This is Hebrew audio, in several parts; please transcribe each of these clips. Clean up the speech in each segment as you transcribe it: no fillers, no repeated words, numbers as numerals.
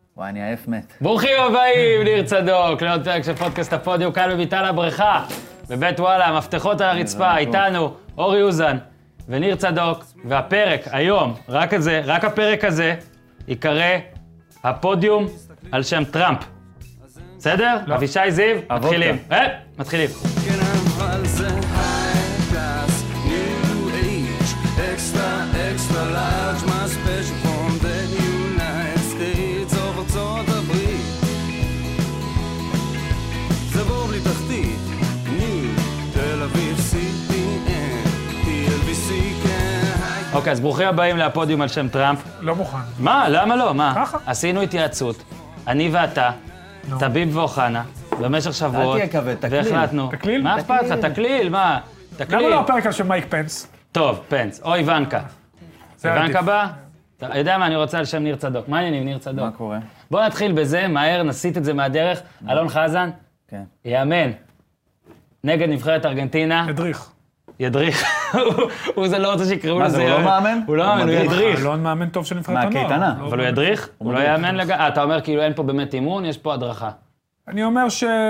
וואי, אני עייף מת. ברוכים הבאים, ניר צדוק, לעוד פרק של פודקאסט הפודיום, כאן בביתן הבריכה, בבית וואלה, המפתחות על הרצפה, איתנו, אורי אוזן וניר צדוק, והפרק היום, רק הפרק הזה, יקרא הפודיום על שם טראמפ. בסדר? אבישי זיו, מתחילים. מתחילים. אוקיי, אז ברוכים הבאים להפודיום על שם טראמפ. לא מוכן. מה? למה לא? מה? ככה. עשינו התייעצות, אני ואתה, טביב ואוחנה, במשך שבועות, אל תהיה כבד, תקליל. והחלטנו. תקליל? מה אכפת לך? תקליל, מה? תקליל. למה לא הפרק על של מייק פנס? טוב, פנס. או איוונקה. זה איוונקה עדיף. בא? אתה יודע מה, אני רוצה על שם ניר צדוק. מה העניינים, ניר צדוק? מה קורה? בוא נתחיל בזה, מהר, נסיט את זה מהדרך. אלון חזן, כן. יאמן. נגד נבחרת ארגנטינה. ידריך. הוא זה לא רוצה שיקראו מה לזה. זה, הוא לא מאמן? הוא לא מאמן, הוא ידריך. אלון מאמן טוב של נבחרת הנוער. מהקייטנה. לא אבל הוא ידריך? הוא לא יאמן לגמרי? אתה אומר כאילו אין פה באמת אימון, יש פה הדרכה. אני אומר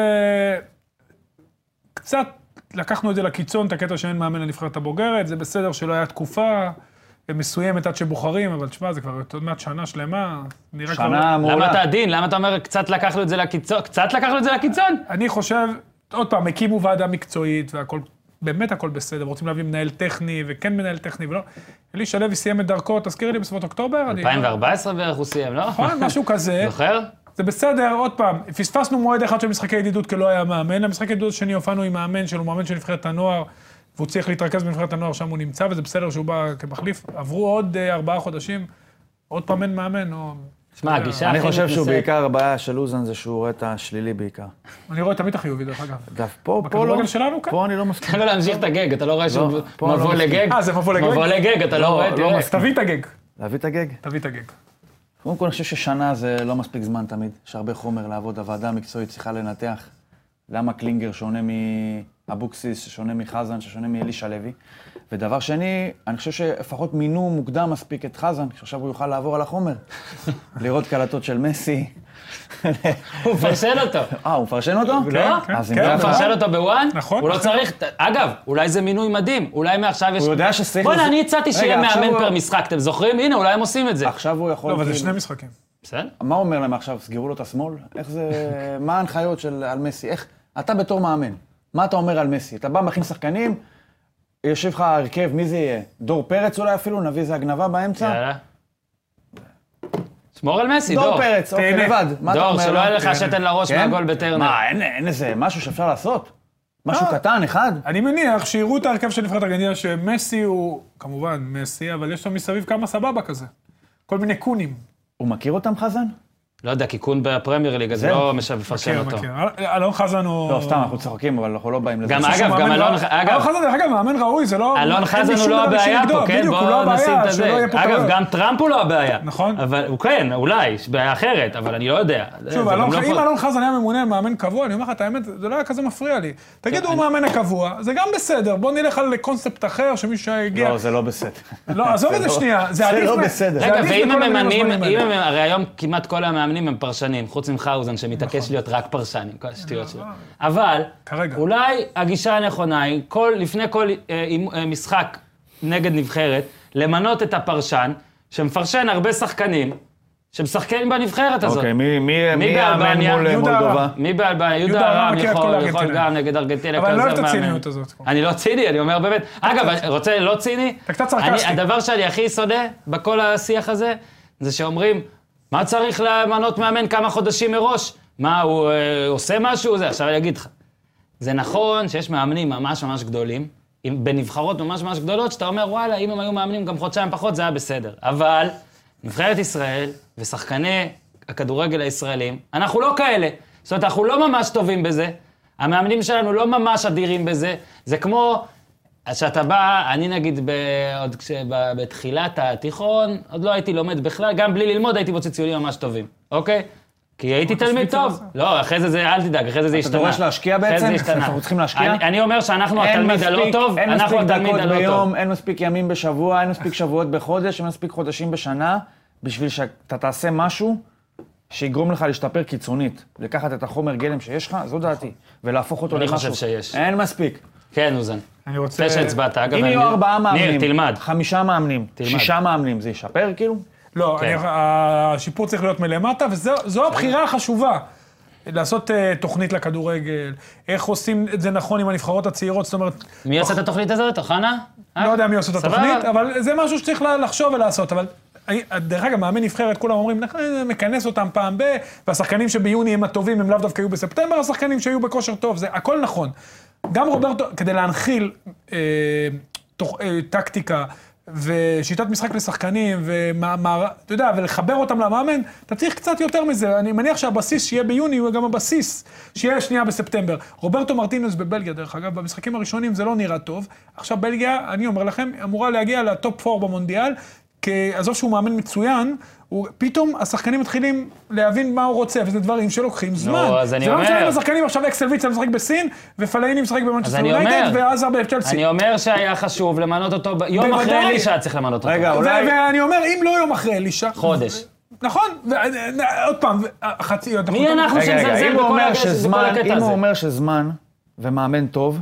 קצת לקחנו את זה לקיצון, את הקטע שאין מאמן לנבחרת הבוגרת, זה בסדר שלא היה תקופה מסוימת עד שבוחרים, אבל תשמע, זה כבר עוד מעט שנה שלמה, נראה כבר... שנה מעולה. למה אתה עדין? למה אתה אומר קצת לקחנו את זה לקיצון? קצת לקחנו את זה לקיצון? אני חושב, עוד פעם, הקימו ועדה מקצועית והכל, באמת הכל בסדר, רוצים להביא מנהל טכני וכן מנהל טכני ולא. אלי שלוי סיים את דרכו, תזכירי לי בסביבות אוקטובר. 2014 בערך הוא סיים, לא? נכון, משהו כזה. זוכר? זה בסדר, עוד פעם, פספסנו מועד אחד של משחקי ידידות כי לא היה מאמן, למשחקי ידידות השני הופענו עם מאמן שלו, מאמן של נבחרת הנוער, והוא צריך להתרכז בנבחרת הנוער, שם הוא נמצא, וזה בסדר שהוא בא כמחליף. עברו עוד 4 חודשים, עוד פעם אין מאמן, או... שמע, הגישה אני הכי חושב שהוא מתנשאת. בעיקר, הבעיה של אוזן זה שהוא רואה את השלילי בעיקר. אני רואה תמיד החיובי, דרך אגב. פה לא. בכדורגל שלנו כאן? פה אני לא מסכים. תן לו להמשיך את הגג, אתה לא רואה שהוא פה לא מבוא מסכים. לגג? זה מבוא לגג? מבוא לגג, אתה לא רואה? תראה. אז תביא את הגג. להביא את הגג? תביא את הגג. קודם כל, אני חושב ששנה זה לא מספיק זמן תמיד. יש הרבה חומר לעבוד. הוועדה המקצועית צריכה לנתח למה קלינגר שונה מאבוקסיס, ששונה מחזן, ששונה מאלי שלוי. ודבר שני, אני חושב שלפחות מינו מוקדם מספיק את חזן, שעכשיו הוא יוכל לעבור על החומר. לראות קלטות של מסי. הוא מפרשן אותו. הוא מפרשן אותו? לא? אז אם כן, הוא ככה- מפרשן אותו בוואן? נכון. הוא לא צריך... אגב, אולי זה מינוי מדהים. אולי מעכשיו יש... הוא יודע שצריך... בוא'נה, אני הצעתי שיהיה רגע, עכשיו מאמן הוא- פר משחק, אתם זוכרים? הנה, אולי הם עושים את זה. עכשיו הוא יכול... לא, אבל זה כאילו- 2 משחקים. בסדר? מה הוא אומר להם עכשיו? סגרו לו את השמאל? איך זה... מה ההנחיות על מסי? איך... אתה בתור מאמן, מה אתה אומר על מסי? אתה בא, מכין שחקנים, יושב לך הרכב, מי זה יהיה? דור פרץ אולי אפילו? נביא איזה הגנבה באמצע? יאללה. שמור על מסי, דור דור. פרץ, אוקיי, תהנה. לבד. מה אתה דור, אומר שלא לו? יהיה לך כן. שתן לראש כן? מהגול בטרנר. מה, אין איזה משהו שאפשר לעשות? משהו קטן, אחד? אני מניח שיראו את ההרכב של נבחרת ארגנטינה שמסי הוא, כמובן, מסי, אבל יש לו מסביב כמה סבבה כזה. כל מיני קונים. הוא מכיר אותם, חזן? לא יודע, כיכון בפרמייר ליג, אז זהו. לא מפרשן אותו. מכיר. אלון חזן הוא... לא, סתם, אנחנו צוחקים, אבל אנחנו לא באים לזה. גם שהוא אגב, גם מאמן אלון... אלון אגב, חזן, דרך אגב, מאמן ראוי, זה לא... אלון אין לי חזן הוא שום לא דבר אישי הבעיה נגדו. פה, כן? בדיוק, הוא לא בואו נשים את הבעיה, שלא הזה. יהיה פה אגב, טעויות. גם טראמפ הוא לא הבעיה. נכון. אבל הוא כן, אולי, יש בעיה אחרת, אבל אני לא יודע. שוב, זה גם לא אם פה- אלון חזן היה ממונה מאמן קבוע, אני אומר לך את האמת, זה לא היה כזה מפריע לי. תגידו, הוא מאמן הקבוע, זה גם בסדר, בוא נלך על קונספט אחר, שמישהו הגיע... לא, זה לא בסדר. לא, עזוב את זה שנייה, זה זה עדיף... לא מ- בסדר. זה רגע, עדיף ואם מכל הם המילים ממנים, הזמנים האלה. הרי היום כמעט כל המאמנים הם פרשנים, חוץ ממחאוזן שמתעקש להיות רק פרשן עם כל השטויות שלו. אבל, כרגע. אולי הגישה הנכונה היא, לפני כל משחק נגד נבחרת, למנות את הפרשן, שמפרשן הרבה שחקנים, שמשחקים בנבחרת הזאת. אוקיי, מי יאמן באלבניה? מול יהודה מולדובה? רם. מי באלבניה? יהודה יהודה רם רם מכיר את כל יכול ארגנטינה. גם נגד ארגנטינה. אבל אני לא כזה אוהב את מאמן. הציניות הזאת. אני לא ציני, אני אומר באמת. אגב, רוצה לא ציני? אתה קצת סרקסטי. הדבר שאני הכי שונא בכל השיח הזה, זה שאומרים, מה צריך למנות מאמן כמה חודשים מראש? מה, הוא עושה משהו? זה, עכשיו אני אגיד לך. זה נכון שיש מאמנים ממש ממש גדולים, בנבחרות ממש ממש גדולות, שאתה אומר, וואלה, אם הם היו מאמנים גם חודשיים פחות, זה היה בסדר. אבל נבחרת ישראל ושחקני הכדורגל הישראלים, אנחנו לא כאלה. זאת אומרת, אנחנו לא ממש טובים בזה. המאמנים שלנו לא ממש אדירים בזה. זה כמו שאתה בא, אני נגיד, עוד בתחילת התיכון, עוד לא הייתי לומד בכלל, גם בלי ללמוד הייתי מוצא ציונים ממש טובים, אוקיי? כי הייתי תלמיד טוב. לא, אחרי זה, אל תדאג, אחרי זה השתנה. אתה דורש להשקיע בעצם? אנחנו צריכים להשקיע? אני אומר שאנחנו התלמיד הלא טוב, אנחנו התלמיד הלא טוב. אין מספיק ימים בשבוע, אין מספיק שבועות בחודש, אין מספיק חודשים בשנה, בשביל שאתה תעשה משהו שיגרום לך להשתפר קיצונית, לקחת את החומר גלם שיש לך, זו דעתי, ולהפוך אותו אני למשהו. חושב שיש. אין מספיק. כן, אוזן. אני רוצה... לפני שהצבעת, אגב, אם יהיו 4 מאמנים, ניר, תלמד. 5 מאמנים, 6 מאמנים, זה ישפר כאילו? לא, כן. השיפור צריך להיות מלמטה, וזו הבחירה החשובה. לעשות תוכנית לכדורגל, איך עושים את זה נכון עם הנבחרות הצעירות, זאת אומרת... מי עושה את התוכנית הזאת? אוחנה? לא יודע מי עושה את סבבה. התוכנית, אבל זה משהו שצריך לחשוב ולעשות, אבל... דרך אגב, מאמן נבחרת, כולם אומרים, מכנס אותם פעם והשחקנים שביוני הם הטובים, הם לאו דווקא היו בספטמבר, השחקנים שהיו בכושר טוב, זה הכל נכון. גם רוברטו, כדי להנחיל טקטיקה ושיטת משחק לשחקנים, אתה יודע, ולחבר אותם למאמן, אתה צריך קצת יותר מזה. אני מניח שהבסיס שיהיה ביוני הוא גם הבסיס שיהיה שנייה בספטמבר. רוברטו מרטינס בבלגיה, דרך אגב, במשחקים הראשונים זה לא נראה טוב. עכשיו בלגיה, אני אומר לכם, אמורה להגיע לטופ 4 במונדיאל, כי עזוב שהוא מאמן מצוין, פתאום השחקנים מתחילים להבין מה הוא רוצה, וזה דברים שלוקחים זמן. אז אני אומר... זה לא משנה אם השחקנים עכשיו אקסלוויצה משחק בסין, ופלאיני משחק במנצ'סטר יונייטד, ועזר בצ'לסי. אני אומר שהיה חשוב למנות אותו, יום אחרי אלישע צריך למנות אותו. רגע, אולי... ואני אומר, אם לא יום אחרי אלישע... חודש. נכון, עוד פעם, חצי... מי אנחנו שנזלזל בכל הקטע הזה? אם הוא אומר שזמן ומאמן טוב,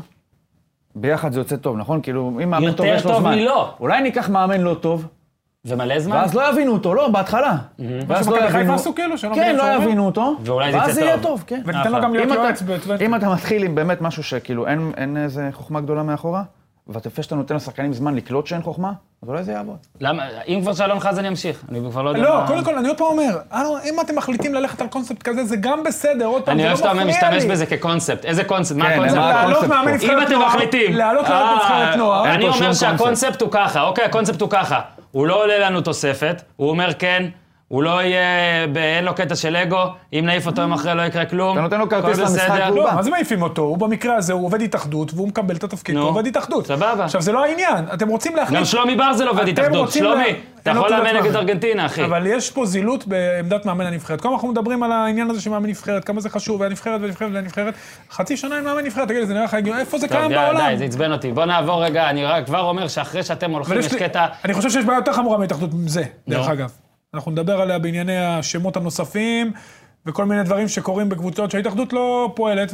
ביחד זה יוצא טוב, נכון? כאילו, אם מאמן טוב יש לו זמן. אולי ניקח מאמן לא טוב, ומלא זמן? ואז לא יבינו אותו, לא, בהתחלה. ואז לא יבינו... כן, לא יבינו אותו, ואז זה יהיה טוב, כן. וניתן לו גם להיות יועץ. אם אתה מתחיל עם באמת משהו שכאילו אין איזה חוכמה גדולה מאחורה, ואתה לפני שאתה נותן לשחקנים זמן לקלוט שאין חוכמה, אז אולי זה יעבוד. למה? אם כבר שאלון חזן ימשיך, אני כבר לא יודע... לא, קודם כל, אני עוד פעם אומר, אם אתם מחליטים ללכת על קונספט כזה, זה גם בסדר, עוד פעם, אני זה לא אוהב שאתה מפריע לי. משתמש בזה כקונספט. איזה קונספט? מה הקונספט? לעלות מאמן נבחרת אם אתם מחליטים... לעלות נבחרת נוער. אני אומר שהקונספט הוא ככה, אוקיי, הקונספט הוא ככה. הוא לא עולה לנו תוספת, הוא אומר כן, הוא לא יהיה, אין לו קטע של אגו, אם נעיף אותו יום אחרי לא יקרה כלום. אתה נותן לו כרטיס למשחק והוא לא, בא. מה זה מעיפים אותו? הוא במקרה הזה, הוא עובד התאחדות, והוא מקבל את התפקיד, הוא עובד התאחדות. סבבה. עכשיו, זה לא העניין, אתם רוצים להחליט... גם שלומי ברזל עובד התאחדות, שלומי, אתה יכול לאמן נגד ארגנטינה, אחי. אבל יש פה זילות בעמדת מאמן הנבחרת. כל אנחנו מדברים על העניין הזה של מאמן נבחרת, כמה זה חשוב, והנבחרת, חצי שנה עם מאמן נבחרת, תגיד, זה נראה לך הגיוני, איפה זה קיים בעולם? די, זה עצבן אותי. בוא נעבור רגע, אני כבר אומר שאחרי שאתם הולכים יש קטע... אני חושב שיש בעיה יותר חמורה מהתאחדות מזה, דרך אגב. אנחנו נדבר עליה בענייני השמות הנוספים, וכל מיני דברים שקורים בקבוצות שההתאחדות לא פועלת,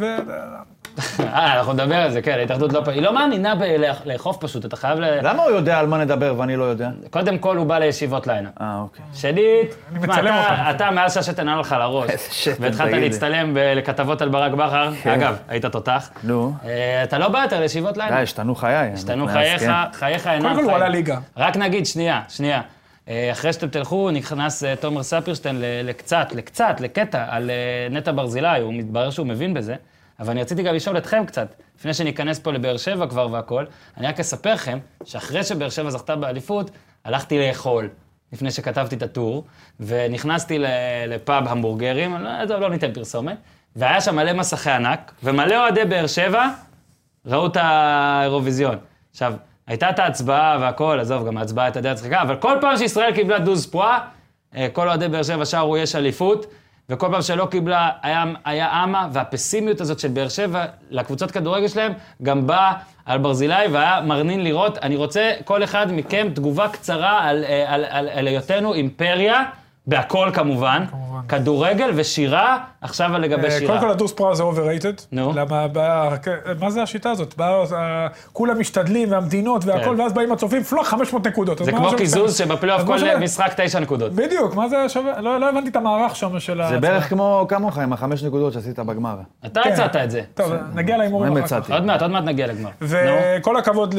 אנחנו נדבר על זה, כן, ההתאחדות לא פועלת. היא לא מאמינה לאכוף פשוט, אתה חייב למה הוא יודע על מה נדבר ואני לא יודע? קודם כל הוא בא לישיבות לילה. אוקיי. שנית, מצלם אותם. אתה מאז שהשתן לך לראש, והתחלת להצטלם לכתבות על ברק בכר, אגב, היית תותח. נו. אתה לא בא יותר לישיבות לילה. די, השתנו חיי. השתנו חייך אינם קודם כל הוא עלה ליגה. רק נגיד, שנייה. אחרי שאתם תלכו, נכנס תומר ספירשטיין לקטע על נטע ברזילי, הוא מתברר שהוא מבין בזה, אבל אני רציתי גם לשאול אתכם קצת, לפני שניכנס פה לבאר שבע כבר והכל, אני רק אספר לכם שאחרי שבאר שבע זכתה באליפות, הלכתי לאכול, לפני שכתבתי את הטור, ונכנסתי לפאב המבורגרים, לא ניתן פרסומת, והיה שם מלא מסכי ענק, ומלא אוהדי באר שבע ראו את האירוויזיון. עכשיו, הייתה את ההצבעה והכל, עזוב, גם ההצבעה הייתה די הצחיקה, אבל כל פעם שישראל קיבלה דוז פרועה, כל אוהדי באר שבע שרו יש אליפות, וכל פעם שלא קיבלה היה אמה, והפסימיות הזאת של באר שבע לקבוצות כדורגל שלהם, גם באה על ברזילי, והיה מרנין לראות. אני רוצה כל אחד מכם תגובה קצרה על היותנו אימפריה, בהכל כמובן, כדורגל ושירה, עכשיו לגבי שירה. קודם כל הדוס פרועה זה overrated. נו. למה, מה זה השיטה הזאת? כולם משתדלים והמדינות והכל, ואז באים הצופים, פלוח 500 נקודות. זה כמו קיזוז שבפלייאוף כל משחק 9 נקודות. בדיוק, מה זה שווה? לא הבנתי את המערך שם של זה בערך כמוך עם ה5 נקודות שעשית בגמר. אתה הצעת את זה. טוב, נגיע להימורים אחר כך. עוד מעט נגיע לגמר. וכל הכבוד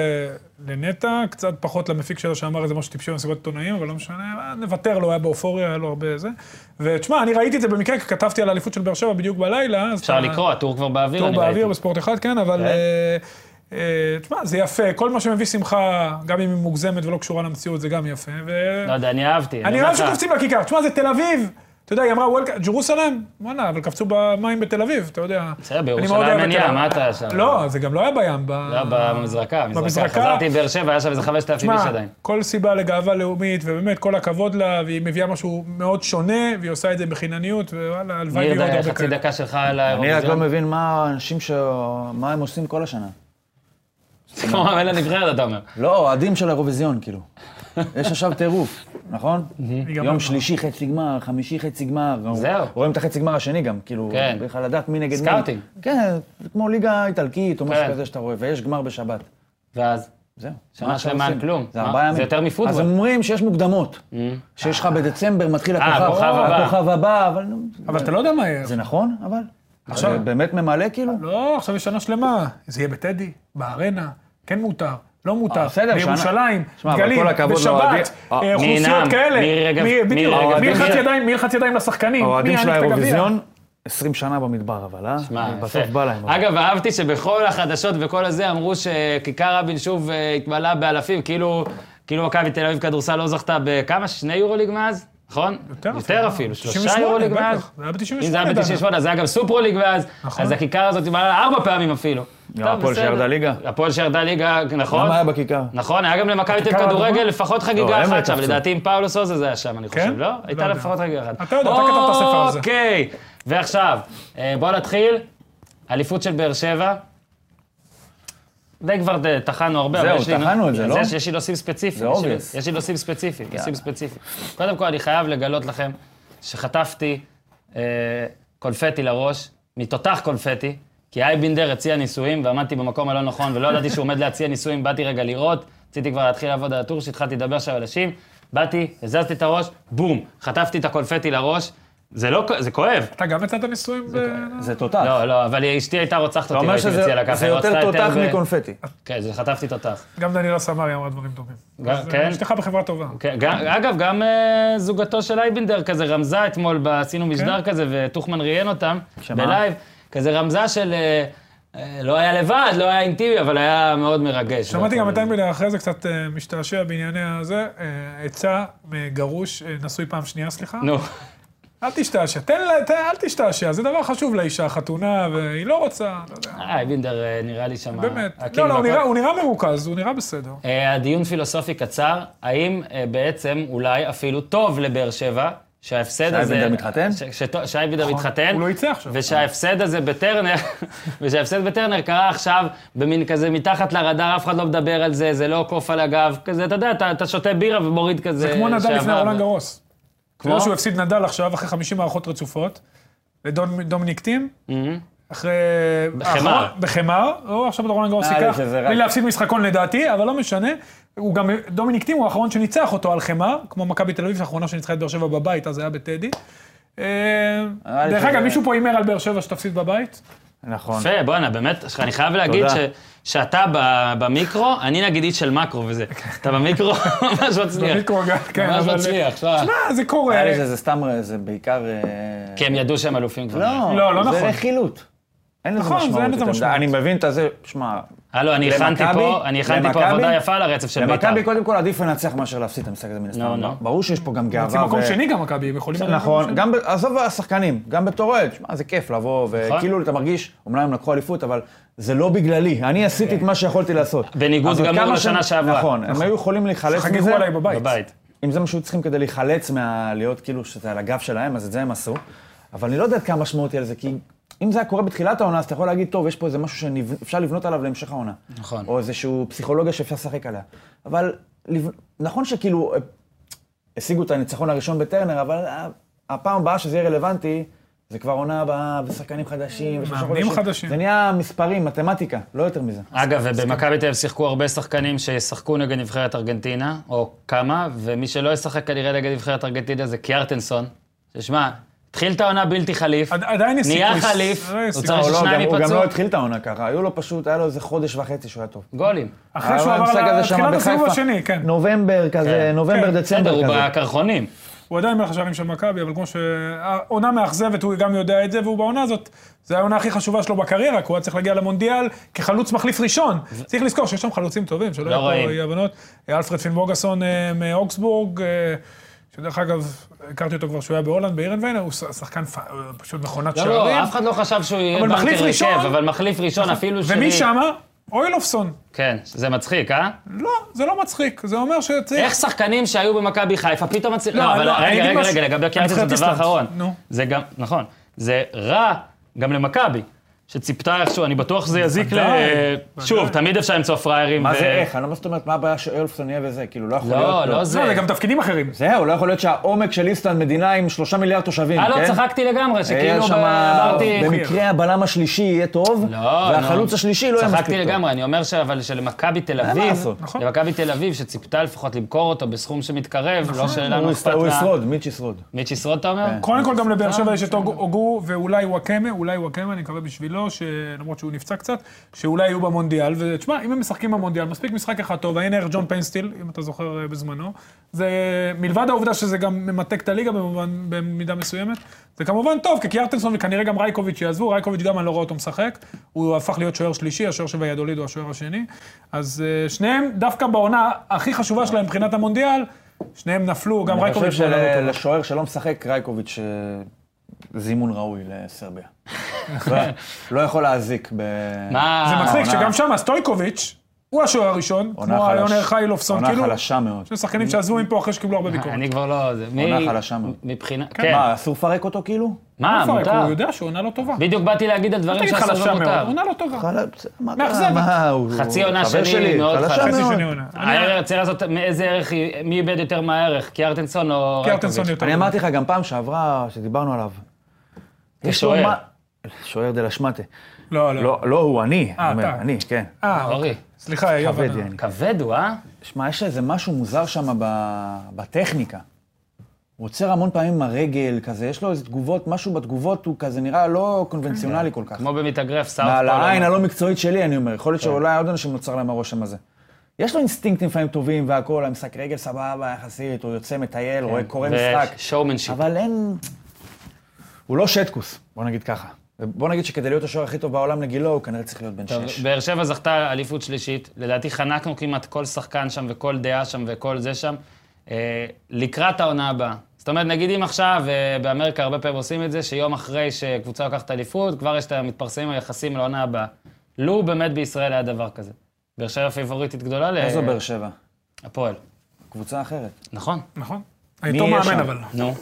לנטע, קצת פחות למפיק שלו שאמר איזה משהו טיפשי במסיבת עיתונאים, אבל לא משנה, נוותר לו, היה באופוריה, היה לו הרבה זה. ותשמע, אני ראיתי את זה במקרה, כי כתבתי על האליפות של באר שבע בדיוק בלילה. אפשר לקרוא, הטור כבר באוויר, טור באוויר בספורט אחד, כן, אבל תשמע, זה יפה, כל מה שמביא שמחה, גם אם היא מוגזמת ולא קשורה למציאות, זה גם יפה. לא יודע, אני אהבתי. אני אוהב שקופצים לכיכר, תשמע, זה תל אביב. אתה יודע, היא אמרה, ג'רוסלם? וואלה, אבל קפצו במים בתל אביב, אתה יודע. בסדר, בירושלים אין ים, מה אתה שם? לא, זה גם לא היה בים. לא, במזרקה. חזרתי באר שבע, היה שם איזה 5,000 איש עדיין. כל סיבה לגאווה לאומית, ובאמת כל הכבוד לה, והיא מביאה משהו מאוד שונה, והיא עושה את זה בחינניות, ווואלה, הלוואי להיות הרבה כאלה. חצי דקה שלך על האירוויזיון. אני רק לא מבין מה האנשים מה הם עושים כל השנה. כמו מאמן לנבחרת, אתה אומר. לא, אוהדים של האירוויזיון, כאילו. יש עכשיו טירוף, נכון? גם יום לא. שלישי חצי גמר, חמישי חצי גמר. זהו. רואים את החצי גמר השני גם, כאילו, כן. בכלל לדעת מי נגד מי. סקאוטינג. כן, זה כמו ליגה איטלקית או משהו כן. כזה שאתה רואה, ויש גמר בשבת. ואז? זהו. שנה מה עכשיו שלמה אין עושים? כלום. זה מה? 4 ימים. זה יותר מפוטבול. אז אומרים שיש מוקדמות. שיש לך בדצמבר מתחיל הכוכב הבא. הכוכב הבא, אבל... אבל אתה לא יודע מה יהיה. זה נכון, אבל? עכשיו- זה באמת ממלא כאילו? לא, עכשיו יש שנה שלמה. זה יהיה בטדי, בארנה, כן מותר, לא מותר. בסדר, בירושלים, שמע, אבל דגלים, כל הכבוד לאוהדים. בשבת, מי אוכלוסיות ינאם? כאלה. מירי רגב- בדיוק, מירי רגב- מי ילחץ מירי- ידיים- מי ילחץ ידיים לשחקנים? האוהדים מי של יעניק את הגביע? האירוויזיון, 20 שנה במדבר, אבל שמע, בסוף יפה. בא להם. אגב, אהבתי שבכל החדשות וכל הזה אמרו שכיכר רבין שוב התמלא באלפים, כאילו מכבי תל אביב כדורסל לא זכתה בכמה? 2 יורוליג מאז? נכון? יותר אפילו, 3 יורוליג מאז. בטח, זה היה ב-98. אם זה היה ב-98, אז זה היה גם סופרוליג מאז, נכון. אז הכיכר הזאת התמלאה 4 פעמים אפילו. גם טוב, הפועל בסדר. שירדה ליגה. הפועל שירדה ליגה, נכון. למה היה בכיכר? נכון, היה גם למכבי תל אביב הכיכר כדורגל האדומה? לפחות לא, חגיגה הם אחת שם, קפצו. לדעתי עם פאולו סוזה זה היה שם, אני חושב, כן? לא? הייתה יודע. לפחות חגיגה אחת. אתה יודע, אתה כתבת ספר על זה. אוקיי, ועכשיו, בואו נתחיל. אליפות של באר שבע. די כבר טחנו הרבה, זהו, אבל יש לי... טחנו את זה, לא? יש לי נושאים ספציפיים. זה obvious. יש לי נושאים ספציפיים. קודם כל, אני חייב לגלות לכם שחטפתי קונפטי לראש, מתותח קונפטי, כי אייבינדר הציע ניסויים, ועמדתי במקום הלא נכון, ולא ידעתי שהוא עומד להציע ניסויים, באתי רגע לראות, רציתי כבר להתחיל לעבוד על הטור, שהתחלתי לדבר שם על אנשים, באתי, הזזתי את הראש, בום, חטפתי את הקונפטי לראש, זה כואב. אתה גם יצאת ניסויים? זה תותח. לא, אבל אשתי הייתה רוצחת אתה אותי, אומר הייתי מציע לה ככה, שזה היא רצתה יותר תותח ו- מקונפטי. כן, זה חטפתי תותח. גם דניאלה סמרי אמרה דברים טובים. אז, כן? אשתך בחברה טובה. כן, אגב, גם זוגתו של אייבינדר כזה רמזה אתמול, עשינו משדר כזה, וטוחמן ראיין אותם שמה? בלייב, כזה רמזה של לא היה לבד, לא היה אינטימי, אבל היה מאוד מרגש. שמעתי גם את אייבינדר אחרי זה קצת משתעשע בענייני הזה, עצה מגרוש, נשוי פעם שנייה, סליחה. נו, אל תשתעשע, אל תשתעשע, זה דבר חשוב לאישה, חתונה, והיא לא רוצה, לא יודע. אייבינדר נראה לי שם... באמת. הקים לא, והכל. הוא נראה מרוכז, הוא נראה בסדר. הדיון פילוסופי קצר, האם בעצם אולי אפילו טוב לבאר שבע, שההפסד הזה... שאייבינדר מתחתן? שהאייבינדר מתחתן. הוא לא יצא עכשיו. ושההפסד הזה בטרנר, ושההפסד בטרנר קרה עכשיו במין כזה מתחת לרדאר, אף אחד לא מדבר על זה, זה לא קוף על הגב, כזה, אתה יודע, אתה שותה בירה ומוריד כזה... זה כמו נדל לפני שעבר. רולנד גרוס. כמו? כמו שהוא הפסיד נדל עכשיו, אחרי 50 מערכות רצופות, לדומיניק טים, אחרי... בחמר. בחמר, הוא עכשיו רולנד גרוס לי ייקח, שזה רק- בלי להפסיד משחקון לדעתי, אבל לא משנה. הוא גם, דומיניק טים הוא האחרון שניצח אותו על חמר, כמו מכבי תל אביב, האחרונה שניצחה את באר שבע בבית, אז זה היה בטדי. דרך אגב, מישהו פה הימר על באר שבע שתפסיד בבית? נכון. יפה, בואנה, באמת, אני חייב להגיד תודה. שאתה במיקרו, אני נגיד איש של מקרו וזה. אתה במיקרו ממש מצליח. במיקרו גם, כן, ממש אבל... מצליח, שמע. מה, זה קורה. היה לי שזה סתם, זה בעיקר... כי הם ידעו שהם אלופים כבר. לא נכון. זה רכילות. אין לזה נכון, זה משמעות. אין לזה יותר מדי. משמעות. אני מבין את זה, שמע, הלו, אני הכנתי פה עבודה יפה על הרצף של בית"ר. למכבי קודם כל עדיף לנצח מאשר להפסיד את המשחק הזה מן הסתם. נו. ברור שיש פה גם רוצים גאווה. מקום שני גם מכבי, הם יכולים... נכון, גם, עזוב השחקנים, גם בתור אוהד, שמע, זה כיף לבוא, וכאילו אתה מרגיש, אומנם הם לקחו אליפות, אבל זה לא בגללי, אני עשיתי את מה שיכולתי לעשות. בניגוד אז עוד גמור כמה לשנה שעברה. נכון, הם היו יכולים להיחלץ חגגו מזה, עליי בבית. בבית. אם זה מה שהיו צריכים כדי להיחלץ להיות כאילו שזה על הגב שלהם, אז את זה הם עשו. אבל אני לא יודע כמה משמעות יהיה לזה, כי אם זה היה קורה בתחילת העונה, אז אתה יכול להגיד, טוב, יש פה איזה משהו שאפשר לבנות עליו להמשך העונה. נכון. או איזשהו פסיכולוגיה שאפשר לשחק עליה. אבל נכון שכאילו השיגו את הניצחון הראשון בטרנר, אבל הפעם הבאה שזה יהיה רלוונטי, זה כבר עונה הבאה, ושחקנים חדשים, מאמנים חדשים. זה נהיה מספרים, מתמטיקה, לא יותר מזה. אגב, ובמכבי תל אביב שיחקו הרבה שחקנים שישחקו נגד נבחרת ארגנטינה, או כמה, ומי שלא ישחק כנראה נגד נבחרת ארגנטינה זה קיארטנסון. ששמע, התחיל את העונה בלתי חליף, עדיין יש נהיה סיכוי. חליף, עדיין יש הוא סיכוי. צריך ששניים הוא גם ייפצעו. לא התחיל את העונה ככה, היו לו פשוט, היה לו איזה חודש וחצי שהוא היה טוב. גולים. אחרי שהוא המשחק עבר הזה שם לתחילת הסיבוב בחיפה, השני, כן. נובמבר כזה, נובמבר, כן. בסדר, דצמבר הוא כזה. בקרחונים. הוא עדיין מלך השערים של מכבי, אבל כמו שהעונה מאכזבת, הוא גם יודע את זה, והוא בעונה הזאת, זו העונה הכי חשובה שלו בקריירה, כי הוא היה צריך להגיע למונדיאל כחלוץ מחליף ראשון. צריך לזכור שיש שם חלוצים טובים, שלא יהיו רואים. פה אי הבנות. אלפרד פינבורגסון מאוקסבורג, שדרך אגב, הכרתי אותו כבר שהוא היה בהולנד, באירנביין, הוא שחקן פשוט מכונת לא, שערים. לא, אף אחד לא חשב שהוא יהיה אבל מחליף בנקר ראשון. הרכב, אבל מחליף ראשון אפילו שלי. ומי שמה? אוילופסון. כן, זה מצחיק, אה? לא, זה לא מצחיק, זה אומר שצריך... איך שחקנים שהיו במכבי חיפה פתאום מצליחים... לא, לא, אבל לא, אני אגיד רגע, משהו. לגבי קיארטנסון, נבחרת דבר איסלנד. אחרון. נו. זה גם, נכון, זה רע גם למכבי, שציפתה איכשהו, אני בטוח שזה יזיק שוב, תמיד אפשר למצוא פריירים. מה זה איך? אני לא זאת אומרת, מה הבעיה שאלפסון יהיה וזה? כאילו, לא יכול להיות... לא זה. זה גם תפקידים אחרים. זהו, לא יכול להיות שהעומק של איסלנד מדינה עם 3 מיליארד תושבים, כן? לא, צחקתי לגמרי, שכאילו אמרתי... במקרה הבלם השלישי יהיה טוב, והחלוץ השלישי לא יהיה מספיק טוב. צחקתי לגמרי, אני אומר אבל שלמכבי תל אביב, למכבי תל אביב, שציפתה לפחות למכור אותו בסכום שמתקרב, לא שלנו אכפת לה... הוא ישרוד, מיץ' ישרוד. מיץ' ישרוד, אתה אומר? קודם כל גם לבאר שבע יש את אוגו ואולי וואקמה, אני מקווה בשבילו, למרות שהוא נפצע קצת, שאולי יהיו במונדיאל, ותשמע, אם הם משחקים במונדיאל, מספיק משחק אחד טוב, העין ערך ג'ון פיינסטיל, אם אתה זוכר בזמנו, זה מלבד העובדה שזה גם ממתק את הליגה במידה מסוימת, זה כמובן טוב, כי קיארטנסון וכנראה גם רייקוביץ' יעזבו, רייקוביץ' גם אני לא רואה אותו משחק, הוא הפך להיות שוער שלישי, השוער שבידוליד הוא השוער השני, אז שניהם, דווקא בעונה הכי חשובה שלהם מבחינת המונדיאל, שניהם נפלו, גם רייקוביץ' אני חושב שלשוער שלא משחק, רייקוביץ' זימון ראוי לסרביה. לא יכול להזיק זה מצחיק שגם שם סטויקוביץ' הוא השוער הראשון, כמו יונר חיילופסון, כאילו... עונה חלשה מאוד. שני שחקנים שעזבו מפה אחרי שקיבלו הרבה ביקורת. אני כבר לא... עונה חלשה מאוד. מבחינה... מה, אסור לפרק אותו כאילו? מה, מותר? הוא יודע שהוא עונה לא טובה. בדיוק באתי להגיד על דברים שאסור ומותר. עונה לא טובה. מאכזבת. חצי עונה שלי מאוד חלשה חלשה. מאוד. צריך לעשות איזה ערך, מי איבד יותר מהערך, קיארטנסון או רייקוביץ'? אני אמרתי לך גם פעם שעברה, שדיברנו עליו. כשוער. שוער דה לשמטה. לא. לא הוא, אני, כן. אורי. סליחה, יובל. כבד הוא, אה? שמע, יש איזה משהו מוזר שם בטכניקה. הוא עוצר המון פעמים עם הרגל, כזה, יש לו איזה תגובות, משהו בתגובות הוא כזה נראה לא קונבנציונלי כל כך. כמו במתאגרף, סארט על העין הלא מקצועית שלי, אני אומר. יכול להיות שאולי עוד אנשים נוצר להם הרושם הזה. יש לו אינסטינקטים לפעמים טובים והכל, המשחק רגל סבבה, יחסית, הוא יוצא, מטייל, רואה, קורא משחק. ושואומנשיפ. אבל אין... הוא לא שטקוס, בוא נגיד ככה. בוא נגיד שכדי להיות השוער הכי טוב בעולם לגילו, הוא כנראה צריך להיות בן 6. באר שבע זכתה אליפות שלישית, לדעתי חנקנו כמעט כל שחקן שם וכל דעה שם וכל זה שם, לקראת העונה הבאה. זאת אומרת, נגיד אם עכשיו, באמריקה הרבה פעמים עושים את זה, שיום אחרי שקבוצה לקחת אליפות, כבר יש את המתפרסמים היחסים לעונה הבאה. לו באמת בישראל היה דבר כזה. באר שבע פיבוריטית גדולה איזו באר שבע? הפועל. קבוצה אחרת. נכון. נכון. הייתו מאמן אבל. נו.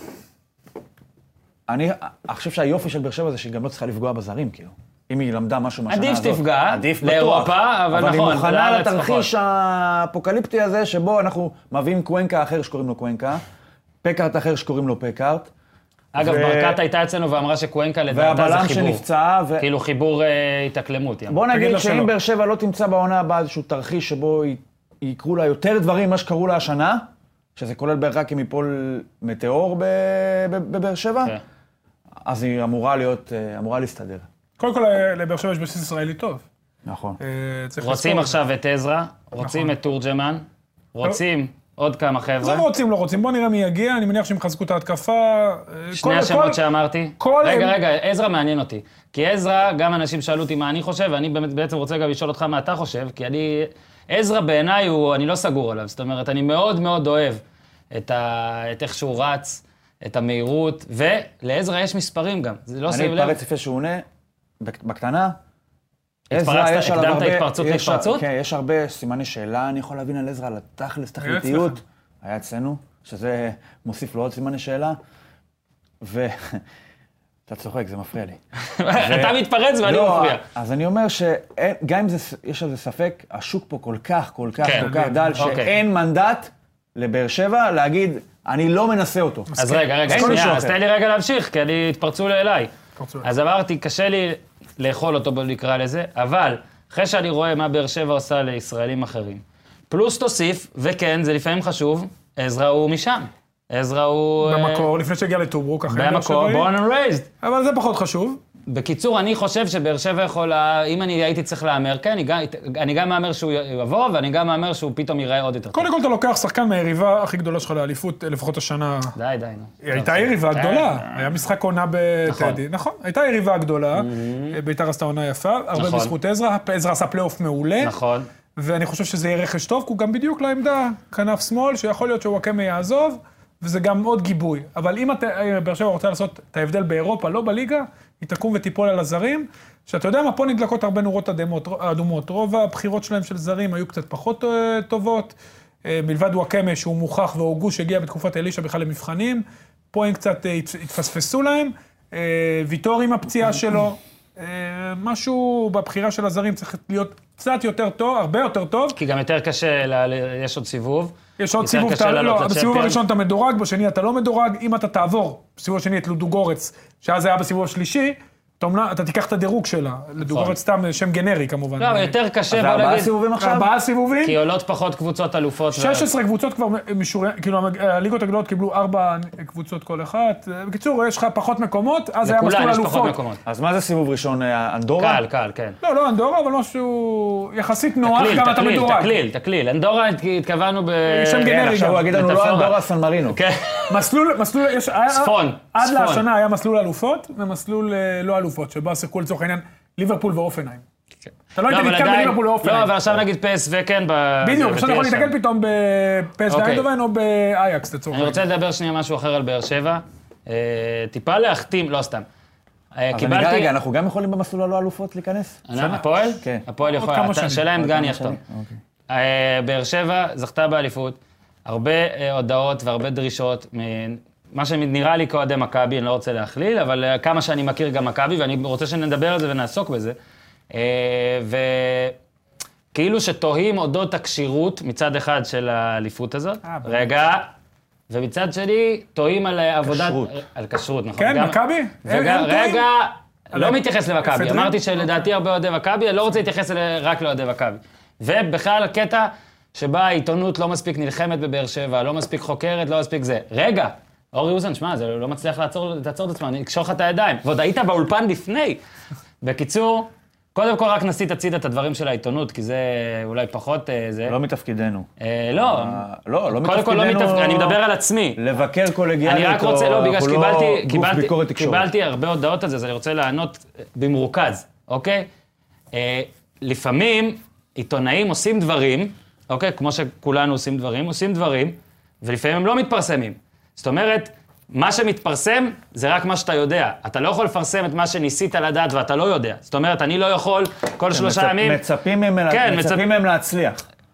אני חושב שהיופי של באר שבע זה שהיא גם לא צריכה לפגוע בזרים, כאילו. אם היא למדה משהו מהשנה הזאת. עדיף שתפגע, עדיף לאירופה, אבל נכון. אבל היא מוכנה לתרחיש האפוקליפטי הזה, שבו אנחנו מביאים קוונקה אחר שקוראים לו קוונקה, פקארט אחר שקוראים לו פקארט. אגב, ברקת הייתה אצלנו ואמרה שקוונקה לדעתה זה והבלם חיבור. שנפצע. כאילו חיבור התאקלמות. בוא נגיד שאם באר שבע לא תמצא בעונה הבאה איזשהו תרחיש שבו יקרו לה יותר דברים ממה שקראו לה השנה, שזה כולל בערך אם ייפול מטאור בבאר שבע, אז היא אמורה להסתדר. קודם כל, לבאר שבע יש בסיס ישראלי טוב. נכון. רוצים עכשיו את עזרא, רוצים את תורג'מן, רוצים עוד כמה חבר'ה. לא רוצים, לא רוצים. בוא נראה מי יגיע, אני מניח שהם חזקו את ההתקפה. שני השמות שאמרתי. רגע, עזרא מעניין אותי. כי עזרא, גם אנשים שאלו אותי מה אני חושב, ואני בעצם רוצה גם לשאול אותך מה אתה חושב, כי עזרא בעיניי אני לא סגור עליו. זאת אומרת, אני מאוד מאוד אוהב את איך שהוא רץ, את המהירות, ולעזרא יש מספרים גם. זה לא סביב לב. אני אתפרץ לפני שהוא עונה, בקטנה. הקדמת התפרצות להתפרצות? כן, יש הרבה סימני שאלה, אני יכול להבין על עזרא, על התכלס, תכליתיות. היה אצלנו, שזה מוסיף לו עוד סימני שאלה. אתה צוחק, זה מפריע לי. אתה מתפרץ ואני מפריע. אז אני אומר שגם אם יש על זה ספק, השוק פה כל כך דל, שאין מנדט לבאר שבע להגיד, אני לא מנסה אותו. אז רגע, שנייה, אז תן לי רגע להמשיך, כי התפרצו אליי. אז אמרתי, קשה לי לאכול אותו, בוא נקרא לזה, אבל אחרי שאני רואה מה באר שבע עושה לישראלים אחרים, פלוס תוסיף, וכן, זה לפעמים חשוב, עזרא הוא משם. עזרא הוא... במקור, לפני שהגיע לטוברוק, אחרי באר שבעי. במקור, born and raised. אבל זה פחות חשוב. בקיצור, אני חושב שבאר שבע יכולה, אם אני הייתי צריך להאמר, כן, אני גם מאמר שהוא יבוא, ואני גם מאמר שהוא פתאום ייראה עוד יותר טוב. קודם כל אתה לוקח שחקן מהיריבה הכי גדולה שלך לאליפות, לפחות השנה. די, נו. היא הייתה יריבה גדולה, היה משחק עונה בטדי. נכון, הייתה יריבה גדולה, בית"ר עשתה עונה יפה, הרבה בזכות עזרא, עזרא עשה פלייאוף מעולה. נכון. ואני חושב שזה יהיה רכש טוב, כי הוא גם בדיוק לעמדה כנף שמאל, שיכול להיות שוואקמה יעזוב, וזה גם עוד גיבוי. אבל אם באר שבע רוצה לעשות את ההבדל באירופה, לא בליגה, היא תקום ותיפול על הזרים, שאתה יודע מה, פה נדלקות הרבה נורות אדומות. רוב הבחירות שלהם של זרים היו קצת פחות טובות, מלבד וואקמה שהוא מוכח והוגו שהגיע בתקופת אלישע בכלל למבחנים, פה הם קצת התפספסו להם, ויטור עם הפציעה שלו, משהו בבחירה של הזרים צריך להיות קצת יותר טוב, הרבה יותר טוב. כי גם יותר קשה, יש עוד סיבוב. יש עוד סיבוב, בסיבוב הראשון אתה מדורג, בשני אתה לא מדורג. אם אתה תעבור בסיבוב השני את לודוגורץ, שאז היה בסיבוב השלישי, אתה תיקח את הדירוג שלה. לודוגורץ סתם שם גנרי כמובן. לא, אבל יותר קשה, בוא אז נגיד. 4 סיבובים עכשיו? 4 סיבובים. כי עולות פחות קבוצות אלופות. 16 קבוצות כבר משוריינות, כאילו הליגות הגדולות קיבלו 4 קבוצות כל אחת. בקיצור, יש לך פחות מקומות, אז היה מסלול אלופות. אז מה זה סיבוב ראשון? אנדורה? קל, כן. לא אנדורה, אבל משהו יחסית נוח, גם אתה מדורג. תקליל. אנדורה התכוונו שם גנרי. עכשיו הוא יגיד לנו לא אנדורה, סן מרינו. מסלול, צפון. עד לשנה היה מסלול אלופות ומסלול לא אלופות, שבה שיחקו לצורך העניין ליברפול ואופנהיים. אתה לא היית להתקל בליברפול ואופנהיים. לא, אבל עכשיו נגיד פס וכן. בדיוק, עכשיו אתה יכול להתקל פתאום בפס ואיינדובן או באייקס לצורך העניין. אני רוצה לדבר שנייה משהו אחר על באר שבע. טיפה להחתים, לא סתם. אז רגע, אנחנו גם יכולים במסלול הלא אלופות להיכנס? הפועל? כן. הפועל יכול, השאלה אם דגני יחתום. באר שבע זכתה באליפות, הרבה הודעות והרבה דרישות, מה שנראה לי כאוהדי מכבי, אני לא רוצה להכליל, אבל כמה שאני מכיר גם מכבי, ואני רוצה שנדבר על זה ונעסוק בזה. וכאילו שתוהים אודות הקשירות מצד אחד של האליפות הזאת, רגע, ומצד שני תוהים על עבודת... על כשרות, נכון? כן, מכבי? רגע, לא מתייחס למכבי, אמרתי שלדעתי הרבה אוהדי מכבי, אני לא רוצה להתייחס רק לאוהדי מכבי. ובכלל הקטע שבה העיתונות לא מספיק נלחמת בבאר שבע, לא מספיק חוקרת, לא מספיק זה. רגע, אורי אוזן, שמע, זה לא מצליח לעצור את עצמו, אני אקשור לך את הידיים. ועוד היית באולפן לפני. בקיצור, קודם כל רק נסית הצידה את הדברים של העיתונות, כי זה אולי פחות זה. לא מתפקידנו. לא. לא מתפקידנו. קודם כל לא מתפקידנו, אני מדבר על עצמי. לבקר קולגיאלית. אני רק רוצה, לא, בגלל שקיבלתי קיבלתי הרבה הודעות על זה, אז אני רוצה לענות במרוכז, אוקיי? לפעמים עיתונאים עושים דברים, אוקיי? כמו שכולנו עושים דברים, ולפעמים הם לא מתפרסמים. זאת אומרת, מה שמתפרסם זה רק מה שאתה יודע. אתה לא יכול לפרסם את מה שניסית לדעת ואתה לא יודע. זאת אומרת, אני לא יכול כל 3 ימים... מצפים מהם להצליח.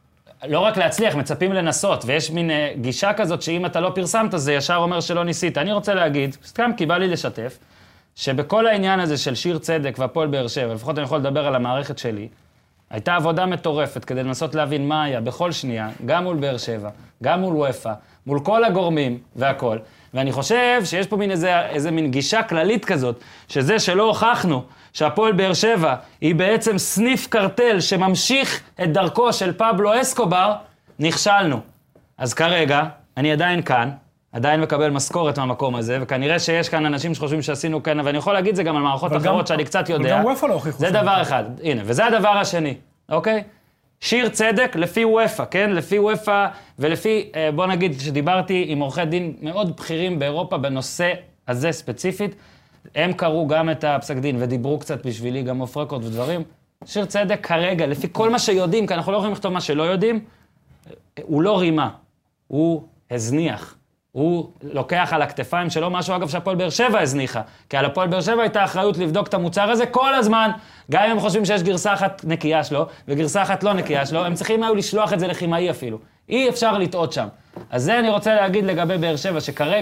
לא רק להצליח, מצפים לנסות. ויש מין גישה כזאת שאם אתה לא פרסמת, זה ישר אומר שלא ניסית. אני רוצה להגיד, סתם כי בא לי לשתף, שבכל העניין הזה של שיר צדק והפועל באר שבע, לפחות אני יכול לדבר על המערכת שלי, הייתה עבודה מטורפת כדי לנסות להבין מה היה בכל שנייה, גם מול באר שבע, גם מול וופא, מול כל הגורמים והכל. ואני חושב שיש פה איזה מין גישה כללית כזאת, שזה שלא הוכחנו שהפועל באר שבע היא בעצם סניף קרטל שממשיך את דרכו של פבלו אסקובר, נכשלנו. אז כרגע, אני עדיין כאן, עדיין מקבל משכורת מהמקום הזה, וכנראה שיש כאן אנשים שחושבים שעשינו כן, ואני יכול להגיד זה גם על מערכות אחרות שאני קצת יודע. וגם וופא לא הוכיחו. זה דבר אחד, הנה, וזה הדבר השני, אוקיי? שיר צדק לפי וופא, כן? לפי וופא ולפי, בוא נגיד שדיברתי עם עורכי דין מאוד בכירים באירופה בנושא הזה ספציפית, הם קראו גם את הפסק דין ודיברו קצת בשבילי, גם אוף רקורד ודברים. שיר צדק כרגע, לפי כל מה שיודעים, כי אנחנו לא יכולים לכתוב מה שלא יודעים, הוא לא רימה, הוא הזניח. הוא לוקח על הכתפיים שלו משהו, אגב, שהפועל באר שבע הזניחה. כי על הפועל באר שבע הייתה אחריות לבדוק את המוצר הזה כל הזמן. גם אם הם חושבים שיש גרסה אחת נקייה שלו, וגרסה אחת לא נקייה שלו, הם צריכים היו לשלוח את זה לכימאי אפילו. אי אפשר לטעות שם. אז זה אני רוצה להגיד לגבי באר שבע,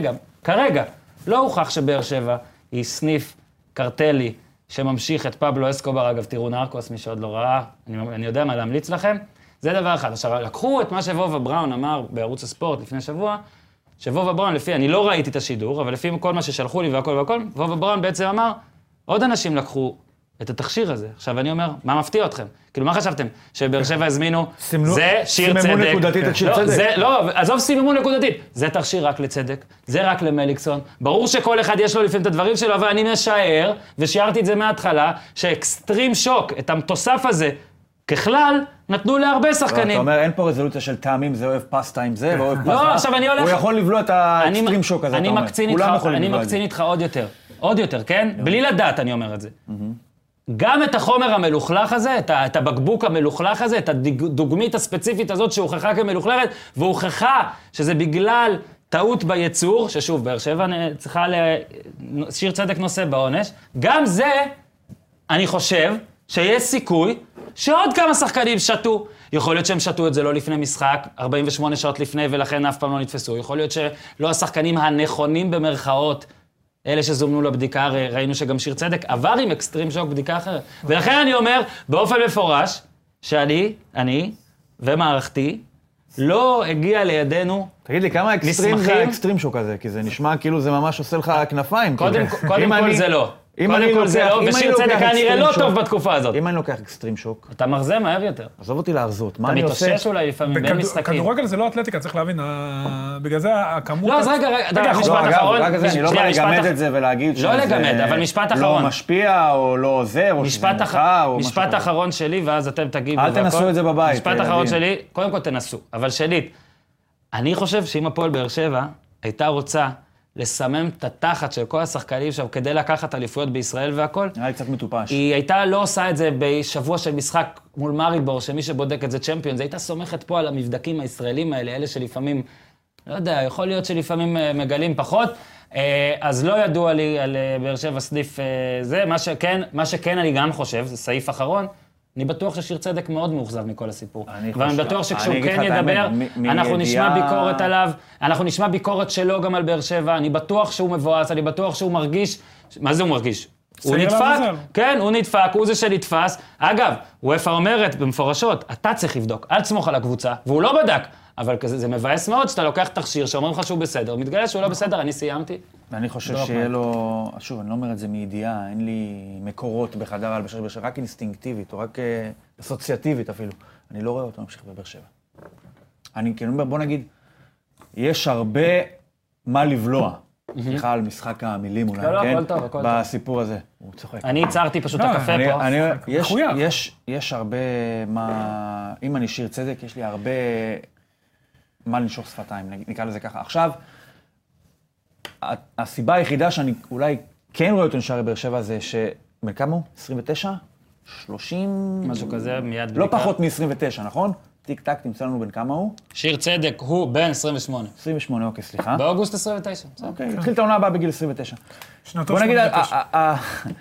שכרגע, לא הוכח שבאר שבע היא סניף קרטלי שממשיך את פבלו אסקובר. אגב, תראו נרקוס, מי שעוד לא ראה, אני יודע מה להמליץ לכם. זה דבר אחד. עכשיו, לקחו את מה שוובה בראון אמר בערוץ הספורט לפני שבוע, שוובה בראון, אני לא ראיתי את השידור, אבל לפי כל מה ששלחו לי והכל, וובה בראון בעצם אמר, עוד אנשים לקחו את התכשיר הזה. עכשיו אני אומר, מה מפתיע אתכם? כאילו, מה חשבתם? שבאר שבע הזמינו, זה שיר צדק. סיממו נקודתית את שיר צדק. לא, עזוב סיממו נקודתית. זה תכשיר רק לצדק, זה רק למליקסון. ברור שכל אחד יש לו לפעמים את הדברים שלו, אבל אני משער, ושיערתי את זה מההתחלה, שאקסטרים שוק, את התוסף הזה, ככלל, נתנו להרבה שחקנים. אתה אומר, אין פה רזולוציה של טעמים, זה אוהב פסטה עם זה, ואוהב פסטה. לא, עכשיו אני הולך... הוא יכול לבלוע את האקסטרים שוק הזה, אתה אומר. אני מקצין איתך עוד יותר, כן? בלי לדעת אני אומר את זה. גם את החומר המלוכלך הזה, את הבקבוק המלוכלך הזה, את הדוגמית הספציפית הזאת שהוכחה כמלוכלכת, והוכחה שזה בגלל טעות בייצור, ששוב, באר שבע צריכה שיר צדק נושא בעונש, גם זה, אני חושב, שיש סיכוי שעוד כמה שחקנים שתו. יכול להיות שהם שתו את זה לא לפני משחק, 48 שעות לפני, ולכן אף פעם לא נתפסו. יכול להיות שלא השחקנים הנכונים במרכאות אלה שזומנו לבדיקה, ראינו שגם שיר צדק עבר עם אקסטרים שוק בדיקה אחרת. ולכן אני אומר, באופן מפורש, שאני ומערכתי, לא הגיע לידינו תגיד לי, כמה אקסטרים זה האקסטרים שוק הזה? כי זה נשמע כאילו זה ממש עושה לך כנפיים. קודם כל זה לא. קודם כל זה לא, ושיר צדק היה נראה לא טוב בתקופה הזאת. אם אני לוקח אקסטרים שוק... אתה מרזה מהר יותר. עזוב אותי להרזות, מה אתה אני עושה? מתאושש אולי לפעמים בין משחקים. כדורגל זה לא אתלטיקה, צריך להבין, בגלל זה הכמות... לא, אז רגע, משפט אחרון. אני לא בא לגמד את זה ולהגיד לא לגמד, אבל משפט אחרון. לא משפיע או לא עוזר, או שזה נוחה, או משהו. משפט אחרון שלי, ואז אתם תגידו. אל תנסו את זה בבית. משפט אחרון שלי, קודם כל תנסו, אבל שלי, אני חושב שאם הפועל באר שבע הייתה רוצה לסמם את התחת של כל השחקנים שם כדי לקחת אליפויות בישראל והכל, היה קצת מטופש. היא הייתה לא עושה את זה בשבוע של משחק מול מריבור, שמי שבודק את זה צ'מפיון, זה הייתה סומכת פה על המבדקים הישראלים האלה, אלה שלפעמים, לא יודע, יכול להיות שלפעמים מגלים פחות, אז לא ידוע לי על באר שבע סניף זה, מה שכן אני גם חושב, זה סעיף אחרון, אני בטוח ששיר צדק מאוד מאוכזב מכל הסיפור. ואני בטוח שכשהוא כן ידבר, אנחנו נשמע ביקורת עליו, אנחנו נשמע ביקורת שלו גם על באר שבע, אני בטוח שהוא מבואס, אני בטוח שהוא מרגיש, מה זה הוא מרגיש? הוא נדפק, כן, הוא נדפק, הוא זה שנתפס. אגב, וופא אומרת במפורשות, אתה צריך לבדוק, אל תסמוך על הקבוצה, והוא לא בדק. אבל זה מבאס מאוד שאתה לוקח תכשיר שאומרים לך שהוא בסדר, מתגלה שהוא לא בסדר, אני סיימתי. ואני חושב שיהיה לו, שוב, אני לא אומר את זה מידיעה, אין לי מקורות בחדר הלבשה בבאר שבע, רק אינסטינקטיבית, או רק אסוציאטיבית אפילו. אני לא רואה אותו ממשיך בבאר שבע. אני כאילו אומר, בוא נגיד, יש הרבה מה לבלוע. סליחה על משחק המילים אולי, כן? הכל טוב, הכל טוב. בסיפור הזה. הוא צוחק. אני ייצרתי פשוט את הקפה פה. יש הרבה מה... אם אני שיר צדק, יש לי הרבה מה לנשוך שפתיים, נקרא לזה ככה. עכשיו, הסיבה היחידה שאני אולי כן רואה אותו נשאר בבאר שבע זה בן כמה הוא? 29? 30? משהו כזה, מיד לא פחות מ-29, נכון? טיק טק, תמצא לנו בן כמה הוא? שיר צדק הוא בן 28. 28, אוקיי, סליחה. באוגוסט 29. אוקיי, התחיל את העונה הבאה בגיל 29. שנתו בוא נגיד, 89.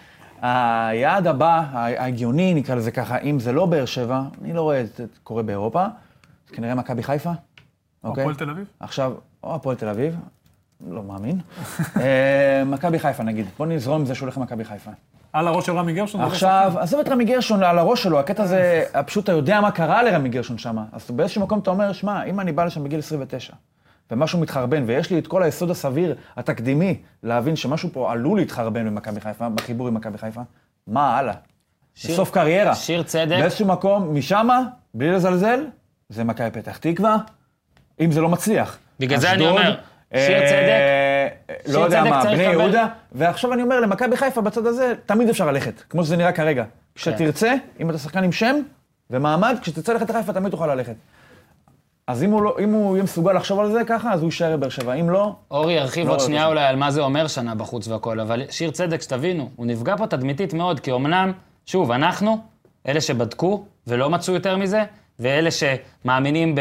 היעד הבא, ההגיוני, נקרא לזה ככה, אם זה לא באר שבע, אני לא רואה את זה קורה באירופה, זה כנראה מכבי חיפה. או הפועל תל אביב? עכשיו, או הפועל תל אביב, לא מאמין. מכבי חיפה נגיד, בוא נזרום עם זה שהולך למכבי חיפה. על הראש של רמי גרשון? עכשיו, עזוב את רמי גרשון על הראש שלו, הקטע הזה, פשוט אתה יודע מה קרה לרמי גרשון שם. אז באיזשהו מקום אתה אומר, שמע, אם אני בא לשם בגיל 29, ומשהו מתחרבן, ויש לי את כל היסוד הסביר, התקדימי, להבין שמשהו פה עלול להתחרבן במכבי חיפה, בחיבור עם מכבי חיפה, מה הלאה? בסוף קריירה. שיר צדק. באיזשהו מקום, משמה, בלי לזלזל, זה מכבי פתח תקווה, אם זה לא מצליח. בגלל זה אני אומר, שיר צדק, לא יודע מה, בני יהודה, ועכשיו אני אומר, למכבי חיפה בצד הזה, תמיד אפשר ללכת, כמו שזה נראה כרגע. כשתרצה, אם אתה שחקן עם שם ומעמד, כשתרצה ללכת לחיפה, תמיד תוכל ללכת. אז אם הוא יהיה מסוגל לחשוב על זה ככה, אז הוא יישאר בבאר שבע, אם לא... אורי ירחיב עוד שנייה אולי על מה זה אומר שנה בחוץ והכל, אבל שיר צדק, שתבינו, הוא נפגע פה תדמיתית מאוד, כי אמנם, שוב, אנחנו, אלה שבדקו ולא מצאו יותר מזה, ואלה שמאמינים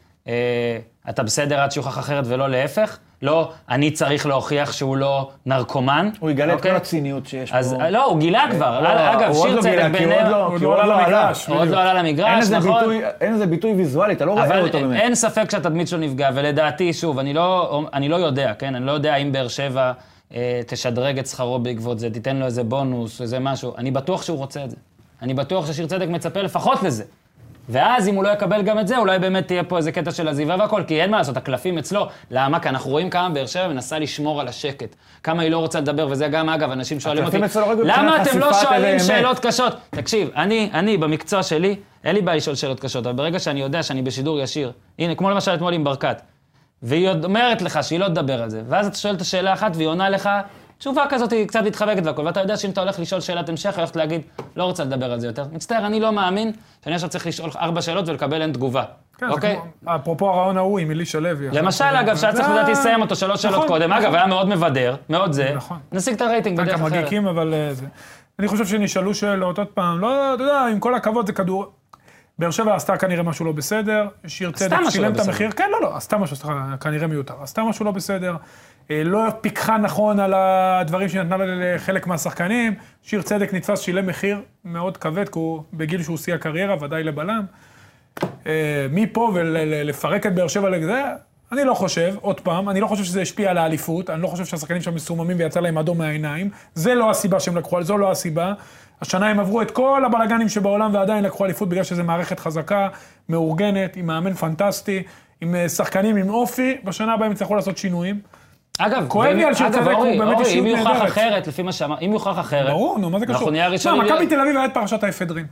אתה בסדר עד שיוכח אחרת ולא להפך, לא, אני צריך להוכיח שהוא לא נרקומן. הוא יגלה את כל הציניות שיש פה. אז לא, הוא גילה כבר. אגב, שיר צדק בינינו... כי הוא עוד לא למגרש. עוד לא עלה למגרש, נכון? אין איזה ביטוי ויזואלי, אתה לא רואה אותו באמת. אבל אין ספק שהתדמית שלו נפגע, ולדעתי, שוב, אני לא יודע, כן? אני לא יודע אם באר שבע תשדרג את שכרו בעקבות זה, תיתן לו איזה בונוס, איזה משהו. אני בטוח שהוא רוצה את זה. אני בטוח ששיר צדק מצפה לפחות לזה. ואז אם הוא לא יקבל גם את זה, אולי באמת תהיה פה איזה קטע של עזיבה והכל, כי אין מה לעשות, הקלפים אצלו. למה? כי אנחנו רואים כמה באר שבע מנסה לשמור על השקט. כמה היא לא רוצה לדבר, וזה גם, אגב, אנשים שואלים אותי, למה אתם לא שואלים שאלות קשות? תקשיב, אני במקצוע שלי, אין לי בעיה לשאול שאלות קשות, אבל ברגע שאני יודע שאני בשידור ישיר, הנה, כמו למשל אתמול עם ברקת, והיא אומרת לך שהיא לא תדבר על זה, ואז אתה שואל את השאלה אחת, והיא עונה לך, תשובה כזאת היא קצת מתחבקת והכל, ואתה יודע שאם אתה הולך לשאול שאלת המשך, היא הולכת להגיד, לא רוצה לדבר על זה יותר. מצטער, אני לא מאמין שאני עכשיו צריך לשאול 4 שאלות ולקבל אין תגובה. כן, אוקיי? אפרופו הרעיון ההוא עם אלישע לוי. למשל, אגב, שהיה צריך לדעתי לסיים אותו 3 שאלות קודם. אגב, היה מאוד מבדר, מאוד זה. נכון. נשיג את הרייטינג בדרך אחרת. מגיקים, אבל זה. אני חושב שנשאלו שאלות עוד פעם, לא, אתה יודע, עם כל הכבוד זה כדור. באר שבע עשתה כנראה משהו לא בסדר, שיר צדק שילם את המחיר, כן, לא, עשתה משהו, כנראה מיותר, עשתה משהו לא בסדר, לא פיקחה נכון על הדברים שנתנה לחלק מהשחקנים, שיר צדק נתפס שילם מחיר מאוד כבד, כי הוא בגיל שהוא עושה הקריירה, ודאי לבלם, מפה ולפרק את באר שבע לזה, אני לא חושב, עוד פעם, אני לא חושב שזה השפיע על האליפות, אני לא חושב שהשחקנים שם מסוממים ויצא להם אדום מהעיניים, זה לא הסיבה שהם לקחו, זו לא הסיבה. השנה הם עברו את כל הבלגנים שבעולם ועדיין לקחו אליפות בגלל שזו מערכת חזקה, מאורגנת, עם מאמן פנטסטי, עם שחקנים עם אופי, בשנה הבאה הם יצטרכו לעשות שינויים. אגב, כואב לי על שצדק, הוא באמת אישיות נהדרת. אם יוכח אחרת, לפי מה שאמר, אם יוכח אחרת, ברור, נו, מה זה קשור? אנחנו נהיה ראשונים. מכבי תל אביב היה את פרשת האפדרין.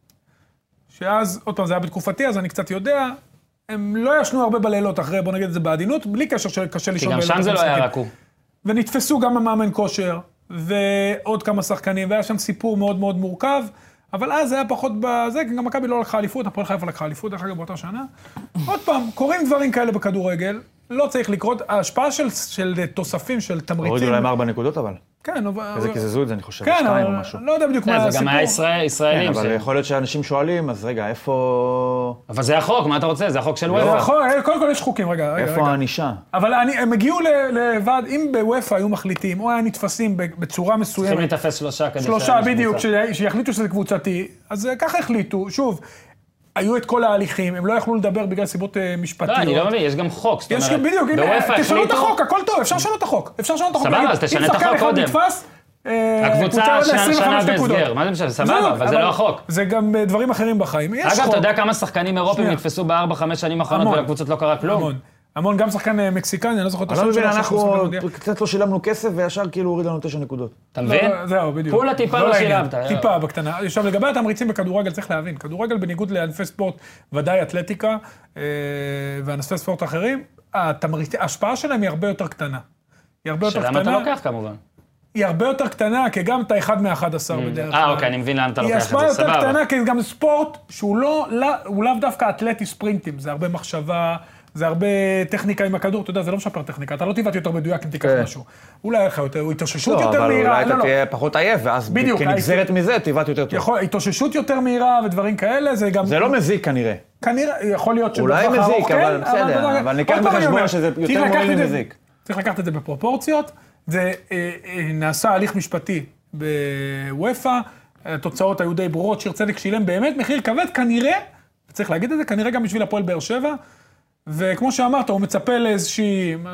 שאז, עוד פעם, זה היה בתקופתי, אז אני קצת יודע, הם לא ישנו הרבה בלילות אחרי, בוא נגיד את זה בעדינות, בלי קשר שקשה לישון בלילות. כי גם שם זה לא היה רק הוא. ונתפסו גם המאמן כושר, ועוד כמה שחקנים, והיה שם סיפור מאוד מאוד מורכב, אבל אז זה היה פחות בזה, כי גם מכבי לא לקחה אליפות, הפועל חיפה לקחה אליפות, דרך אגב באותה שנה. עוד פעם, קורים דברים כאלה בכדורגל, לא צריך לקרות, ההשפעה של תוספים, של תמריצים. הורידו להם 4 נקודות אבל. כן, איזה קיזזו את זה, אני חושב, כן, 2 או משהו. לא יודע בדיוק מה הסיפור. זה גם היה ישראלים. כן, אבל יכול להיות שאנשים שואלים, אז רגע, איפה... אבל זה החוק, מה אתה רוצה? זה החוק של וופא. קודם כל יש חוקים, רגע. איפה הענישה? אבל הם הגיעו לוועד, אם בוופא היו מחליטים, או היה נתפסים בצורה מסוימת. צריכים להתאפס 3 כדי... 3 בדיוק, שיחליטו שזה קבוצתי. אז ככה החליטו, שוב. היו את כל ההליכים, הם לא יכלו לדבר בגלל סיבות משפטיות. לא, אני לא מבין, יש גם חוק, זאת אומרת. יש גם בדיוק, תשנו את החוק, הכל טוב, אפשר לשנות את החוק. סבבה, אז תשנה את החוק קודם. הקבוצה שנה בהסגר, מה זה משנה? סבבה, אבל זה לא החוק. זה גם דברים אחרים בחיים. אגב, אתה יודע כמה שחקנים אירופים נתפסו ב4-5 שנים האחרונות ולקבוצות לא קרה כלום? המון, גם שחקן מקסיקני, אני לא זוכר את השם שלו. אנחנו קצת לא שילמנו כסף וישר כאילו הוריד לנו 9 נקודות. אתה מבין? זהו, בדיוק. פולה טיפה לא שילמת. טיפה בקטנה. עכשיו, לגבי התמריצים בכדורגל, צריך להבין. כדורגל בניגוד לענפי ספורט, ודאי אתלטיקה וענפי ספורט אחרים, ההשפעה שלהם היא הרבה יותר קטנה. היא הרבה יותר קטנה. שלמה אתה לוקח כמובן? היא הרבה יותר קטנה, כי גם אתה 1 מ-11 בדרך כלל. אוקיי, אני מבין לאן אתה לוקח את זה, היא השפעה סבבה. יותר קטנה, כי גם ספורט שהוא לאו דווקא אתלטי ספרינטים, זה הרבה מחשבה, זה הרבה טכניקה עם הכדור, אתה יודע, זה לא משפר טכניקה, אתה לא תיבט יותר מדויק אם תיקח משהו. אולי היה לך התאוששות יותר מהירה. לא, אבל אולי אתה תהיה פחות עייף, ואז כנגזרת מזה תיבט יותר טוב. התאוששות יותר מהירה ודברים כאלה, זה גם... זה לא מזיק כנראה. כנראה, יכול להיות אולי מזיק, אבל בסדר, אבל ניקח בחשבון שזה יותר מועיל ממזיק. צריך לקחת את זה בפרופורציות, זה נעשה הליך משפטי בוופא, התוצאות היו די ברורות, שיר צדק שילם באמת מחיר כבד, כנראה, צריך להגיד את זה, כנראה גם בשביל הפועל באר שבע, וכמו שאמרת, הוא מצפה לאיזשהו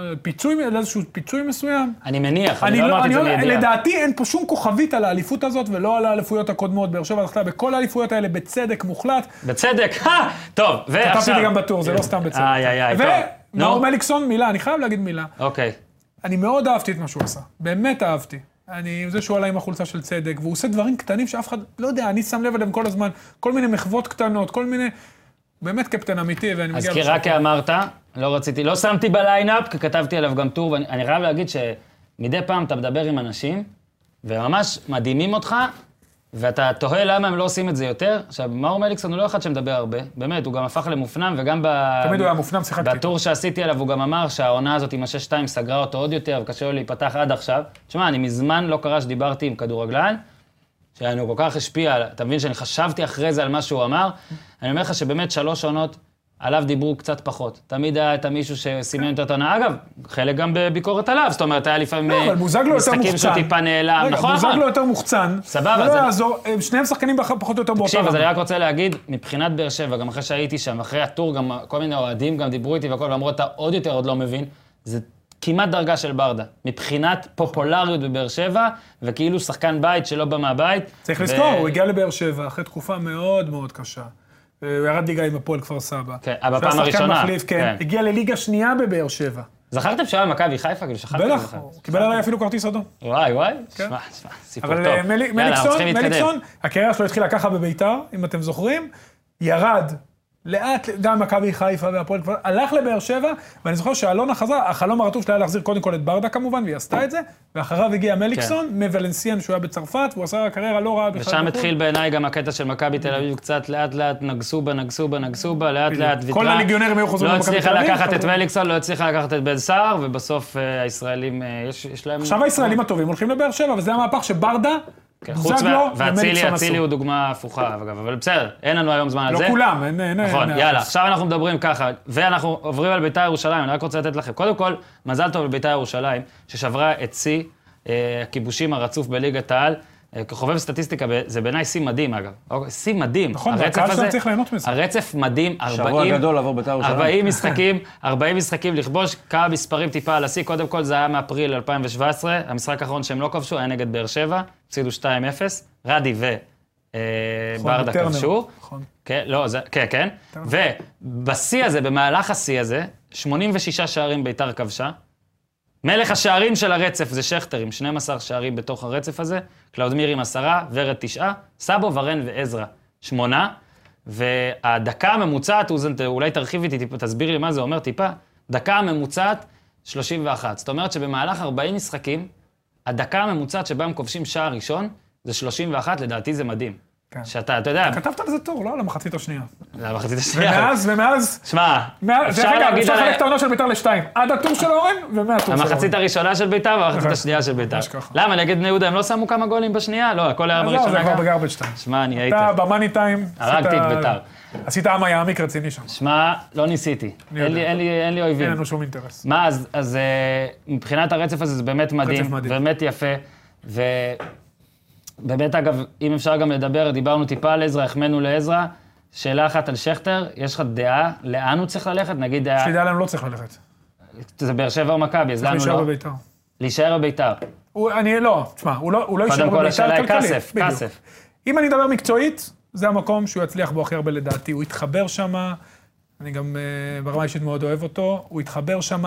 פיצוי מסוים. אני מניח, אני לא אמרתי את זה לידיעה. לדעתי אין פה שום כוכבית על האליפות הזאת, ולא על האליפויות הקודמות. באר שבע זכתה בכל האליפויות האלה בצדק מוחלט. בצדק, טוב, ועכשיו... כתבתי לי גם בטור, זה לא סתם בצדק. טוב. ומאור מליקסון, מילה, אני חייב להגיד מילה. אוקיי. אני מאוד אהבתי את מה שהוא עשה, באמת אהבתי. זה שהוא עלה עם החולצה של צדק, והוא עושה דברים קטנים שאף אחד, לא יודע, אני שם לב עליהם כל הזמן, כל מיני מחוות קטנות, כל מיני... באמת קפטן אמיתי, ואני מגיע... אז כי רק אמרת, לא שמתי בליינאפ, כי כתבתי עליו גם טור, ואני חייב להגיד שמדי פעם אתה מדבר עם אנשים, וממש מדהימים אותך, ואתה תוהה למה הם לא עושים את זה יותר. עכשיו, מאור מליקסון הוא לא אחד שמדבר הרבה, באמת, הוא גם הפך למופנם, וגם תמיד הוא היה מופנם, שיחקתי. בטור שעשיתי עליו, הוא גם אמר שהעונה הזאת עם ה-6-2 סגרה אותו עוד יותר, וקשה לו להיפתח עד עכשיו. תשמע, אני מזמן לא קרה שדיברתי עם כדורגלן, שאני כל כך השפיע, אתה מבין שאני חשבתי אחרי זה על מה שהוא אמר, אני אומר לך שבאמת 3 עונות עליו דיברו קצת פחות. תמיד היה את מישהו שסימן את העונה. אגב, חלק גם בביקורת עליו, זאת אומרת, היה לפעמים משחקים שטיפה נעלם, נכון? בוזגלו יותר מוחצן. סבבה. לא יעזור, שניהם שחקנים פחות או יותר באותה רמה. תקשיב, אז אני רק רוצה להגיד, מבחינת באר שבע, גם אחרי שהייתי שם, אחרי הטור, גם כל מיני אוהדים גם דיברו איתי והכל, ואמרו, אתה עוד יותר עוד לא מבין, זה כמעט דרגה של ברדה. מבחינת פופולריות בבאר שבע, וכאילו שחקן בית שלא בא מהבית. צריך לזכור, הוא הגיע לבאר שבע אחרי תקופה מאוד מאוד קשה. הוא ירד ליגה עם הפועל כפר סבא. כן, בפעם הראשונה. כן. הגיע לליגה שנייה בבאר שבע. זכרתם שהיה מכבי חיפה? כאילו שכחתי את זה. בטח, הוא קיבל עליי אפילו כרטיס אדום. וואי, שמע, סיפור טוב. אבל מליקסון, הקריירה שלו התחילה ככה בביתר, אם אתם זוכרים, ירד לאט, גם מכבי חיפה והפועל כפר, הלך לבאר שבע, ואני זוכר שאלונה חזרה, החלום הרטוב שלה היה להחזיר קודם כל את ברדה כמובן, והיא עשתה את זה, ואחריו הגיע מליקסון, מוולנסיאן שהוא היה בצרפת, והוא עשה קריירה לא רעה בכלל. ושם התחיל בעיניי גם הקטע של מכבי תל אביב, קצת לאט לאט נגסו בה, לאט לאט ויתרה. כל הליגיונרים היו חוזרים למכבי תל אביב. לא הצליחה לקחת את מליקסון, לא הצליחה לקחת את בן סער, ובסוף הישראלים, יש להם... עכשיו הישראלים הטובים הולכים לבאר שבע, וזה המהפך שברדה, והצילי הוא דוגמה הפוכה, אגב, אבל בסדר, אין לנו היום זמן על זה. לא כולם, אין. נכון, יאללה, עכשיו אנחנו מדברים ככה, ואנחנו עוברים על בית"ר ירושלים, אני רק רוצה לתת לכם. קודם כל, מזל טוב לבית"ר ירושלים, ששברה את שיא הכיבושים הרצוף בליגת העל, חובב סטטיסטיקה, זה בעיניי שיא מדהים, אגב. שיא מדהים. נכון, הקהל שלנו צריך ליהנות מזה. הרצף מדהים, שבוע גדול לעבור בית"ר ירושלים. 40 משחקים לכבוש, כמה מספרים טיפה על השיא. קודם כל זה היה מאפריל 2017, המשחק האחרון שהם לא כבשו, היה נגד באר שבע, הפסידו 2-0, רדי וברדה כבשו. כן, לא, כן. ובשיא הזה, במהלך השיא הזה, 86 שערים בית"ר כבשה. מלך השערים של הרצף זה שכטר עם 12 שערים בתוך הרצף הזה, קלאודמיר עם 10, ורד 9, סאבו, ורן ועזרא 8, והדקה הממוצעת, אולי תרחיב איתי, תסביר לי מה זה אומר טיפה, דקה הממוצעת 31. זאת אומרת שבמהלך 40 משחקים, הדקה הממוצעת שבה הם כובשים שער ראשון, זה 31, לדעתי זה מדהים. כן. שאתה יודע... כתבת על זה טוב, לא? למחצית השנייה. למחצית השנייה. ומאז... שמע, אפשר להגיד... אפשר לחלק את העונה של בית"ר לשתיים. עד הטור של אורן, ומהטור של אורן. המחצית הראשונה של בית"ר והמחצית השנייה של בית"ר. למה, נגד בני יהודה הם לא שמו כמה גולים בשנייה? לא, הכל היה בראשונה. זה כבר בגרבג' 2. שמע, אני הייתי... אתה במאני טיים... הרגתי את בית"ר. עשית עם היעמיק רציני שם. שמע, לא ניסיתי. אין לי אויבים. אין לנו שום אינטרס. מה, אז מבחינת הרצף הזה זה באמת מדהים, באמת יפה. באמת, אגב, אם אפשר גם לדבר, דיברנו טיפה על עזרא, החמאנו לעזרא, שאלה אחת על שכטר, יש לך דעה, לאן הוא צריך ללכת? נגיד... יש לי דעה לאן הוא לא צריך ללכת. זה באר שבע או מכבי, אז לאן הוא לא? להישאר בבית"ר. להישאר בבית"ר. אני לא, תשמע, הוא לא יישאר קודם כל, בבית"ר השאלה היא כלכלית. כסף. אם אני אדבר מקצועית, זה המקום שהוא יצליח בו הכי הרבה לדעתי. הוא התחבר שם, אני גם ברמה אישית מאוד אוהב אותו, הוא התחבר שם,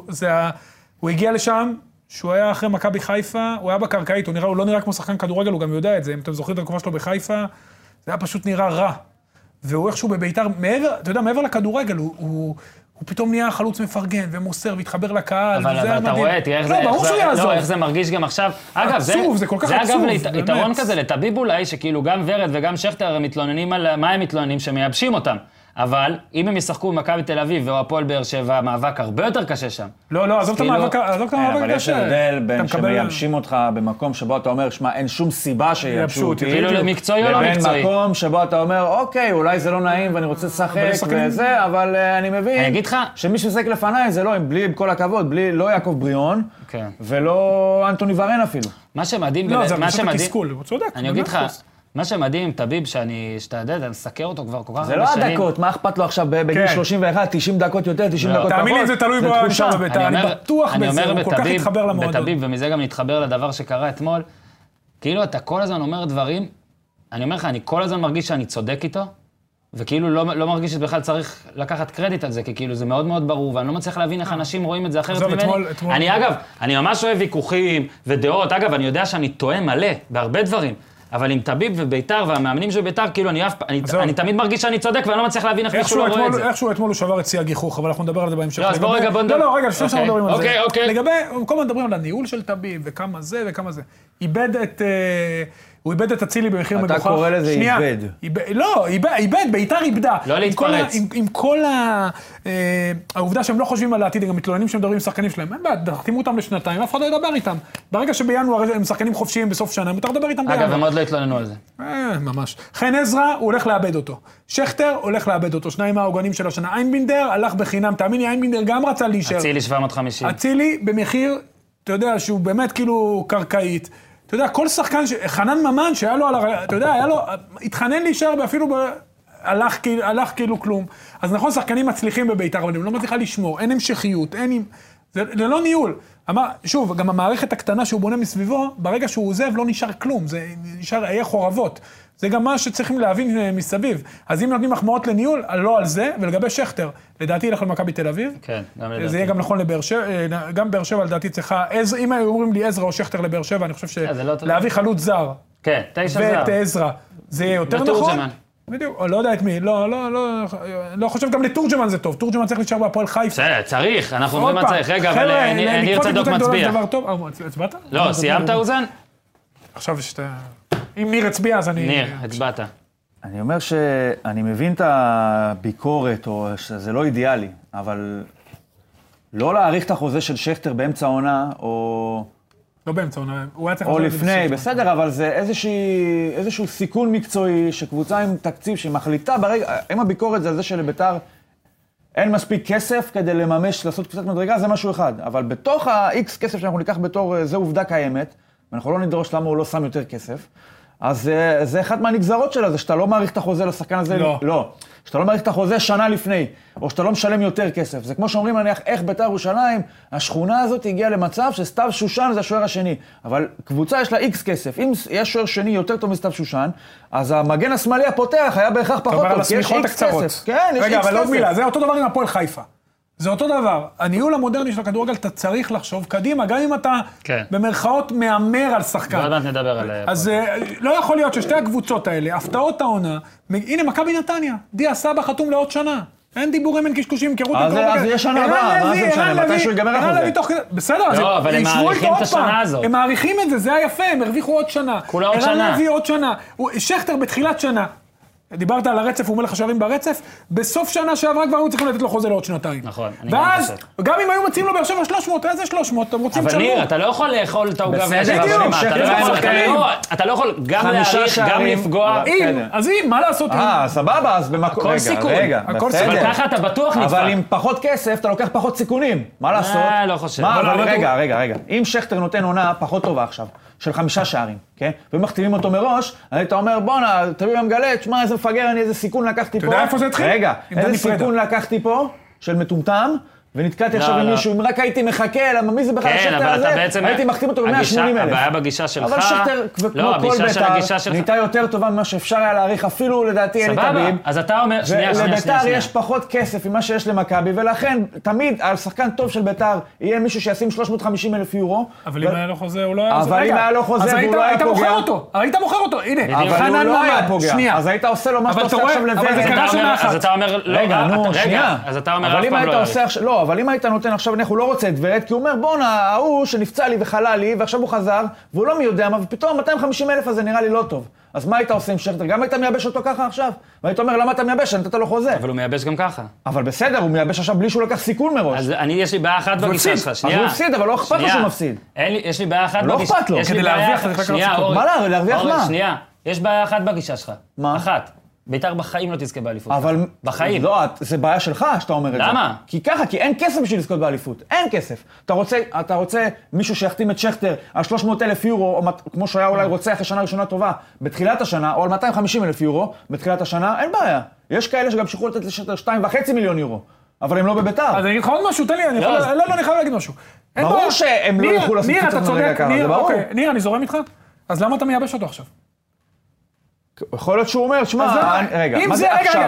הוא הגיע לשם, שהוא היה אחרי מכבי חיפה, הוא היה בקרקעית, הוא לא נראה כמו שחקן כדורגל, הוא גם יודע את זה, אם אתם זוכרים את התקופה שלו בחיפה, זה היה פשוט נראה רע. והוא איכשהו בבית"ר, מעבר לכדורגל, הוא פתאום נהיה חלוץ מפרגן ומוסר והתחבר לקהל, אבל אתה רואה, תראה איך זה מרגיש גם עכשיו. אגב, זה אגב יתרון כזה לטביב אולי, שכאילו גם ורד וגם שכטר הם מתלוננים על מה הם מתלוננים, שמייבשים אותם. אבל אם הם ישחקו במכבי תל אביב או הפועל באר שבע, המאבק הרבה יותר קשה שם. לא, עזוב את המאבק קשה. אבל יש הבדל בין שמייבשים אותך במקום שבו אתה אומר, שמע, אין שום סיבה שייבשו אותי. כאילו מקצועי או לא מקצועי. לבין מקום שבו אתה אומר, אוקיי, אולי זה לא נעים ואני רוצה לשחק וזה, אבל אני מבין שמי ששחק לפניי זה לא, בלי כל הכבוד, בלי לא יעקב בריאון, ולא אנטוני ורן אפילו. מה שמדהים, לא, זה פשוט התסכול, הוא צודק. אני אגיד לך, מה שמדהים עם טביב, שאתה יודע, אני מסקר אותו כבר כל כך הרבה שנים. זה לא הדקות, מה אכפת לו עכשיו בגיל 31, 90 דקות יותר, 90 דקות פחות. תאמין לי, זה תלוי בו נשאר בבית"ר, אני בטוח בזה, הוא כל כך התחבר למועדון. בטביב, ומזה גם נתחבר לדבר שקרה אתמול, כאילו אתה כל הזמן אומר דברים, אני אומר לך, אני כל הזמן מרגיש שאני צודק איתו, וכאילו לא מרגיש שבכלל צריך לקחת קרדיט על זה, כי כאילו זה מאוד מאוד ברור, ואני לא מצליח להבין איך אנשים רואים את זה אחרת ממני. אני ממש אוהב ויכוחים ודעות, אגב, אני יודע שאני טועה מלא בהרבה דברים. אבל עם טביב ובית"ר והמאמנים של בית"ר, כאילו אני תמיד מרגיש שאני צודק, ואני לא מצליח להבין איך מישהו לא רואה את זה. איכשהו אתמול הוא שבר את שיא הגיחוך, אבל אנחנו נדבר על זה בהמשך. לא, אז בוא רגע, לא, רגע, לפני שאנחנו מדברים על זה. אוקיי. לגבי, כל הזמן מדברים על הניהול של טביב, וכמה זה וכמה זה. הוא איבד את אצילי במחיר מגוחך. אתה קורא לזה איבד. לא, איבד, בית"ר איבדה. לא להתפרץ. עם כל העובדה שהם לא חושבים על העתיד, גם מתלוננים שהם מדברים עם שחקנים שלהם. אין בעד, תחתימו אותם לשנתיים, אף אחד לא ידבר איתם. ברגע שבינואר הם שחקנים חופשיים בסוף שנה, מותר לדבר איתם בינואר. אגב, הם עוד לא התלוננו על זה. ממש. חן עזרא, הוא הולך לאבד אותו. שכטר הולך לאבד אותו. שניים מהעוגנים של השנה. איינבינדר הלך בחינם. תאמיני, איינבינדר גם רצה להישאר. אצילי 750. אצילי במחיר, אתה יודע, שהוא באמת כאילו קרקעית. אתה יודע, כל שחקן, חנן ממן, שהיה לו, אתה יודע, היה לו, התחנן להישאר ואפילו הלך כאילו כלום. אז נכון, שחקנים מצליחים בבית"ר, אבל הם לא מצליחה לשמור, אין המשכיות, זה לא ניהול. שוב, גם המערכת הקטנה שהוא בונה מסביבו, ברגע שהוא עוזב לא נשאר כלום, זה נשאר, היה חורבות. זה גם מה שצריכים להבין מסביב. אז אם נותנים מחמאות לניהול, לא על זה, ולגבי שכטר, לדעתי ילך למכבי תל אביב. כן, גם לדעתי. זה יהיה גם נכון לבאר שבע, גם באר שבע לדעתי צריכה, אם היו אומרים לי עזרא או שכטר לבאר שבע, אני חושב שלהביא חלוץ זר. כן, 9 זר. ואת עזרא, זה יהיה יותר נכון. בדיוק, לא יודע את מי, לא חושב גם לתורג'מן זה טוב, תורג'מן צריך להישאר בהפועל חיפה. צריך, אנחנו אומרים מה צריך. רגע, אבל ניר צדוק מצביע. הצבעת? לא, סיימת אוזן? עכשיו אם ניר הצביע, אז אני... ניר, הצבעת. אני אומר שאני מבין את הביקורת, או שזה לא אידיאלי, אבל לא להאריך את החוזה של שכטר באמצע העונה, או... לא באמצע העונה, הוא היה צריך... או לפני, בסדר, אבל זה איזשהו סיכון מקצועי, שקבוצה עם תקציב שמחליטה ברגע... אם הביקורת זה על זה שלבית"ר אין מספיק כסף כדי לממש, לעשות קצת מדרגה, זה משהו אחד. אבל בתוך ה-X כסף שאנחנו ניקח בתור, זה עובדה קיימת, ואנחנו לא נדרוש למה הוא לא שם יותר כסף, אז זה אחד מהנגזרות שלה, זה שאתה לא מעריך את החוזה לשחקן הזה. לא. שאתה לא מעריך את החוזה שנה לפני, או שאתה לא משלם יותר כסף. זה כמו שאומרים, נניח, איך בית"ר ירושלים, השכונה הזאת הגיעה למצב שסתיו שושן זה השוער השני. אבל קבוצה יש לה איקס כסף. אם יש שוער שני יותר טוב מסתיו שושן, אז המגן השמאלי הפותח היה בהכרח פחות טוב, כי יש איקס כסף. כן, יש איקס כסף. רגע, אבל עוד מילה, זה אותו דבר עם הפועל חיפה. זה אותו דבר. הניהול המודרני של הכדורגל, אתה צריך לחשוב קדימה, גם אם אתה במרכאות מאמר על שחקן. ועוד מעט נדבר על... אז לא יכול להיות ששתי הקבוצות האלה, הפתעות העונה, הנה מכבי נתניה, דיה סבא חתום לעוד שנה. אין דיבורים, אין קשקושים, קראו את הכדורגל. אז יש שנה הבאה, מה זה משנה? מתי שהוא ייגמר החוזה? בסדר, אז אבל הם מעריכים את השנה הזאת. הם מעריכים את זה, זה היה יפה, הם הרוויחו עוד שנה. כולה עוד שנה. ערן לוי עוד שנה. שכטר בתחילת שנה. דיברת על הרצף, הוא מלך השערים ברצף, בסוף שנה שעברה כבר היו צריכים לתת לו חוזה לעוד שנתיים. נכון. ואז, גם אם היו מציעים לו באר שבע 300, איזה 300? אתם רוצים אבל ניר, אתה לא יכול לאכול את העוגה והשלמה. אתה לא יכול גם להעריך, גם לפגוע. אז מה לעשות? סבבה, אז במקום... הכל סיכון. אבל ככה אתה בטוח נדפק. אבל עם פחות כסף, אתה לוקח פחות סיכונים. מה לעשות? לא חושב. רגע. אם שכטר נותן עונה פחות טובה עכשיו, של 5 שערים, כן? ומחתימים אותו מראש, אתה אומר, בוא'נה, תביא גם גלט, שמע, איזה מפגר, אני איזה סיכון לקחתי פה. אתה יודע איפה זה התחיל? רגע, איזה סיכון לקחתי פה, של מטומטם, ונתקעתי עכשיו עם מישהו, אם רק הייתי מחכה, למה מי זה בכלל השכטר הזה, הייתי מחתים אותו ב-180,000. הבעיה בגישה שלך... אבל שכטר, כמו כל בית"ר, נהייתה יותר טובה ממה שאפשר היה להעריך, אפילו לדעתי אלי תביב. אז אתה אומר, שנייה. ולבית"ר יש פחות כסף ממה שיש למכבי, ולכן תמיד על שחקן טוב של בית"ר יהיה מישהו שישים 350,000 יורו. אבל אם היה לו חוזה, הוא לא היה... אבל אם היה לו חוזה, הוא לא היה פוגע. היית מוכר אותו, הנה. אבל הוא לא היה פוגע. אז היית עושה לו מה שאתה עושה עכשיו לוורד. אבל אם היית נותן עכשיו, הוא לא רוצה את ורד, כי הוא אומר, בואנה, ההוא שנפצע לי וחלה לי, ועכשיו הוא חזר, והוא לא מי יודע מה, ופתאום 250,000 הזה נראה לי לא טוב. אז מה היית עושה עם שכטר? גם היית מייבש אותו ככה עכשיו? והיית אומר, למה אתה מייבש? נתת לו חוזה. אבל הוא מייבש גם ככה. אבל בסדר, הוא מייבש עכשיו בלי שהוא לקח סיכון מראש. אז יש לי בעיה אחת בגישה שלך, שנייה. אז הוא הפסיד, אבל לא אכפת לו שהוא מפסיד. יש לי בעיה אחת בגישה. לא אכפת לו, כדי להרוויח, מה להרוויח מה? שנייה, יש בעיה אחת בגישה שלך. מה? אחת. בית"ר בחיים לא תזכה באליפות. אבל... בחיים. לא, זה בעיה שלך שאתה אומר את זה. למה? כי ככה, כי אין כסף בשביל לזכות באליפות. אין כסף. אתה רוצה מישהו שיחתים את שכטר על 300,000 יורו, או כמו שהיה אולי רוצה אחרי שנה ראשונה טובה, בתחילת השנה, או על 250,000 יורו, בתחילת השנה, אין בעיה. יש כאלה שגם שחררו לתת לשכטר 2.5 מיליון יורו. אבל הם לא בבית"ר. אז אני אגיד לך עוד משהו, תן לי, אני חייב להגיד משהו. ברור שהם לא ילכו לעשות קצת מרגע ככה, זה ברור. ניר, אני זורם איתך? אז למה אתה מייבש אותו עכשיו? יכול להיות שהוא אומר, שמע, רגע, מה זה עכשיו?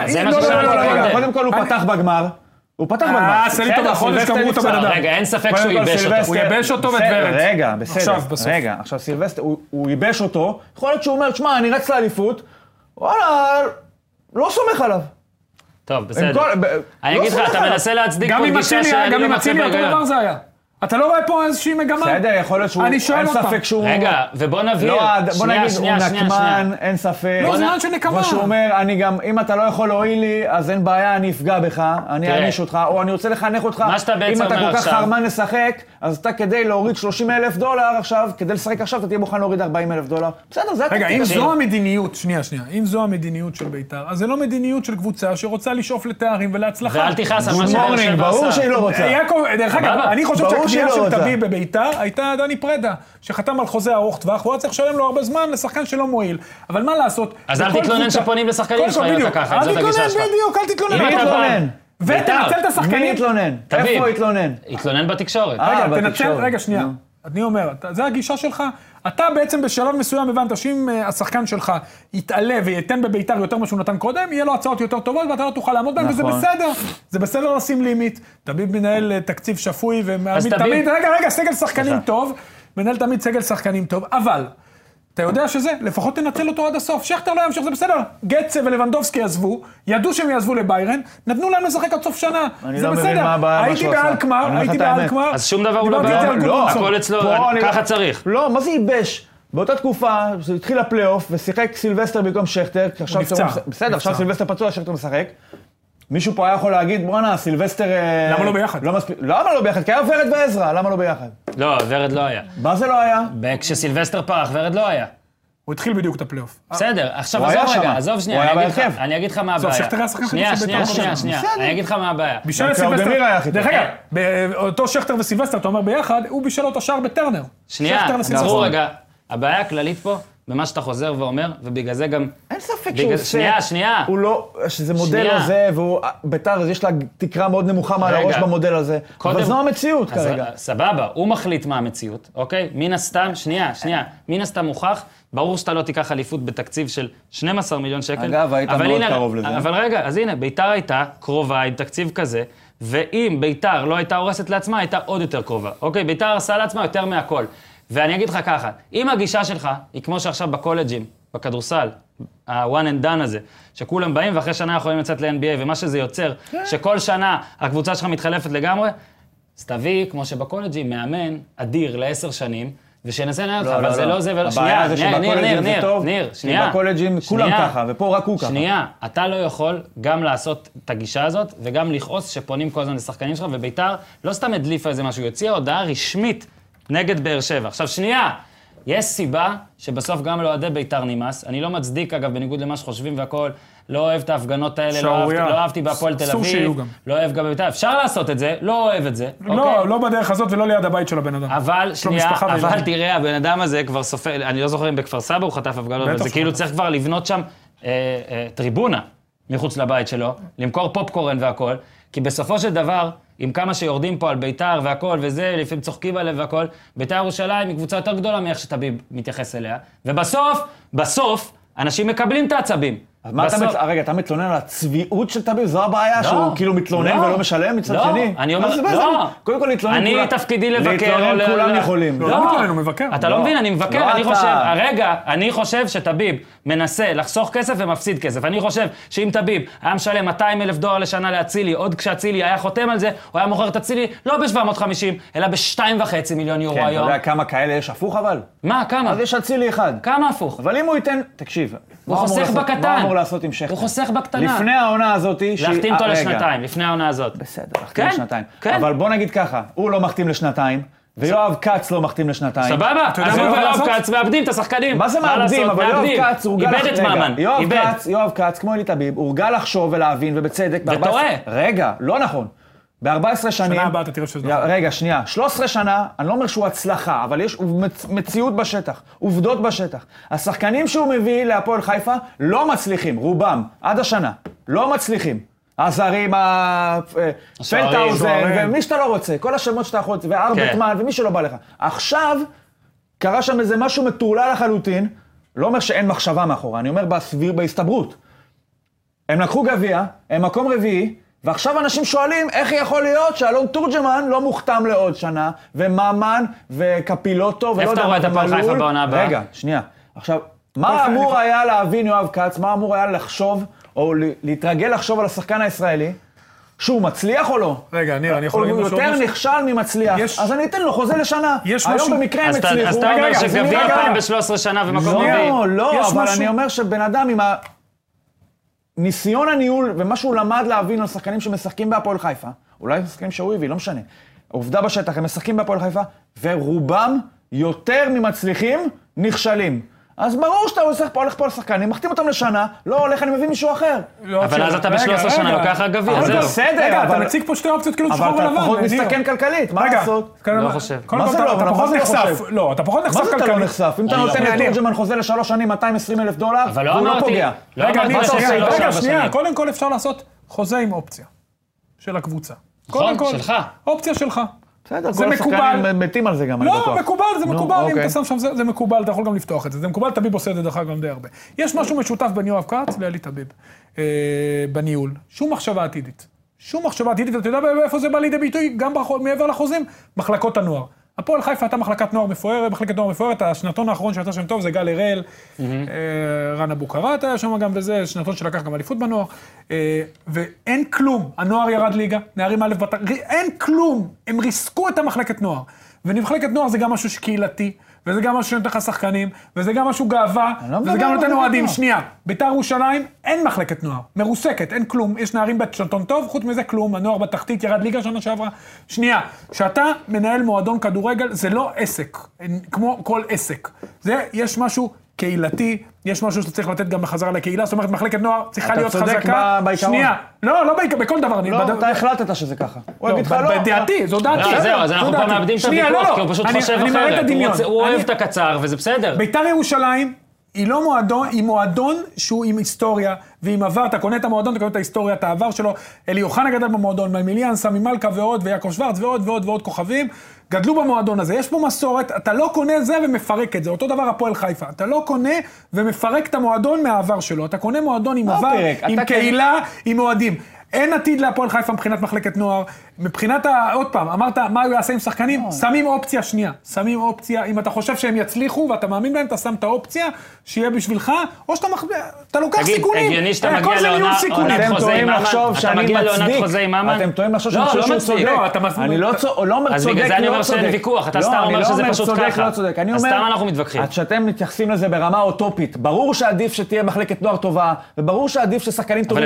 קודם כל הוא פתח בגמר. הוא פתח בגמר. עשה לי טוב, החודש גמרו אותו בן אדם. רגע, אין ספק שהוא ייבש אותו. הוא ייבש אותו ואת ורד. רגע, בסדר. רגע, עכשיו סילבסטר, הוא ייבש אותו. יכול להיות שהוא אומר, שמע, אני רץ לאליפות. וואלה, לא סומך עליו. טוב, בסדר. אני אגיד לך, אתה מנסה להצדיק פה גישה שאני לא מצליח אותו דבר זה היה. אתה לא רואה פה איזושהי מגמה? בסדר, יכול להיות שהוא... אין ספק שהוא... רגע, ובוא נבהיר. בוא נגיד, הוא נקמן, אין ספק. לא, זמן של נקמה. כמו שהוא אומר, אני גם, אם אתה לא יכול להועיל לי, אז אין בעיה, אני אפגע בך, אני אעניש אותך, או אני רוצה לחנך אותך. מה שאתה בעצם אומר עכשיו. אם אתה כל כך חרמן לשחק, אז אתה כדי להוריד $30,000 עכשיו, כדי לשחק עכשיו, אתה תהיה מוכן להוריד $40,000. בסדר, זה רגע, אם זו המדיניות, שנייה, אם זו המדיניות של בית"ר, אז זה לא מדיניות של קבוצה שרוצה לשאוף לתארים ולהצלחה. ואל תכעס על מה שבאר שבע ברור שהיא לא רוצה. דרך אגב, אני חושב שהקנייה של תביב בבית"ר הייתה דני פרדה, שחתם על חוזה ארוך טווח, והוא היה צריך לשלם לו הרבה זמן לשחקן שלא מועיל. אבל מה לעשות? אז אל תתלונן שפונים לשחקנים שלך, אתה ככה, זאת הגישה שלך. אל תתלונן, מי יתלונן? ותנצל את השחקנים. מי יתלונן? איפה יתלונן? יתלונן בתקשורת. רגע, תנצל, רגע, שנייה. אני אומר, זה הגישה שלך. אתה בעצם בשלב מסוים הבנת שאם השחקן שלך יתעלה וייתן בבית"ר יותר מה שהוא נתן קודם, יהיה לו הצעות יותר טובות ואתה לא תוכל לעמוד בהן, וזה בסדר. זה בסדר לשים לימיט. תביב מנהל תקציב שפוי ומעמיד תמיד, רגע, סגל שחקנים טוב, מנהל תמיד סגל שחקנים טוב, אבל אתה יודע שזה, לפחות תנצל אותו עד הסוף. שכטר לא ימשיך, זה בסדר. גצה ולבנדובסקי עזבו, ידעו שהם יעזבו לביירן, נתנו להם לשחק עד סוף שנה. זה בסדר. הייתי באלקמר. אז שום דבר הוא לא בעיה. הכל אצלו, ככה צריך. לא, מה זה ייבש? באותה תקופה, זה התחיל הפלייאוף, ושיחק סילבסטר במקום שכטר. הוא נפצע. בסדר, עכשיו סילבסטר פצוע, שכטר משחק. מישהו פה היה יכול להגיד, בואנה, סילבסטר... למה לא ביחד? למה לא ביחד? כי היה ורד ועזרא, למה לא ביחד? לא, ורד לא היה. מה זה לא היה? כשסילבסטר פרח, ורד לא היה. הוא התחיל בדיוק את הפלייאוף. בסדר, עכשיו עזוב שנייה, אני אגיד לך מה הבעיה. שנייה, אני אגיד לך מה הבעיה. בישל סילבסטר, דרך אגב, אותו שכטר וסילבסטר, אתה אומר ביחד, הוא בישל אותו שער בטרנר. שנייה, עצרו רגע. הבעיה הכללית פה, במה שאתה חוזר ואומר, ובגלל זה גם... אין ספק שהוא עושה... שנייה. הוא לא... שזה מודל הזה, בית"ר, יש לה תקרה מאוד נמוכה מעל הראש במודל הזה. אבל זו המציאות כרגע. סבבה, הוא מחליט מה המציאות, אוקיי? מן הסתם, שנייה. מן הסתם מוכח, ברור שאתה לא תיקח אליפות בתקציב של 12 מיליון שקל. אגב, היית מאוד קרוב לזה. אבל רגע, אז הנה, בית"ר הייתה קרובה עם תקציב כזה, ואם בית"ר לא הייתה הורסת לעצמה, הייתה עוד יותר קרובה. אוקיי, בית"ר עשה לעצמה יותר מהכל. ואני אגיד לך ככה, אם הגישה שלך היא כמו שעכשיו בקולג'ים, בכדורסל, ה-one and done הזה, שכולם באים ואחרי שנה יכולים לצאת ל-NBA, ומה שזה יוצר, שכל שנה הקבוצה שלך מתחלפת לגמרי, אז תביא, כמו שבקולג'ים, מאמן אדיר ל10 שנים, ושננסה לנהל אותך, אבל זה לא זה ולא... הבעיה זה שבקולג'ים זה טוב, כי בקולג'ים כולם ככה, ופה רק הוא ככה. שנייה, אתה לא יכול גם לעשות את הגישה הזאת, וגם לכעוס שפונים כל הזמן לשחקנים שלך, ובית"ר לא סתם הדליפה איזה משהו, יוציא הודעה רשמית נגד באר שבע. עכשיו, שנייה, יש סיבה שבסוף גם לאוהדי בית"ר נמאס. אני לא מצדיק, אגב, בניגוד למה שחושבים והכל, לא אוהב את ההפגנות האלה, לא אהבתי בהפועל תל אביב, לא אוהב גם בבית"ר. אפשר לעשות את זה, לא אוהב את זה. לא בדרך הזאת ולא ליד הבית של הבן אדם. אבל, שנייה, אבל תראה, הבן אדם הזה כבר סופר, אני לא זוכר אם בכפר סבא הוא חטף הפגנות, אבל זה כאילו צריך כבר לבנות שם טריבונה מחוץ לבית שלו, למכור פופקורן והכל, כי בסופו של דבר, עם כמה שיורדים פה על בית"ר והכל וזה, לפעמים צוחקים עליהם והכל, בית"ר ירושלים היא קבוצה יותר גדולה מאיך שטביב מתייחס אליה, ובסוף, אנשים מקבלים את העצבים. אז מה רגע, אתה מתלונן על הצביעות של טביב? זו הבעיה שהוא כאילו מתלונן ולא משלם מצד שני? לא, אני אומר, לא. קודם כל להתלונן כולם. אני תפקידי לבקר. להתלונן כולם יכולים. לא מתלונן, הוא מבקר. אתה לא מבין, אני מבקר, אני חושב שטביב מנסה לחסוך כסף ומפסיד כסף. אני חושב שאם טביב היה משלם $200,000 לשנה לאצילי, עוד כשאצילי היה חותם על זה, הוא היה מוכר את אצילי לא ב-750, אלא ב2.5 מיליון יורו היום. כן, אתה יודע כמה כאלה יש הפוך אבל? מה, כמה? אז יש אצילי אחד. כמה הפוך? אבל אם הוא ייתן, תקשיב, הוא חוסך בקטן. לעשות עם שכתר. הוא חוסך בקטנה. לפני העונה הזאת... להחתים אותו לשנתיים, לפני העונה הזאת. בסדר, להחתים לשנתיים. אבל בוא נגיד ככה, הוא לא מחתים לשנתיים, ויואב כץ לא מחתים לשנתיים. סבבה, אז הוא ויואב כץ מאבדים את השחקנים. מה זה מאבדים? אבל יואב כץ הורגל... איבד את מאמן. יואב כץ, כמו אלי טביב, הורגל לחשוב ולהבין, ובצדק... וטועה. רגע, לא נכון. ב-14 שנים... שנה הבאה אתה תראה שזה נכון. רגע, שנייה. 13 שנה, אני לא אומר שהוא הצלחה, אבל יש מציאות בשטח, עובדות בשטח. השחקנים שהוא מביא להפועל חיפה לא מצליחים, רובם, עד השנה. לא מצליחים. הזרים, פלטהאוזן, ומי שאתה לא רוצה, כל השמות שאתה יכול, וארבטמן, ומי שלא בא לך. עכשיו, קרה שם איזה משהו מטורלל לחלוטין, לא אומר שאין מחשבה מאחורה, אני אומר בהסתברות. הם לקחו גביע, הם מקום רביעי, ועכשיו אנשים שואלים איך יכול להיות שאלון תורג'מן לא מוכתם לעוד שנה, ומאמן וקפילוטו, ולא יודע, איפה אתה רואה את הפועל חיפה בעונה הבאה? רגע, שנייה. עכשיו, מה אמור היה להבין יואב כץ, מה אמור היה לחשוב, או להתרגל לחשוב על השחקן הישראלי, שהוא מצליח או לא? רגע, ניר, אני יכול להגיד משהו? הוא יותר נכשל ממצליח, אז אני אתן לו חוזה לשנה. היום במקרה הם הצליחו. אז אתה אומר שגביע פעם ב-13 שנה ומקום רביעי. לא, אבל אני אומר שבן אדם עם ניסיון הניהול ומה שהוא למד להבין על שחקנים שמשחקים בהפועל חיפה, אולי שחקנים שהוא הביא, לא משנה. עובדה בשטח, הם משחקים בהפועל חיפה, ורובם יותר ממצליחים נכשלים. אז ברור שאתה הולך פה על שחקנים, מחתים אותם לשנה, לא הולך, אני מביא מישהו אחר. אבל אז אתה ב-13 שנה לוקח גביע, זהו. בסדר, רגע, אתה מציג פה שתי אופציות כאילו שחור ולבן. אבל אתה פחות מסתכן כלכלית, מה לעשות? לא חושב. מה זה לא? אתה פחות נחשף. לא, אתה פחות נחשף כלכלית. מה זה אתה לא נחשף? אם אתה נותן לתורג'מן חוזה ל3 שנים, $220,000, הוא לא פוגע. רגע, שנייה, קודם כל אפשר לעשות חוזה עם אופציה של הקבוצה. נכון, שלך. אופציה שלך. בסדר, כל השחקנים מתים על זה גם, אני בטוח. לא, מקובל, זה מקובל, אם אתה שם שם זה מקובל, אתה יכול גם לפתוח את זה. זה מקובל, טביב עושה את זה דרך אגב גם די הרבה. יש משהו משותף בין יואב כץ לאלי טביב, בניהול. שום מחשבה עתידית. שום מחשבה עתידית, ואתה יודע איפה זה בא לידי ביטוי? גם מעבר לחוזים, מחלקות הנוער. הפועל חיפה הייתה מחלקת נוער מפוארת, השנתון האחרון שיצא שם טוב זה גל הראל, רן אבו קראט היה שם גם וזה, שנתון שלקח גם אליפות בנוער, ואין כלום, הנוער ירד ליגה, נערים א' בתר, אין כלום, הם ריסקו את המחלקת נוער, ומחלקת נוער זה גם משהו שקהילתי, וזה גם משהו שנותן לך שחקנים, וזה גם משהו גאווה, וזה גם נותן אוהדים. שנייה, בית"ר ירושלים אין מחלקת נוער, מרוסקת, אין כלום, יש נערים בשנתון טוב, חוץ מזה כלום, הנוער בתחתית ירד ליגה שנה שעברה. שנייה, כשאתה מנהל מועדון כדורגל, זה לא עסק, כמו כל עסק. יש משהו קהילתי, יש משהו שאתה צריך לתת גם בחזרה לקהילה, זאת אומרת, מחלקת נוער צריכה להיות חזקה. אתה צודק בעיקרון. שנייה, לא בכל דבר. לא, אתה החלטת שזה ככה. הוא יגיד לך לא. בדעתי, זו דעתי. זהו, אז אנחנו פה מאבדים את הוויכוח, כי הוא פשוט חושב אחרת. הוא אוהב את הקצר, וזה בסדר. בית"ר ירושלים היא לא מועדון, היא מועדון שהוא עם היסטוריה ועם עבר, אתה קונה את המועדון, אתה קונה את ההיסטוריה, את העבר שלו, אלי אוחנה גדל במועדון, מיליאן, סמי מלכה ועוד, ויעקב שוורץ ועוד כוכבים, גדלו במועדון הזה. יש פה מסורת, אתה לא קונה זה ומפרק את זה, אותו דבר הפועל חיפה, אתה לא קונה ומפרק את המועדון מהעבר שלו, אתה קונה מועדון עם עבר, עם קהילה, עם מועדים. אין עתיד להפועל חיפה מבחינת מחלקת נוער, מבחינת, עוד פעם, אמרת מה הוא יעשה עם שחקנים? שמים אופציה שנייה, שמים אופציה, אם אתה חושב שהם יצליחו ואתה מאמין בהם, אתה שם את האופציה שיהיה בשבילך, או שאתה לוקח סיכונים. הגיוני שאתה מגיע לעונת חוזה עם ממן, אתה מגיע לעונת חוזה עם ממן? אתם טועים לחשוב שאני חושב שהוא צודק. אני לא אומר אז בגלל זה אני אומר שאין ויכוח, אתה סתם אומר שזה פשוט ככה. אז סתם אנחנו מתווכחים. אז שאתם מתייחסים לזה ברמה אוטופית, ברור שעדיף שתהיה מחלקת נוער טובה, וברור שעדיף ששחקנים טובים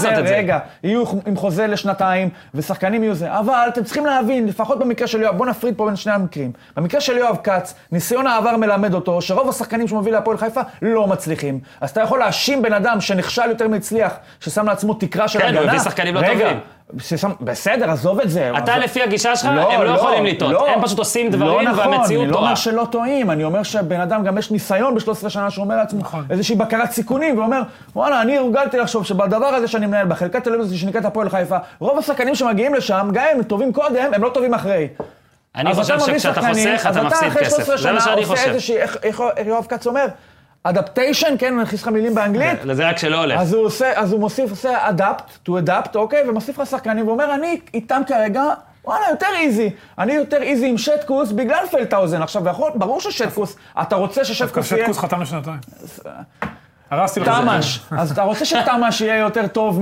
יהיו עם חוזה לשנתיים, ושחקנים יהיו זה. אבל אתם צריכים להבין, לפחות במקרה של יואב, בוא נפריד פה בין שני המקרים. במקרה של יואב כץ, ניסיון העבר מלמד אותו, שרוב השחקנים שמוביל להפועל חיפה לא מצליחים. אז אתה יכול להאשים בן אדם שנכשל יותר מצליח, ששם לעצמו תקרה של הגנה. כן, הוא הביא שחקנים לא טובים. בסדר, עזוב את זה. אתה לפי הגישה שלך, הם לא יכולים לטעות. הם פשוט עושים דברים והמציאות טועה. אני לא אומר שלא טועים, אני אומר שבן אדם גם יש ניסיון ב-13 שנה שהוא אומר לעצמו איזושהי בקרת סיכונים, ואומר, וואלה, אני הורגלתי לחשוב שבדבר הזה שאני מנהל בחלקת טלוויזיה שנקראת הפועל חיפה, רוב השחקנים שמגיעים לשם, גם הם טובים קודם, הם לא טובים אחרי. אני חושב שכשאתה חוסך, אתה מפסיד כסף. זה מה שאני חושב. איך יואב כץ אומר? אדפטיישן, כן, אני נכניס לך מילים באנגלית. זה רק שלא הולך. אז הוא מוסיף, עושה adapt, to adapt, אוקיי, ומוסיף לך שחקנים, ואומר, אני איתם כרגע, וואלה, יותר איזי. אני יותר איזי עם שטקוס בגלל פלטאוזן. עכשיו, ברור ששטקוס, אתה רוצה ששטקוס יהיה... שטקוס חתם לשנתיים. הרסתי לו תמש. אז אתה רוצה שתמש יהיה יותר טוב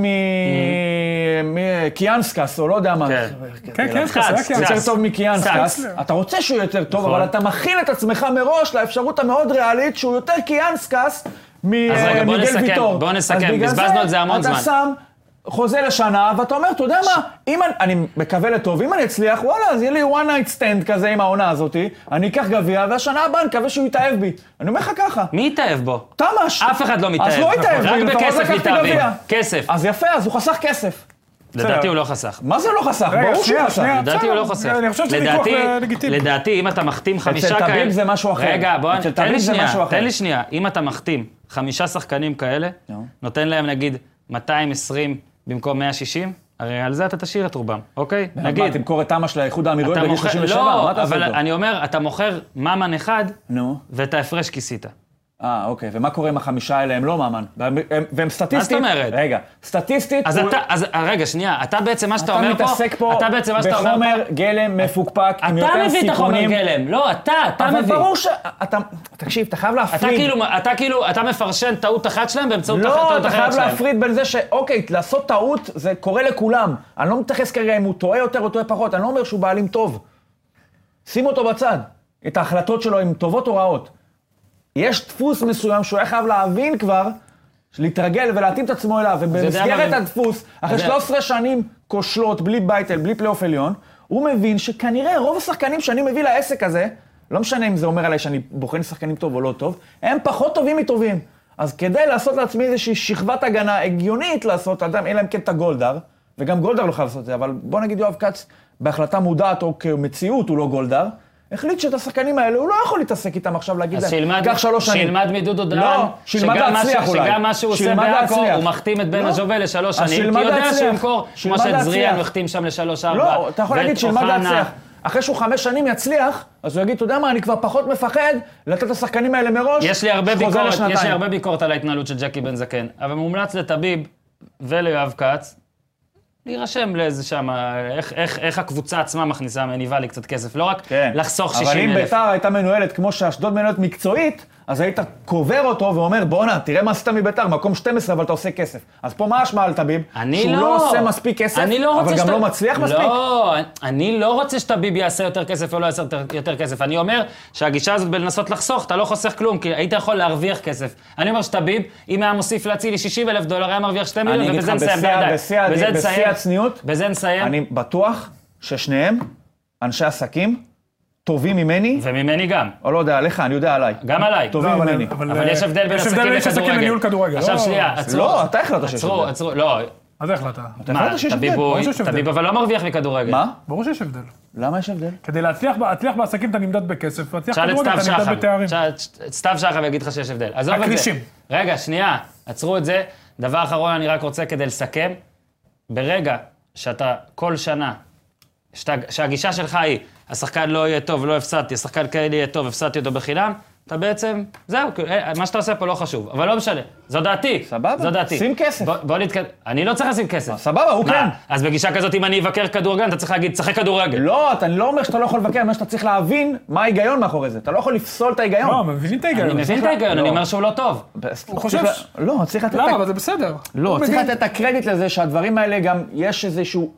מקיאנסקס, או לא יודע מה. כן, קיאנסקס. יותר טוב מקיאנסקס. אתה רוצה שהוא יותר טוב, אבל אתה מכין את עצמך מראש לאפשרות המאוד ריאלית שהוא יותר קיאנסקס ממיגל ויטור. בוא נסכם, בזבזנו על זה המון זמן. אתה שם חוזה לשנה, ואתה אומר, אתה יודע מה, אני מקווה לטוב, אם אני אצליח, וואלה, אז יהיה לי one night stand כזה עם העונה הזאת, אני אקח גביע, והשנה הבאה נקווה שהוא יתאהב בי. אני אומר לך ככה. מי יתאהב בו? תמש. אף אחד לא מתאהב. אז לא יתאהב בי, רק בכסף מתאהבים. כסף. אז יפה, אז הוא חסך כסף. לדעתי הוא לא חסך. מה זה לא חסך? ברור שהוא חסך. לדעתי הוא לא חסך. אני חושב שזה ויכוח לגיטימי. לדעתי, אם אתה מחתים 5 כאלה... אצל טביב זה משהו אחר. רגע, בוא, תן לי שנייה. אם אתה מחתים 5 שחקנים כאלה, נותן להם נגיד 220 במקום 160, הרי על זה אתה תשאיר את רובם, אוקיי? נגיד... מה, תמכור את תמה של האיחוד האמירויות בגיל 37? לא, אבל אני אומר, אתה מוכר ממן אחד, ואת ההפרש כיסית. אוקיי, ומה קורה עם 5 האלה? הם לא מאמן. והם סטטיסטית... מה זאת אומרת? רגע, סטטיסטית... אז רגע, שנייה, אתה בעצם מה שאתה אומר פה... אתה מתעסק פה בחומר גלם מפוקפק, עם יותר סיכונים... אתה מביא את החומר גלם, לא, אתה מביא. אבל ברור ש... תקשיב, אתה חייב להפריד... אתה מפרשן טעות אחת שלהם באמצעות טעות אחרת שלהם. לא, אתה חייב להפריד בין זה שאוקיי, לעשות טעות זה קורה לכולם. אני לא מתייחס כרגע אם הוא טועה יותר או טועה פחות, אני לא אומר שהוא בעלים טוב. שים אותו בצד. את ההחלטות שלו הן טובות או רעות. יש דפוס מסוים שהוא היה חייב להבין כבר, להתרגל ולהתאים את עצמו אליו, ובמסגרת הדפוס, אחרי 13 שנים כושלות, בלי בייטל, בלי פלייאוף עליון, הוא מבין שכנראה רוב השחקנים שאני מביא לעסק הזה, לא משנה אם זה אומר עליי שאני בוחן שחקנים טוב או לא טוב, הם פחות טובים מטובים. אז כדי לעשות לעצמי איזושהי שכבת הגנה הגיונית לעשות, אדם, אין להם כן את הגולדר, וגם גולדר לא חייב לעשות את זה, אבל בוא נגיד יואב כץ, בהחלטה מודעת או כמציאות הוא לא גולדר, החליט שאת השחקנים האלה, הוא לא יכול להתעסק איתם עכשיו להגיד להם, קח 3 שנים. שילמד מדודו דרן, שגם מה שהוא עושה בעכו, הוא מחתים את בן הז'ובל ל3 שנים, כי יודע שהוא ימכור, כמו שזריאן מחתים שם ל3-4. לא, אתה יכול להגיד שילמד להצליח. אחרי שהוא 5 שנים יצליח, אז הוא יגיד, אתה יודע מה, אני כבר פחות מפחד לתת את השחקנים האלה מראש, יש לי הרבה ביקורת על ההתנהלות של ג'קי בן זקן, אבל מומלץ לטביב וליואב כץ, להירשם לאיזה שם, איך הקבוצה עצמה מכניסה, מניבה לי קצת כסף, לא רק לחסוך 60,000. אבל אם ביתר הייתה מנוהלת כמו שאשדוד מנוהלת מקצועית, אז היית קובר אותו ואומר, בוא'נה, תראה מה עשית מביתר, מקום 12, אבל אתה עושה כסף. אז פה מה אשמה על טביב? שהוא לא עושה מספיק כסף, אבל גם לא מצליח מספיק? לא, אני לא רוצה שטביב יעשה יותר כסף או לא יעשה יותר כסף. אני אומר שהגישה הזאת בלנסות לחסוך, אתה לא חוסך כלום, כי היית יכול להרוויח כסף. אני אומר שטביב, אם היה מוסיף להציל לי $60,000, היה מרוויח 2 מיליון, ובזה נסיים בידיים. בשיא הצניעות, בזה נסיים. אני בטוח ששניהם, אנשי עסקים, טובים ממני, וממני גם. או לא יודע, עליך, אני יודע עליי. גם עליי. טובים לא, ממני. אבל יש הבדל בין עסקים יש עסקים לניהול כדורגל. עכשיו לא, שנייה, עצרו. לא, אתה החלטת שיש הבדל. עצרו, לא. אז איך אתה? אתה מה, החלטת שיש הבדל. טביב אבל לא מרוויח מכדורגל. מה? ברור שיש הבדל. למה יש הבדל? כדי להצליח בעסקים אתה נמדד בכסף, להצליח שאל את כדורגל סתיו אתה נמדד שחם. בתארים. סתיו שחם יגיד לך שיש הבדל. עזוב את זה. הכרישים. רגע, שנייה, עצרו את זה. דבר אחרון, אני רק רוצה כדי לסכם. ברגע שאתה כל שנה, שהגישה שלך היא, השחקן לא יהיה טוב, לא הפסדתי, השחקן כאלה יהיה טוב, הפסדתי אותו בחינם, אתה בעצם, זהו, מה שאתה עושה פה לא חשוב, אבל לא משנה, זו דעתי. סבבה, זו דעתי. שים כסף. בוא נתקדם, אני לא צריך לשים כסף. סבבה, הוא כן. אז בגישה כזאת, אם אני אבקר כדורגל, אתה צריך להגיד, צחק כדורגל. לא, אני לא אומר שאתה לא יכול לבקר, אני אומר שאתה צריך להבין מה ההיגיון מאחורי זה. אתה לא יכול לפסול את ההיגיון. לא, מבינים את ההיגיון. אני מבין את ההיגיון, אני אומר שהוא לא טוב. הוא חושב לא, צריך לתת... למה? אבל זה בסדר. לא, צריך לתת את הקרדיט לזה שהדברים האלה גם, יש איזשהו...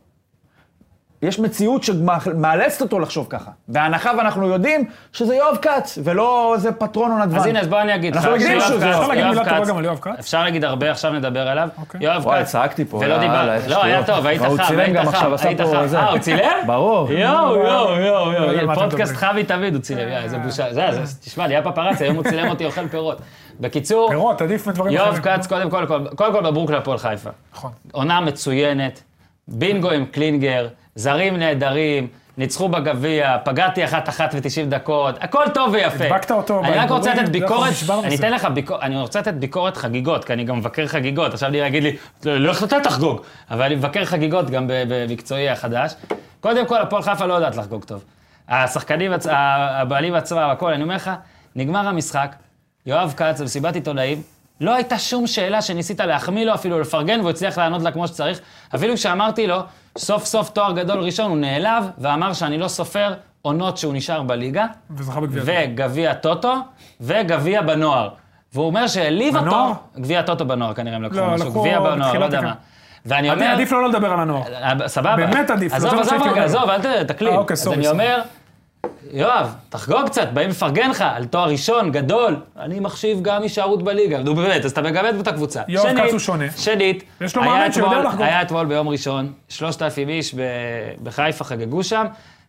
יש מציאות שמאלצת אותו לחשוב ככה. בהנחה ואנחנו יודעים שזה יואב כץ, ולא איזה פטרון או נדוון. אז הנה, אז בוא אני אגיד לך. אנחנו יודעים שזה אפשר להגיד יואב מילה טובה כץ. גם על יואב כץ? אפשר להגיד הרבה, עכשיו נדבר עליו. יואב כץ. וואי, צעקתי פה. ולא דיבר. לא, היה טוב, היית הוא חם, צילם היית גם עכשיו, חם, עשה היית פה חם. זה. הוא צילם? ברור. יואו, מה אתם פודקאסט מדברים. חמי תמיד הוא צילם, איזה בושה. זה, תשמע, נהיה פפרצי, היום הוא צילם אותי אוכל פירות. בקיצור, פירות, עדיף מדברים יואב כץ, קודם כל מברוק להפועל חיפה. נכון. עונה מצוינת, בינגו עם קלינגר, זרים נהדרים, ניצחו בגביע, פגעתי 1-1 ו-90 דקות, הכל טוב ויפה. הדבקת אותו. אני רק רוצה לתת ביקורת, נשברנו אני בזה. אתן לך ביקורת, אני רוצה לתת ביקורת חגיגות, כי אני גם מבקר חגיגות, עכשיו לי להגיד לי, לא איך אתה תחגוג, אבל אני מבקר חגיגות גם במקצועי החדש. קודם כל, הפועל חיפה לא יודעת לחגוג טוב. השחקנים, הבעלים עצמם, הכל, אני אומר לך, נגמר המשחק, יואב כץ, במסיבת עיתונאים, לא הייתה שום שאלה שניסית להחמיא לו, אפילו לפרגן, והוא הצליח לענות לה כמו שצריך. אפילו כשאמרתי לו, סוף סוף תואר גדול ראשון, הוא נעלב, ואמר שאני לא סופר עונות שהוא נשאר בליגה, וזכה בגביע. וגביע טוטו, וגביע בנוער. והוא אומר שהעליב אותו... בנוער? גביע טוטו בנוער, כנראה הם לקחו לא, משהו. לקחו גביע בנוער, לא בתחילת יודע הקו. מה. ואני אומר... עדיף לא לדבר על הנוער. סבבה. באמת עדיף, לא, זה מה עזוב שהייתי אומר. רגע, עזוב, אל תקליט. אוקיי, אז סורי, אני סורי. אומר, יואב, תחגוג קצת, באים לפרגן לך על תואר ראשון, גדול. אני מחשיב גם הישארות בליגה. נו באמת, אז אתה מגמד את הקבוצה. יואב כץ הוא שונה. שנית, יש לו מאמן שיודע לחגוג. היה אתמול ביום ראשון, 3,000 איש בחיפה חגגו שם,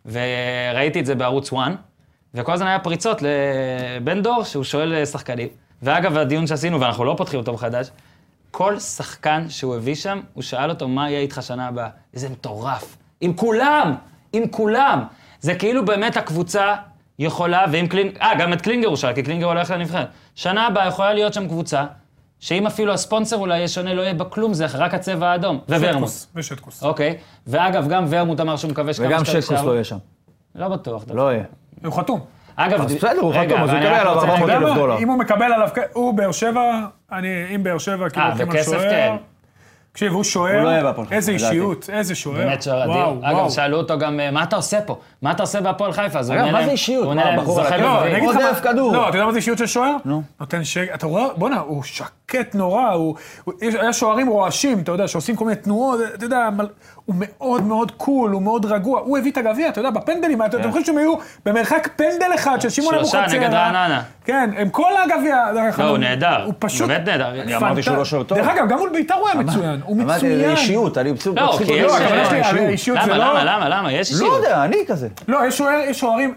וראיתי את זה בערוץ 1, וכל הזמן היה פריצות לבן דור, שהוא שואל שחקנים. ואגב, הדיון שעשינו, ואנחנו לא פותחים אותו מחדש, כל שחקן שהוא הביא שם, הוא שאל אותו מה יהיה איתך שנה הבאה. איזה מטורף. עם כולם, עם כולם. זה כאילו באמת הקבוצה יכולה, ואם גם את קלינגר הוא שאל, כי קלינגר הולך לנבחרת. שנה הבאה יכולה להיות שם קבוצה, שאם אפילו הספונסר אולי יהיה שונה, לא יהיה בה כלום, זה רק הצבע האדום. וורמוט. ושטקוס. אוקיי. ואגב, גם ורמוט אמר שהוא מקווה שכמה וגם שאתה שטקוס לא יהיה שם. לא בטוח. לא יהיה. הוא חתום. אגב, אז בסדר, הוא רגע, חתום, אז הוא ואני יקבל רק עליו רוצה 400,000 להגיד- דולר. אם הוא מקבל עליו, הוא באר שבע, אם באר שבע, כאילו הולכים על בכסף שוער. כן. תקשיב, הוא הוא לא שוער, יהיה בהפועל איזה חיפה, לדעתי. אישיות, איזה שוער. באמת שוער אדיר. וואו, אגב, וואו. שאלו אותו גם, מה אתה עושה פה? מה אתה עושה בהפועל חיפה? אז הוא אגב, עונה מה להם- זה אישיות? הוא עונה מה, להם, בחור זוכה על לא, בגביע. אני אגיד לך עודף כדור. לא, אתה יודע מה זה אישיות של שוער? נו. נותן אתה רואה, בוא'נה, הוא שקט נורא, היה שוערים רועשים, אתה יודע, שעושים כל מיני תנועות, אתה יודע, הוא מאוד מאוד קול, הוא מאוד רגוע, הוא הביא את הגביע, אתה יודע, בפנדלים, אתם חושבים שהם היו במרחק פנדל אחד, של שמעון אבוחצירא. 3 נגד רעננה. כן, הם כל הגביע. לא, הוא נהדר. הוא פשוט... באמת נהדר. אני אמרתי שהוא לא שוער טוב. דרך אגב, גם מול בית"ר הוא היה מצוין, הוא אמרתי, מצוין. זה אישיות, אני פשוט... לא, כי יש... אבל יש לי, האישיות זה לא... למה? יש לא אישיות. יודע, אני כזה. לא, יש שוערים,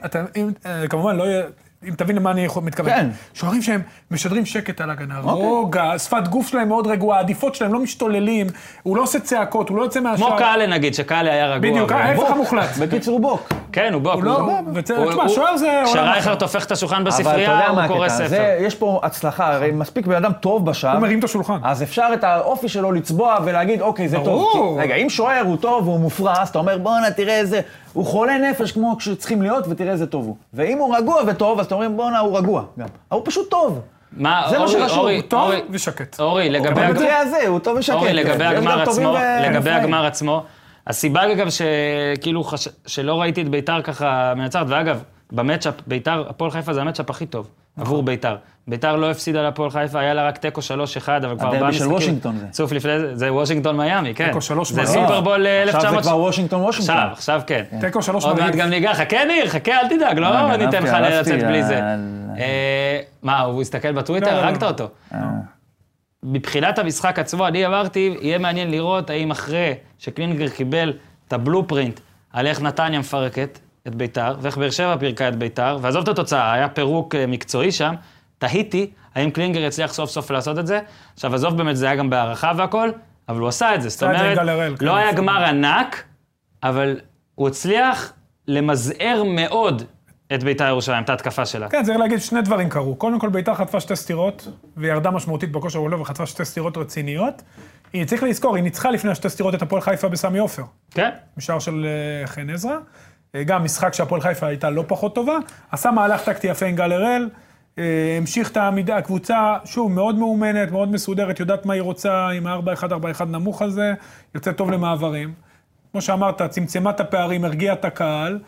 כמובן לא יהיה... אם תבין למה אני מתכוון. כן. שוערים שהם משדרים שקט על הגנה, רוגע, שפת גוף שלהם מאוד רגועה, העדיפות שלהם לא משתוללים, הוא לא עושה צעקות, הוא לא יוצא מהשער. כמו קאלה נגיד, שקאלה היה רגוע. בדיוק, ההפך המוחלט. בקיצור הוא בוק. כן, הוא בוק. הוא לא... תשמע, שוער זה עולם כשרייכלר אחר. תופך את השולחן אבל אתה בספרייה, יודע הוא מה קורא הקטע, ספר. יש פה הצלחה, הרי מספיק בן אדם טוב בשער, הוא מרים את השולחן. אז אפשר את האופי שלו לצבוע ולהגיד, אוקיי, זה טוב. ברור. כי- רגע, אם שוער הוא טוב והוא מופרע, אז אתה אומר, בואנה, תראה איזה... הוא חולה נפש כמו שצריכים להיות, ותראה איזה טוב הוא. ואם הוא רגוע וטוב, אז אתה אומר, בואנה, הוא רגוע גם. הוא פשוט טוב. מה, זה מה שחשוב, אורי, הוא טוב אורי, ושקט. אורי, לגבי במקרה הזה, הוא טוב ושקט. אורי, לגבי יש הגמר גם טובים עצמו, לגבי ונפלאים. הגמר עצמו, הסיבה אגב שכאילו שלא ראיתי את ביתר ככה מנצחת, ואגב, במצ'אפ, ביתר, הפועל חיפה זה המצ'אפ הכי טוב עבור ביתר. ביתר לא הפסידה להפועל חיפה, היה לה רק תיקו 3-1, אבל כבר 4 הדרבי של משחקים. וושינגטון זה. צוף לפני זה, זה וושינגטון מיאמי, כן. תיקו 3 זה לא. סופרבול עכשיו 1900. זה כבר וושינגטון. עכשיו כן. תיקו 3 עוד מעט מדהים. גם ניגע, חכה ניר, חכה, אל תדאג, לא גנבתי, ניתן לך הרסתי, לצאת בלי זה. על- מה, הוא הסתכל בטוויטר, לא, לא, הרגת לא. אותו. מבחינת המשחק עצמו, אני אמרתי, יהיה מעניין לראות האם אחרי שקלינגר קיבל את הבלופרינט על איך נתניה מפרקת, את ביתר, ואיך באר שבע פירקה את ביתר, ועזוב את התוצאה, היה פירוק מקצועי שם, תהיתי, האם קלינגר יצליח סוף סוף לעשות את זה? עכשיו, עזוב באמת, זה היה גם בהערכה והכל, אבל הוא עשה את זה. זאת אומרת, לא היה גמר ענק, אבל הוא הצליח למזער מאוד את ביתר ירושלים, את ההתקפה שלה. כן, צריך להגיד שני דברים קרו. קודם כל, ביתר חטפה 2 סטירות, וירדה משמעותית בכושר ולא, וחטפה 2 סטירות רציניות. היא צריך לזכור, היא ניצחה לפני 2 סטירות את הפועל חיפה בסמי עופר. כן. משער של חן עזרא. גם משחק שהפועל חיפה הייתה לא פחות טובה. עשה מהלך טקטי יפה עם גל הראל. המשיך את העמידה, הקבוצה, שוב, מאוד מאומנת, מאוד מסודרת, יודעת מה היא רוצה עם ה-4-1-4-1 נמוך הזה, יוצא טוב למעברים. כמו שאמרת, צמצמה את הפערים, הרגיעה את הקהל.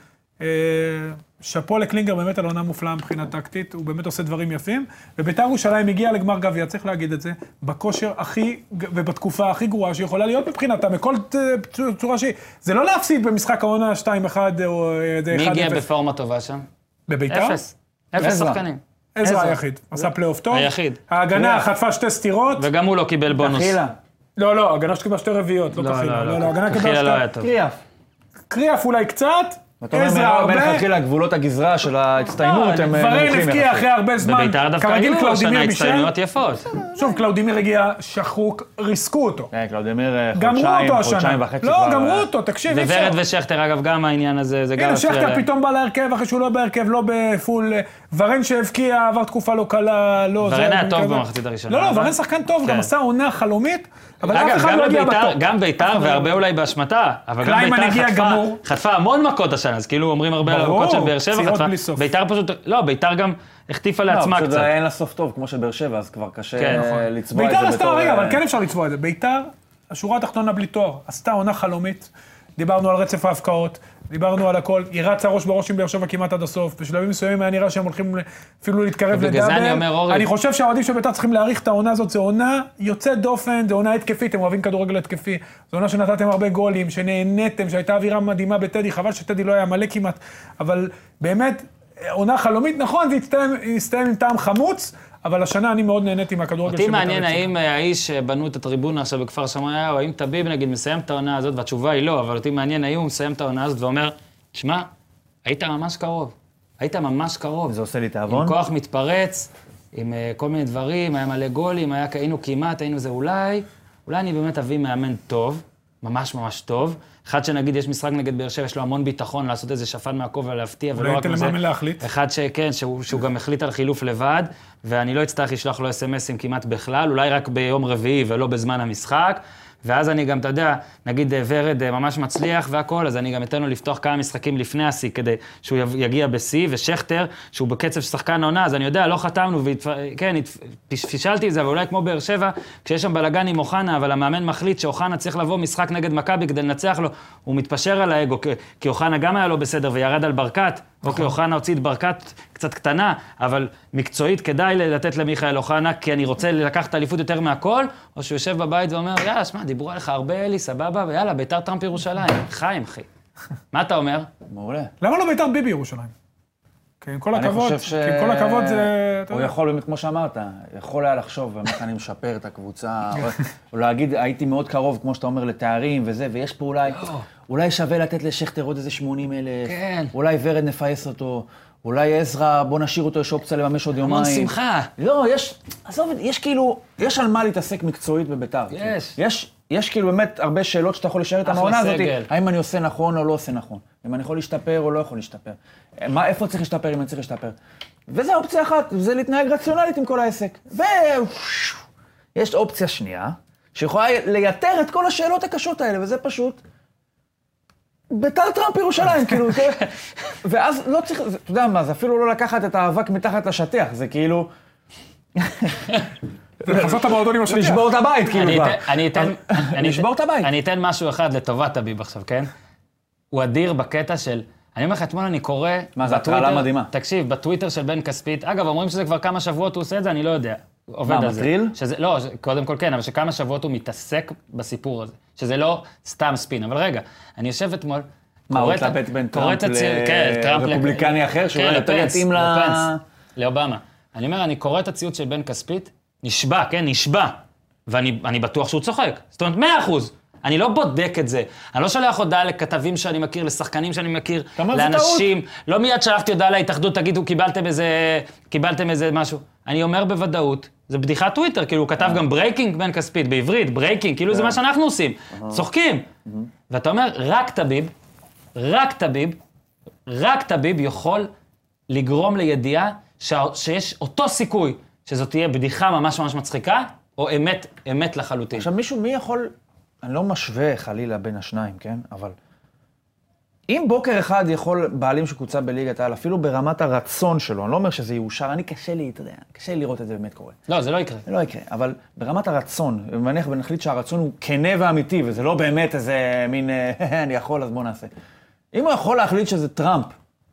שפו לקלינגר באמת על עונה מופלאה מבחינה טקטית, הוא באמת עושה דברים יפים, וביתר ירושלים הגיע לגמר גביע, צריך להגיד את זה, בכושר הכי, ובתקופה הכי גרועה שיכולה להיות מבחינתה, מכל צורה שהיא. זה לא להפסיד במשחק העונה 2-1 או 1-0. מי הגיע בפורמה טובה שם? בביתר? 0 שחקנים. עזרא היחיד, עשה פלייאוף טוב. היחיד. ההגנה חטפה 2 סטירות. וגם הוא לא קיבל בונוס. תחילה. לא, הגנה שקיבלה 2 רביעיות, לא תחילה. לא, הגנה קיבלה תחילה לא היה 2. טוב. קריאף. קריאף אולי קצת. אתה אומר, הרבה תחילה, גבולות הגזרה של ההצטיינות הם ורן נמוכים הבקיע יחסית. אחרי הרבה זמן. בביתר דווקא כרגיל היו השנה קלאודימיר בישל. הצטיינויות יפות. שוב, קלאודימיר הגיע שחוק, ריסקו אותו. כן, קלאודימיר גמרו אותו השנה. חודשיים וחצי לא, כבר... גמרו אותו, תקשיב, אי אפשר. וורד ושכטר, אגב, גם העניין הזה, זה גם הנה, מפריע שכטר להם. פתאום בא להרכב, אחרי שהוא לא בהרכב, לא בפול. ורן שהבקיע, עבר תקופה לא קלה, לא... ורן היה טוב במחצית הראשונה. לא, ורן שחקן טוב, גם עשה עונה חלומית, אבל אף אגב, אחד לא הגיע בטוב. גם ביתר, והרבה אולי באשמתה, אבל גם קליימן הגיע ביתר גמור. חטפה המון מכות השנה, אז כאילו אומרים הרבה על המכות של באר שבע, פציעות חטפה. בלי סוף. ביתר פשוט, לא, ביתר גם החטיפה לעצמה פשוט קצת. אין לה סוף טוב, כמו של באר שבע, אז כבר קשה כן, נכון. לצבוע את ביתר זה עשתה, בתור... רגע, אבל כן אפשר לצבוע את זה. ביתר, השורה התחתונה בלי תואר, עשתה עונה חלומית, דיברנו על רצף ההפקעות, דיברנו על הכל, היא רצה ראש בראש עם באר שבע כמעט עד הסוף, בשלבים מסוימים היה נראה שהם הולכים אפילו להתקרב לדאבל. ובגלל זה אני אומר, אורי. אני חושב שהאוהדים של ביתר צריכים להעריך את העונה הזאת, זו עונה יוצאת דופן, זו עונה התקפית, הם אוהבים כדורגל התקפי, זו עונה שנתתם הרבה גולים, שנהנתם, שהייתה אווירה מדהימה בטדי, חבל שטדי לא היה מלא כמעט, אבל באמת, עונה חלומית, נכון, זה הסתיים עם טעם חמוץ, אבל השנה אני מאוד נהניתי מהכדורגל אותי מעניין האם האיש שבנו את הטריבונה עכשיו בכפר שמריהו, האם טביב נגיד מסיים את העונה הזאת, והתשובה היא לא, אבל אותי מעניין האם הוא מסיים את העונה הזאת ואומר, תשמע, היית ממש קרוב, היית ממש קרוב. זה עושה לי תאבון. עם כוח מתפרץ, עם כל מיני דברים, היה מלא גולים, היינו כמעט, היינו זה אולי אני באמת אביא מאמן טוב, ממש ממש טוב. אחד שנגיד יש משחק נגד באר שבע, יש לו המון ביטחון לעשות איזה שפן מהכובע ולהפתיע, ולא רק מזה. אחד שכן, שהוא גם החליט על חילוף לבד, ואני לא אצטרך לשלוח לו אס-אמסים כמעט בכלל, אולי רק ביום רביעי ולא בזמן המשחק. ואז אני גם, אתה יודע, נגיד ורד ממש מצליח והכל, אז אני גם אתן לו לפתוח כמה משחקים לפני השיא, כדי שהוא יגיע בשיא, ושכטר, שהוא בקצב שחקן העונה, אז אני יודע, לא חתמנו, כן, פישלתי את זה, אבל אולי כמו באר שבע, כשיש שם בלגן עם אוחנה, אבל המאמן מחליט שאוחנה צריך לבוא משחק נגד מכבי כדי לנצח לו, הוא מתפשר על האגו, כי אוחנה גם היה לו בסדר וירד על ברקת, אוקיי, אוחנה הוציא את ברקת קצת קטנה, אבל מקצועית כדאי לתת למיכאל אוחנה, כי אני רוצה לקחת את האליפות יותר מהכל, או שהוא יושב בבית ואומר, יאללה, שמע, דיברו עליך הרבה אלי, סבבה, ויאללה, ביתר טראמפ ירושלים. חיים, אחי. מה אתה אומר? מעולה. למה לא ביתר ביבי ירושלים? כי עם כל הכבוד, זה... הוא יכול, באמת כמו שאמרת, יכול היה לחשוב, באמת אני משפר את הקבוצה, או להגיד, הייתי מאוד קרוב, כמו שאתה אומר, לתארים וזה, ויש פה אולי שווה לתת לשכטר עוד איזה 80,000, אולי ורד נפייס אותו, אולי עזרא, בוא נשאיר אותו, יש אופציה לממש עוד יומיים. המון שמחה. לא, יש כאילו, יש על מה להתעסק מקצועית בביתר. יש כאילו באמת הרבה שאלות שאתה יכול להישאר את המעונה הזאת, האם אני עושה נכון או לא עושה נכון, אם אני יכול להשתפר או לא יכול להשתפר, איפה צריך להשתפר אם אני צריך להשתפר. וזה אופציה אחת, זה להתנהג רציונלית עם כל העסק. ויש אופציה שנייה, שיכולה לייתר את כל השאלות הקשות האלה, וזה פשוט ביתר טראמפ ירושלים, כאילו, ואז לא צריך, אתה יודע מה, זה אפילו לא לקחת את האבק מתחת לשטיח, זה כאילו... לחזות המועדון עם השטיח. לשבור את הבית, כאילו כבר. לשבור את הבית. אני אתן משהו אחד לטובת הביב עכשיו, כן? הוא אדיר בקטע של... אני אומר לך, אתמול אני קורא... מה, זה הטרלה מדהימה. תקשיב, בטוויטר של בן כספית, אגב, אומרים שזה כבר כמה שבועות הוא עושה את זה, אני לא יודע. עובד על זה. מטריל? לא, קודם כל כן, אבל שכמה שבועות הוא מתעסק בסיפור הזה. שזה לא סתם ספין, אבל רגע, אני יושב אתמול... מה, הוא התלבט בין טראמפ לרפובליקני אחר, שהוא יותר יתאים לאובמה. אני אומר, אני קורא את הציוץ של בן כספית, נשבע, כן, נשבע. ואני בטוח שהוא צוחק. זאת אומרת, 100%. אני לא בודק את זה. אני לא שולח הודעה לכתבים שאני מכיר, לשחקנים שאני מכיר, אתה אומר, זה לאנשים. לא מיד שלחתי הודעה להתאחדות, תגידו, קיבלתם איזה משהו. אני אומר בוודאות, זה בדיחת טוויטר, כאילו הוא כתב גם ברייקינג בן כספית, בעברית, ברייקינג, כאילו זה מה שאנחנו עושים. צוחקים. ואתה אומר, רק טביב יכול לגרום לידיעה שיש אותו סיכוי שזאת תהיה בדיחה ממש ממש מצחיקה, או אמת לחלוטין. עכשיו, מי יכול, אני לא משווה חלילה בין השניים, כן? אבל אם בוקר אחד יכול בעלים שקוצה בליגת העל, אפילו ברמת הרצון שלו, אני לא אומר שזה יאושר, קשה לי לראות את זה באמת קורה. לא, זה לא יקרה. זה לא יקרה, אבל ברמת הרצון, ונחליט שהרצון הוא כנה ואמיתי, וזה לא באמת איזה מין, אני יכול, אז בוא נעשה. אם הוא יכול להחליט שזה טראמפ,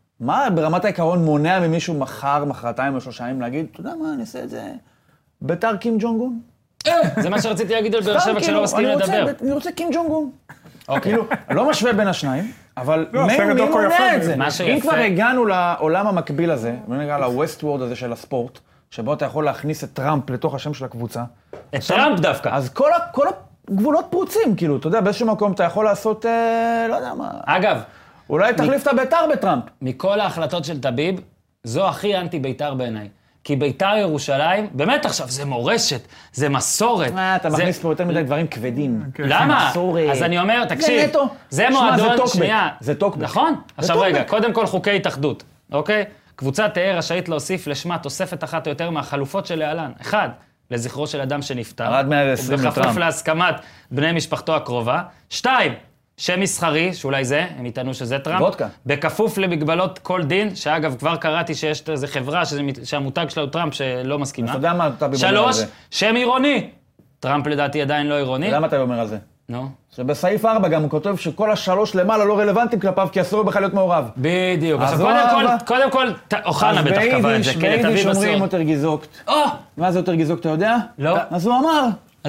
מה ברמת העיקרון מונע ממישהו מחרתיים או 3 ימים להגיד, אתה יודע מה, אני אעשה את זה בית"ר קים ג'ונג-און? זה מה שרציתי להגיד על באר שבע כשלא מסכים לדבר. אני רוצה קים ג'ונג-און. אוקיי. כאילו, לא משווה בין השניים, אבל מי מונע את זה? אם כבר הגענו לעולם המקביל הזה, נראה ל-West World הזה של הספורט, שבו אתה יכול להכניס את טראמפ לתוך השם של הקבוצה. את טראמפ דווקא. אז כל הגבולות פרוצים, כאילו, אתה יודע, באיזשהו מקום אתה יכול לעשות, לא יודע מה. אגב, אולי תחליף את הבית"ר בטראמפ. מכל ההחלטות של טביב, זו הכי אנטי בית"ר בעיניי. כי בית"ר ירושלים, באמת עכשיו, זה מורשת, זה מסורת. אתה מכניס פה יותר מדי דברים כבדים. למה? אז אני אומר, תקשיב, זה מועדון, שנייה. זה טוקבק. נכון? עכשיו רגע, קודם כל חוקי התאחדות, אוקיי? קבוצה תהא רשאית להוסיף לשמה תוספת אחת או יותר מהחלופות שלהלן. 1, לזכרו של אדם שנפטר. עד 120 לטראמפ. ובכפוף להסכמת בני משפחתו הקרובה. 2, שם מסחרי, שאולי זה, הם יטענו שזה טראמפ. וודקה. בכפוף למגבלות כל דין, שאגב, כבר קראתי שיש איזו חברה שהמותג שלה הוא טראמפ שלא מסכימה. אתה יודע מה אתה אומר על זה? 3, שם עירוני. טראמפ לדעתי עדיין לא עירוני. למה אתה אומר על זה? נו. שבסעיף 4 גם הוא כותב שכל 3 למעלה לא רלוונטיים כלפיו, כי אסור בכלל להיות מעורב. בדיוק. אז קודם כל, אוחנה בטח קבע את זה, כן, תביא ביידיש אומרים בסוף. יותר גיזוקט. מה זה יותר גיזוקט, אתה יודע? לא. אז הוא אמר.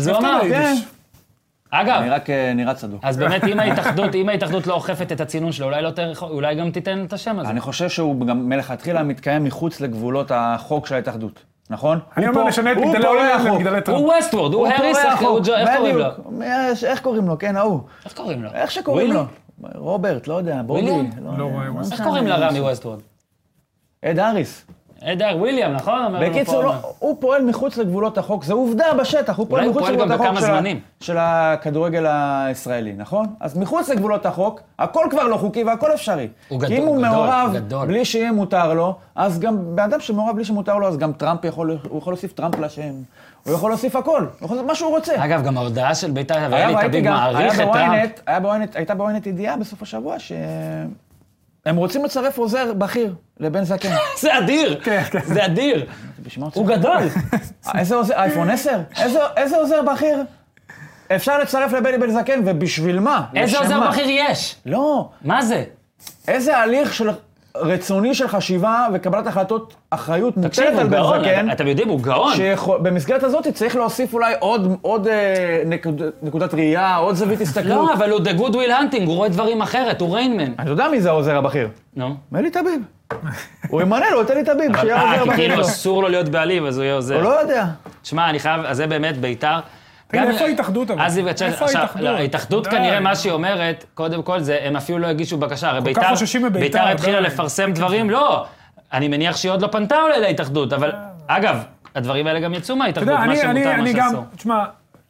כן. אגב, אני רק נראה צדוק. אז באמת, אם ההתאחדות לא אוכפת את הצינון שלה, אולי גם תיתן את השם הזה. אני חושב שהוא גם מלכתחילה מתקיים מחוץ לגבולות החוק של ההתאחדות, נכון? אני אומר לשנה את מגדלי העולם למגדלי טראמפ. הוא ווסטוורד, הוא האריס, איך קוראים לו? איך קוראים לו? כן, ההוא. איך קוראים לו? איך שקוראים לו. רוברט, לא יודע, בובי. לא רואה. איך קוראים לרמי ווסטוורד? אד האריס. אדר וויליאם, נכון? בקיצור, הוא פועל מחוץ לגבולות החוק, זה עובדה בשטח, הוא פועל מחוץ לגבולות החוק של הכדורגל הישראלי, נכון? אז מחוץ לגבולות החוק, הכל כבר לא חוקי והכל אפשרי. הוא גדול, אם הוא מעורב גדול. בלי שיהיה מותר לו, אז גם באדם שמעורב בלי שמותר לו, אז גם טראמפ הוא יכול להוסיף טראמפ לשם, הוא יכול להוסיף הכל, הוא יכול לעשות מה שהוא רוצה. אגב, גם ההודעה של בית"ר, ואלי תביב מעריך את טראמפ. הייתה בוויינט ידיעה בסוף השבוע הם רוצים לצרף עוזר בכיר לבן זקן. זה אדיר, זה אדיר. הוא גדול. איזה עוזר, אייפון 10? איזה עוזר בכיר? אפשר לצרף לבני בן זקן, ובשביל מה? איזה עוזר בכיר יש? לא. מה זה? איזה הליך של רצוני של חשיבה וקבלת החלטות אחריות מוטלת על בן זקן. אתם יודעים, הוא גאון. שבמסגרת הזאת צריך להוסיף אולי עוד נקודת ראייה, עוד זווית הסתכלות. לא, אבל הוא the good will hunting, הוא רואה דברים אחרת, הוא ריינמן. אני יודע מי זה העוזר הבכיר. נו. אלי תביב. הוא ימנה לו את אלי תביב, שיהיה העוזר הבכיר. כי כאילו אסור לו להיות בעלים, אז הוא יהיה עוזר. הוא לא יודע. תשמע, אני חייב, אז זה באמת בית"ר. תגיד, איפה ההתאחדות אבל? איפה ההתאחדות? ההתאחדות כנראה מה שהיא אומרת, קודם כל זה, הם אפילו לא הגישו בקשה. הרי בית"ר התחילה לפרסם דברים, לא. אני מניח שהיא עוד לא פנתה אולי להתאחדות, אבל אגב, הדברים האלה גם יצאו מההתאחדות, מה שמותר, מה שאסור. תשמע,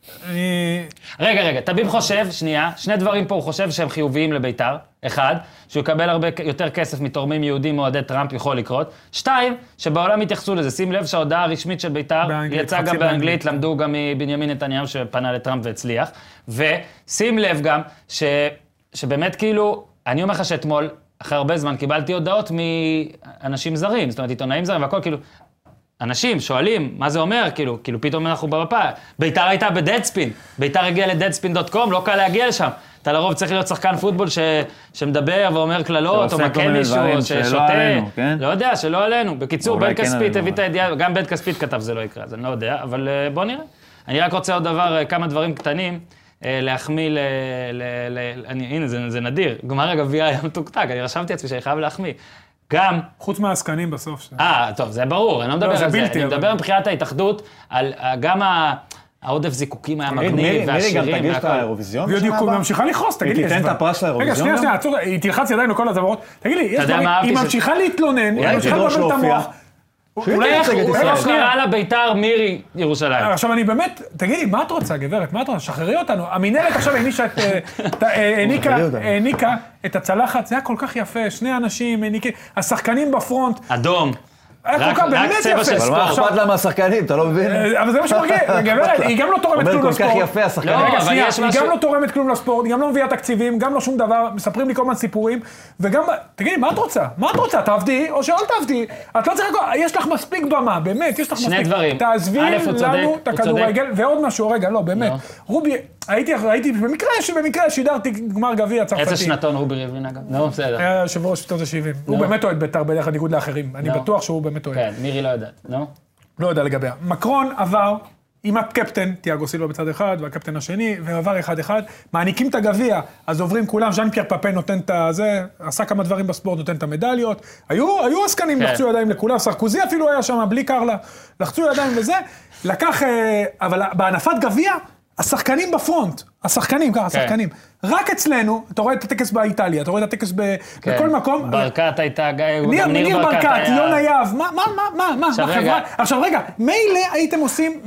רגע, תביב חושב, שנייה, 2 דברים פה הוא חושב שהם חיוביים לבית"ר. 1, שהוא יקבל הרבה יותר כסף מתורמים יהודים אוהדי טראמפ, יכול לקרות. 2, שבעולם יתייחסו לזה. שים לב שההודעה הרשמית של בית"ר יצאה גם באנגלית, למדו גם מבנימין נתניהו שפנה לטראמפ והצליח. ושים לב גם שבאמת כאילו, אני אומר לך שאתמול, אחרי הרבה זמן, קיבלתי הודעות מאנשים זרים, זאת אומרת עיתונאים זרים והכל כאילו, אנשים שואלים, מה זה אומר? כאילו פתאום אנחנו במפה. בית"ר הייתה בדדספין. בית"ר הגיעה לדדספין.com, לא קל להגיע לשם. אתה לרוב צריך להיות שחקן פוטבול שמדבר ואומר קללות, או מכה מישהו, או ששותה. לא יודע, שלא עלינו. בקיצור, בן כספית הביא את הידיעה, גם בן כספית כתב זה לא יקרה, אז אני לא יודע, אבל בוא נראה. אני רק רוצה עוד דבר, כמה דברים קטנים, להחמיא הנה, זה נדיר. גמר הגביע היה מתוקתק, אני רשמתי עצמי שאני חייב להחמיא. גם... חוץ מהעסקנים בסוף. טוב, זה ברור, אני לא מדבר על זה. אני מדבר מבחינת ההתאחדות, על גם העודף זיקוקים היה מירי מגניב, גם והשירים תגיש את והכל. האירוויזיון והיא בשנה הבאה? ממשיכה לכעוס, תגיד לי. היא תיתן יש את בה- הפרס לאירוויזיון רגע, שנייה, גם? עצור, היא תלחץ ידיים לכל הזמרות. תגיד לי, יש יודע דברים, מה אהבתי היא ש- ממשיכה להתלונן, היא אולי ממשיכה תדרוש לבלבל את להופיע. המוח. אולי איך תייצג את הוא ישראל. לא קרא לה בית"ר מירי ירושלים. עכשיו אני באמת, תגידי, מה את רוצה, גברת? מה את רוצה? שחררי אותנו. המינהלת עכשיו העניקה את הצלחת, זה היה כל כך יפה, שני אנשים, השחקנים בפרונט. אדום. היה כל כך באמת צבע של יפה. אבל מה ספורט. אכפת לה מהשחקנים, אתה לא מבין? אבל זה מה שמרגיע, גברת, היא גם לא תורמת אומר כלום כל כך לספורט. יפה, השחקנים. לא, רגע, אבל שנייה, יש היא משהו- גם לא תורמת כלום לספורט, היא גם לא מביאה תקציבים, גם לא שום דבר, מספרים לי כל מיני סיפורים, וגם, תגידי, מה את רוצה? מה את רוצה? תעבדי, או שלא תעבדי? את לא צריכה, יש לך מספיק במה, באמת, יש לך מספיק. שני דברים. תעזבי א', הוא צודק, לנו את הוא הכדורגל, ועוד משהו, רגע, לא, באמת. לא. רובי, הייתי, במקרה שידרתי גמר גביע הצרפתי. איזה שנתון רובי ריבלין אגב? נו, בסדר. היה יושב ראש שנות ה-70. הוא באמת אוהד בית"ר בדרך כלל ניגוד לאחרים. אני לא. בטוח שהוא באמת אוהד. כן, מירי לא יודעת. נו? לא יודע לגביה. מקרון עבר עם הקפטן, תיאגו סילבה בצד אחד, והקפטן השני, ועבר 1-1, מעניקים את הגביע, אז עוברים כולם, ז'אן פייר פאפה נותן את זה, עשה כמה דברים בספורט, נותן את המדליות, היו עסקנים, כן. לחצו ידיים לכולם, סרקוזי אפילו היה שם, בלי קרלה, לחצו ידיים וזה, לקח, אבל בהנפת גביע, השחקנים בפרונט, השחקנים, ככה, השחקנים. רק אצלנו, אתה רואה את הטקס באיטליה, אתה רואה את הטקס בכל מקום. ברקת הייתה, ניר ברקת, יונה יהב, מה, עכשיו רגע. חברה? עכשיו רגע, מילא הייתם עושים,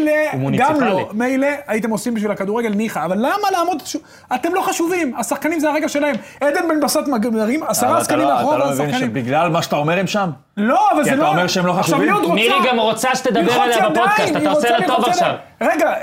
גם לא, מילא הייתם עושים בשביל הכדורגל ניחא, אבל למה לעמוד, אתם לא חשובים, השחקנים זה הרגע שלהם, עדן בן בסט מגמרים, 10 עסקנים מאחורה, אתה לא מבין השחקנים. שבגלל מה שאתה אומר הם שם? לא, אבל זה לא... אתה אומר שהם לא עכשיו, חשובים? מי עוד רוצה? מירי גם רוצה שתדבר ללחוץ עליה בפודקאסט, ידיים, אתה היא עושה רוצה לה טוב ללחוץ עכשיו. ידיים. רגע,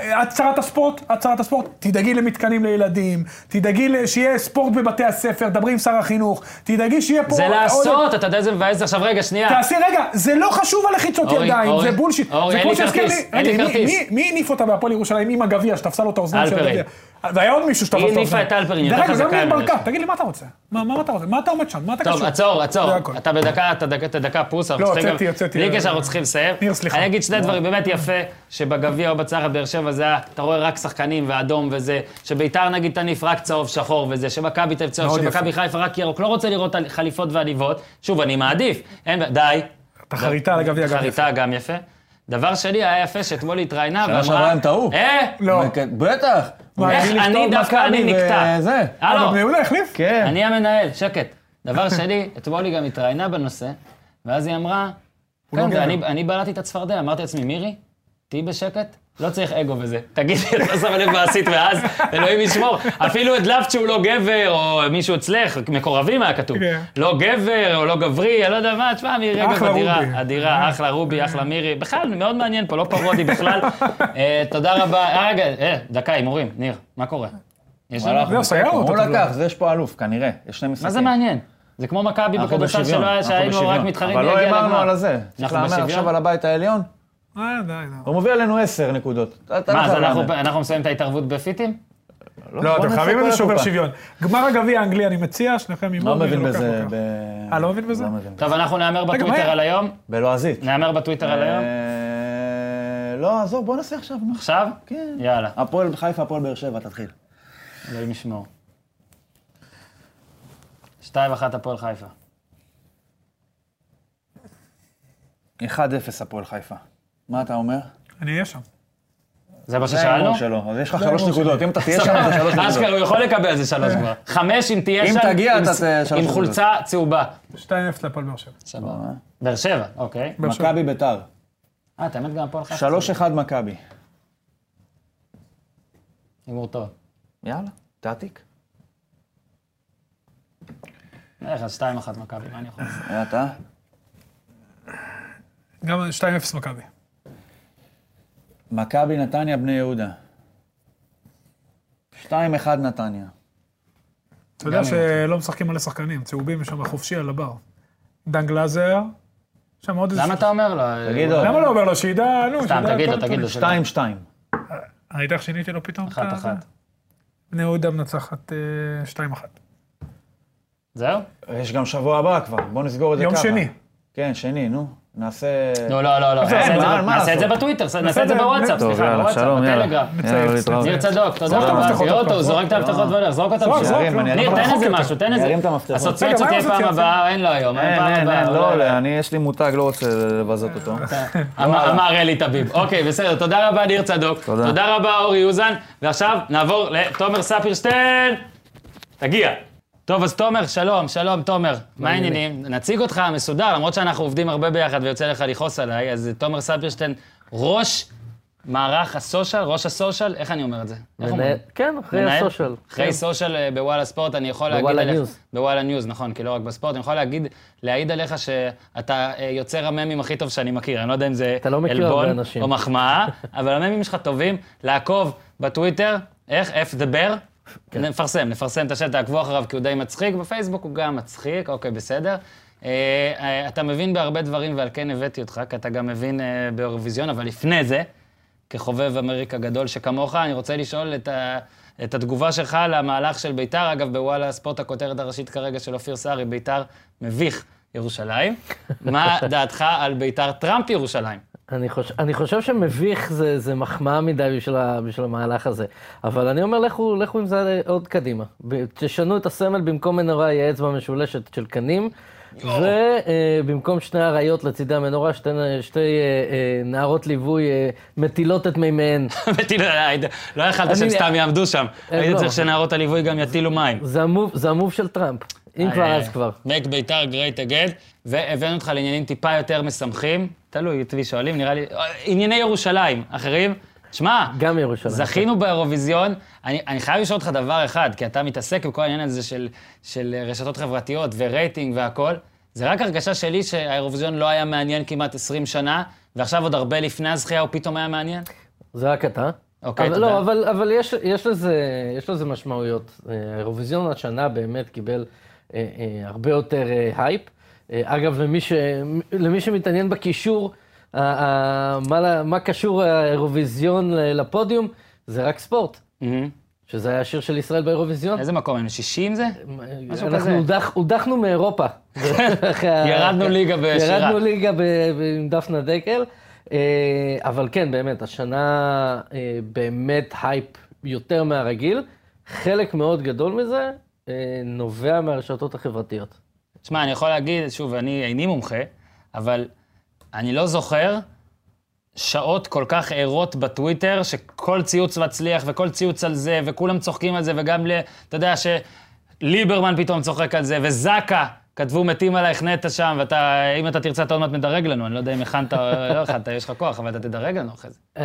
את שרת הספורט, תדאגי למתקנים לילדים, תדאגי שיהיה ספורט בבתי הספר, דברי עם שר החינוך, תדאגי שיהיה פה... זה לעשות, אתה יודע איזה מבאס עכשיו, רגע, שנייה. תעשי רגע, זה לא חשוב הלחיצות אורי, ידיים, אורי, זה בולשיט. אורי, זה אין כמו לי שהזכיר כרטיס, אין לי רגע, כרטיס. מי הניף אותה בהפועל ירושלים עם הגביע, שתפסה לו את האוזניים של אלפרין. הגביע? והיה עוד מישהו שתפס היא את האוזניים. הניפה את אלפרין, יותר דרך אגב, חזקה גם ניר ממנו. ברקת, תגיד לי, מה אתה רוצה? מה אתה רוצה? מה אתה עומד שם? מה אתה טוב, קשור? עצור. זה הכל. אתה בדקה פוס, אנחנו לא, צריכים הוצאתי. בלי קשר, אנחנו צריכים לסיים. ניר, סליחה. אני אגיד שני דברים, באמת יפה, שבגביע או בצלחת באר שבע זה היה, אתה רואה רק שחקנים ואדום וזה, שביתר נגיד תניף רק צהוב שחור וזה, שמכבי תניף צהוב, שמכבי חיפה רק ירוק, לא רוצה לראות חליפות ועניבות. שוב, אני מעדיף, די. אתה חריטה על הגביע גם. חריטה גם יפה. דבר שני, היה יפה שאתמול התראיינה שנה שעברה הם טעו. לא. בטח. איך אני דווקא, אני נקטע. וזה. אבל הלו. בני יהודה החליף? כן. אני המנהל, שקט. דבר שני, אתמול היא גם התראיינה בנושא, ואז היא אמרה, לא כן, גבר. ואני בלעתי את הצפרדע, אמרתי לעצמי, מירי, תהיי בשקט, לא צריך אגו וזה. תגידי, את לא שמה לב מה עשית ואז, אלוהים ישמור. אפילו הדלפת שהוא לא גבר, או מישהו אצלך, מקורבים היה כתוב. כן. לא גבר, או לא גברי, אני לא יודע מה, תשמע, מירי רגב אחלה אדירה, רובי. אדירה, אחלה רובי, אחלה מירי. בכלל, מאוד מעניין פה, לא פרודי בכלל. תודה רבה. רגע, דקה, הימורים, ניר, מה קורה? יש לנו? זהו, סיירות. הוא לקח, זה יש פה אלוף, כנראה. יש שני משחקים. מה זה מעניין? זה כמו מכבי אנחנו בכדורסל בשוויון, אנחנו שהיינו רק בשוויון. מתחרים אבל לא להגיע אמרנו לגמר. על הזה. צריך אנחנו להמר בשוויון? עכשיו על הבית העליון. די. הוא מביא עלינו 10 נקודות. אתה מה, לא אז חייב להמר. אנחנו מסיימים את ההתערבות בפיטים? לא, בוא אתם נעשה חייבים כל איזה שובר הקופה. שוויון. גמר הגביע האנגלי, אני מציע, שניכם הימור. לא מבין מי לוקח, בזה. לוקח. לא מבין בזה? לא מבין. טוב, אנחנו נאמר רגע, בטוויטר מה? על היום. בלועזית. נאמר בטוויטר על היום. לא, עזוב, בוא נעשה עכשיו. נו. עכשיו? כן. יאללה, הפועל חיפה, הפועל באר שבע, תתחיל. אלוהים ישמור. 2-1 הפועל חיפה. 1-0 הפועל חיפה. מה אתה אומר? אני אהיה שם. זה מה זה ששאלנו? ההימור שלו. אז יש לך זה 3 ההימור נקודות. אם אתה תהיה שם, זה 3 נקודות. אשכרה, הוא יכול לקבל איזה 3 כבר. 5 אם תהיה אם שם, תגיע, עם אתה ס- תהיה 3 עם נקודות. חולצה צהובה. 2-0 להפועל באר שבע. סבבה. באר שבע, אוקיי. באר שבע. מכבי ביתר. את האמת גם הפועל חיפה. 3-1 מכבי. הימור טוב. יאללה, תעתיק. איך, אז 2-1 מכבי, מה אני יכול לעשות? אתה? גם 2-0 מכבי. מכבי נתניה בני יהודה. 2-1 נתניה. אתה יודע שלא משחקים מלא שחקנים, צהובים שם חופשי על הבר. דן גלאזר, שם עוד איזה... למה אתה אומר לו? תגיד עוד. למה לא אומר לו? שידע, נו, סתם, שידע תגיד לו, כל תגיד לו. הדברים. 2-2. ראית איך שיניתי לו פתאום? 1-1. בני יהודה מנצחת 2-1. זהו? יש גם שבוע הבא כבר, בוא נסגור את זה ככה. יום שני. כן, שני, נו. נעשה... לא, נעשה את זה בטוויטר, נעשה את זה בוואטסאפ, סליחה, בוואטסאפ, בטלגרם. ניר צדוק, תודה רבה, תראה אותו, הוא זורק את המפתחות והולך, זרוק אותם. ניר, תן איזה משהו, תן איזה... ירים את המפתחות. אסוציאציות תהיה פעם הבאה, אין לו היום, אין פעם הבאה. לא, יש לי מותג, לא רוצה לבזות אותו. אמר אלי טביב. אוקיי, בסדר, תודה רבה ניר צדוק. תודה רבה אורי יוזן, ועכשיו נעבור לתומר ספירשטיין. תגיע. טוב, אז תומר, שלום, תומר. מה העניינים? נציג אותך מסודר, למרות שאנחנו עובדים הרבה ביחד ויוצא לך לכעוס עליי, אז תומר ספירשטיין, ראש מערך הסושיאל, ראש הסושיאל, איך אני אומר את זה? כן, אחרי הסושיאל. אחרי סושיאל בוואלה ספורט, אני יכול להגיד עליך... בוואלה ניוז, נכון, כי לא רק בספורט, אני יכול להעיד עליך שאתה יוצר הממים הכי טוב שאני מכיר, אני לא יודע אם זה אלבון או מחמאה, אבל הממים שלך טובים, לעקוב בטוויטר, איך? F the bear? נפרסם את השם, תעקבו אחריו כי הוא די מצחיק, בפייסבוק הוא גם מצחיק, אוקיי, בסדר. אתה מבין בהרבה דברים ועל כן הבאתי אותך, כי אתה גם מבין באירוויזיון, אבל לפני זה, כחובב אמריקה גדול שכמוך, אני רוצה לשאול את התגובה שלך למהלך של ביתר, אגב, בוואלה ספורט הכותרת הראשית כרגע של אופיר סערי, ביתר מביך ירושלים. מה דעתך על ביתר טראמפ ירושלים? אני חושב שמביך זה מחמאה מדי בשביל המהלך הזה. אבל אני אומר, לכו עם זה עוד קדימה. תשנו את הסמל, במקום מנורה יהיה אצבע משולשת של קנים, ובמקום שני אריות לצידי המנורה, שתי נערות ליווי מטילות את מימיהן. לא יכלת שהם סתם יעמדו שם. היית צריך שנערות הליווי גם יטילו מים. זה המוב של טראמפ. אם כבר, אז כבר. make ביתר great again, והבאנו אותך לעניינים טיפה יותר משמחים, תלוי, תביא שואלים, נראה לי, ענייני ירושלים, אחרים, שמע, גם ירושלים. זכינו באירוויזיון, אני חייב לשאול אותך דבר אחד, כי אתה מתעסק בכל העניין הזה של רשתות חברתיות ורייטינג והכל, זה רק הרגשה שלי שהאירוויזיון לא היה מעניין כמעט 20 שנה, ועכשיו עוד הרבה לפני הזכייה הוא פתאום היה מעניין? זה רק אתה. אוקיי, תודה. לא, אבל יש לזה משמעויות. האירוויזיון השנה באמת קיבל הרבה יותר הייפ. אגב, למי שמתעניין בקישור, מה קשור האירוויזיון לפודיום, זה רק ספורט. שזה היה השיר של ישראל באירוויזיון. איזה מקום? הם 60 זה? אנחנו הודחנו מאירופה. ירדנו ליגה בשירה. ירדנו ליגה עם דפנה דקל. אבל כן, באמת, השנה באמת הייפ יותר מהרגיל. חלק מאוד גדול מזה נובע מהרשתות החברתיות. תשמע, אני יכול להגיד, שוב, אני איני מומחה, אבל אני לא זוכר שעות כל כך ערות בטוויטר, שכל ציוץ מצליח וכל ציוץ על זה, וכולם צוחקים על זה, וגם, אתה יודע, שליברמן פתאום צוחק על זה, וזקה, כתבו מתים עלייך נטע שם, ואם אתה תרצה, אתה עוד מעט מדרג לנו, אני לא יודע אם הכנת או לא הכנת, יש לך כוח, אבל אתה תדרג לנו אחרי זה.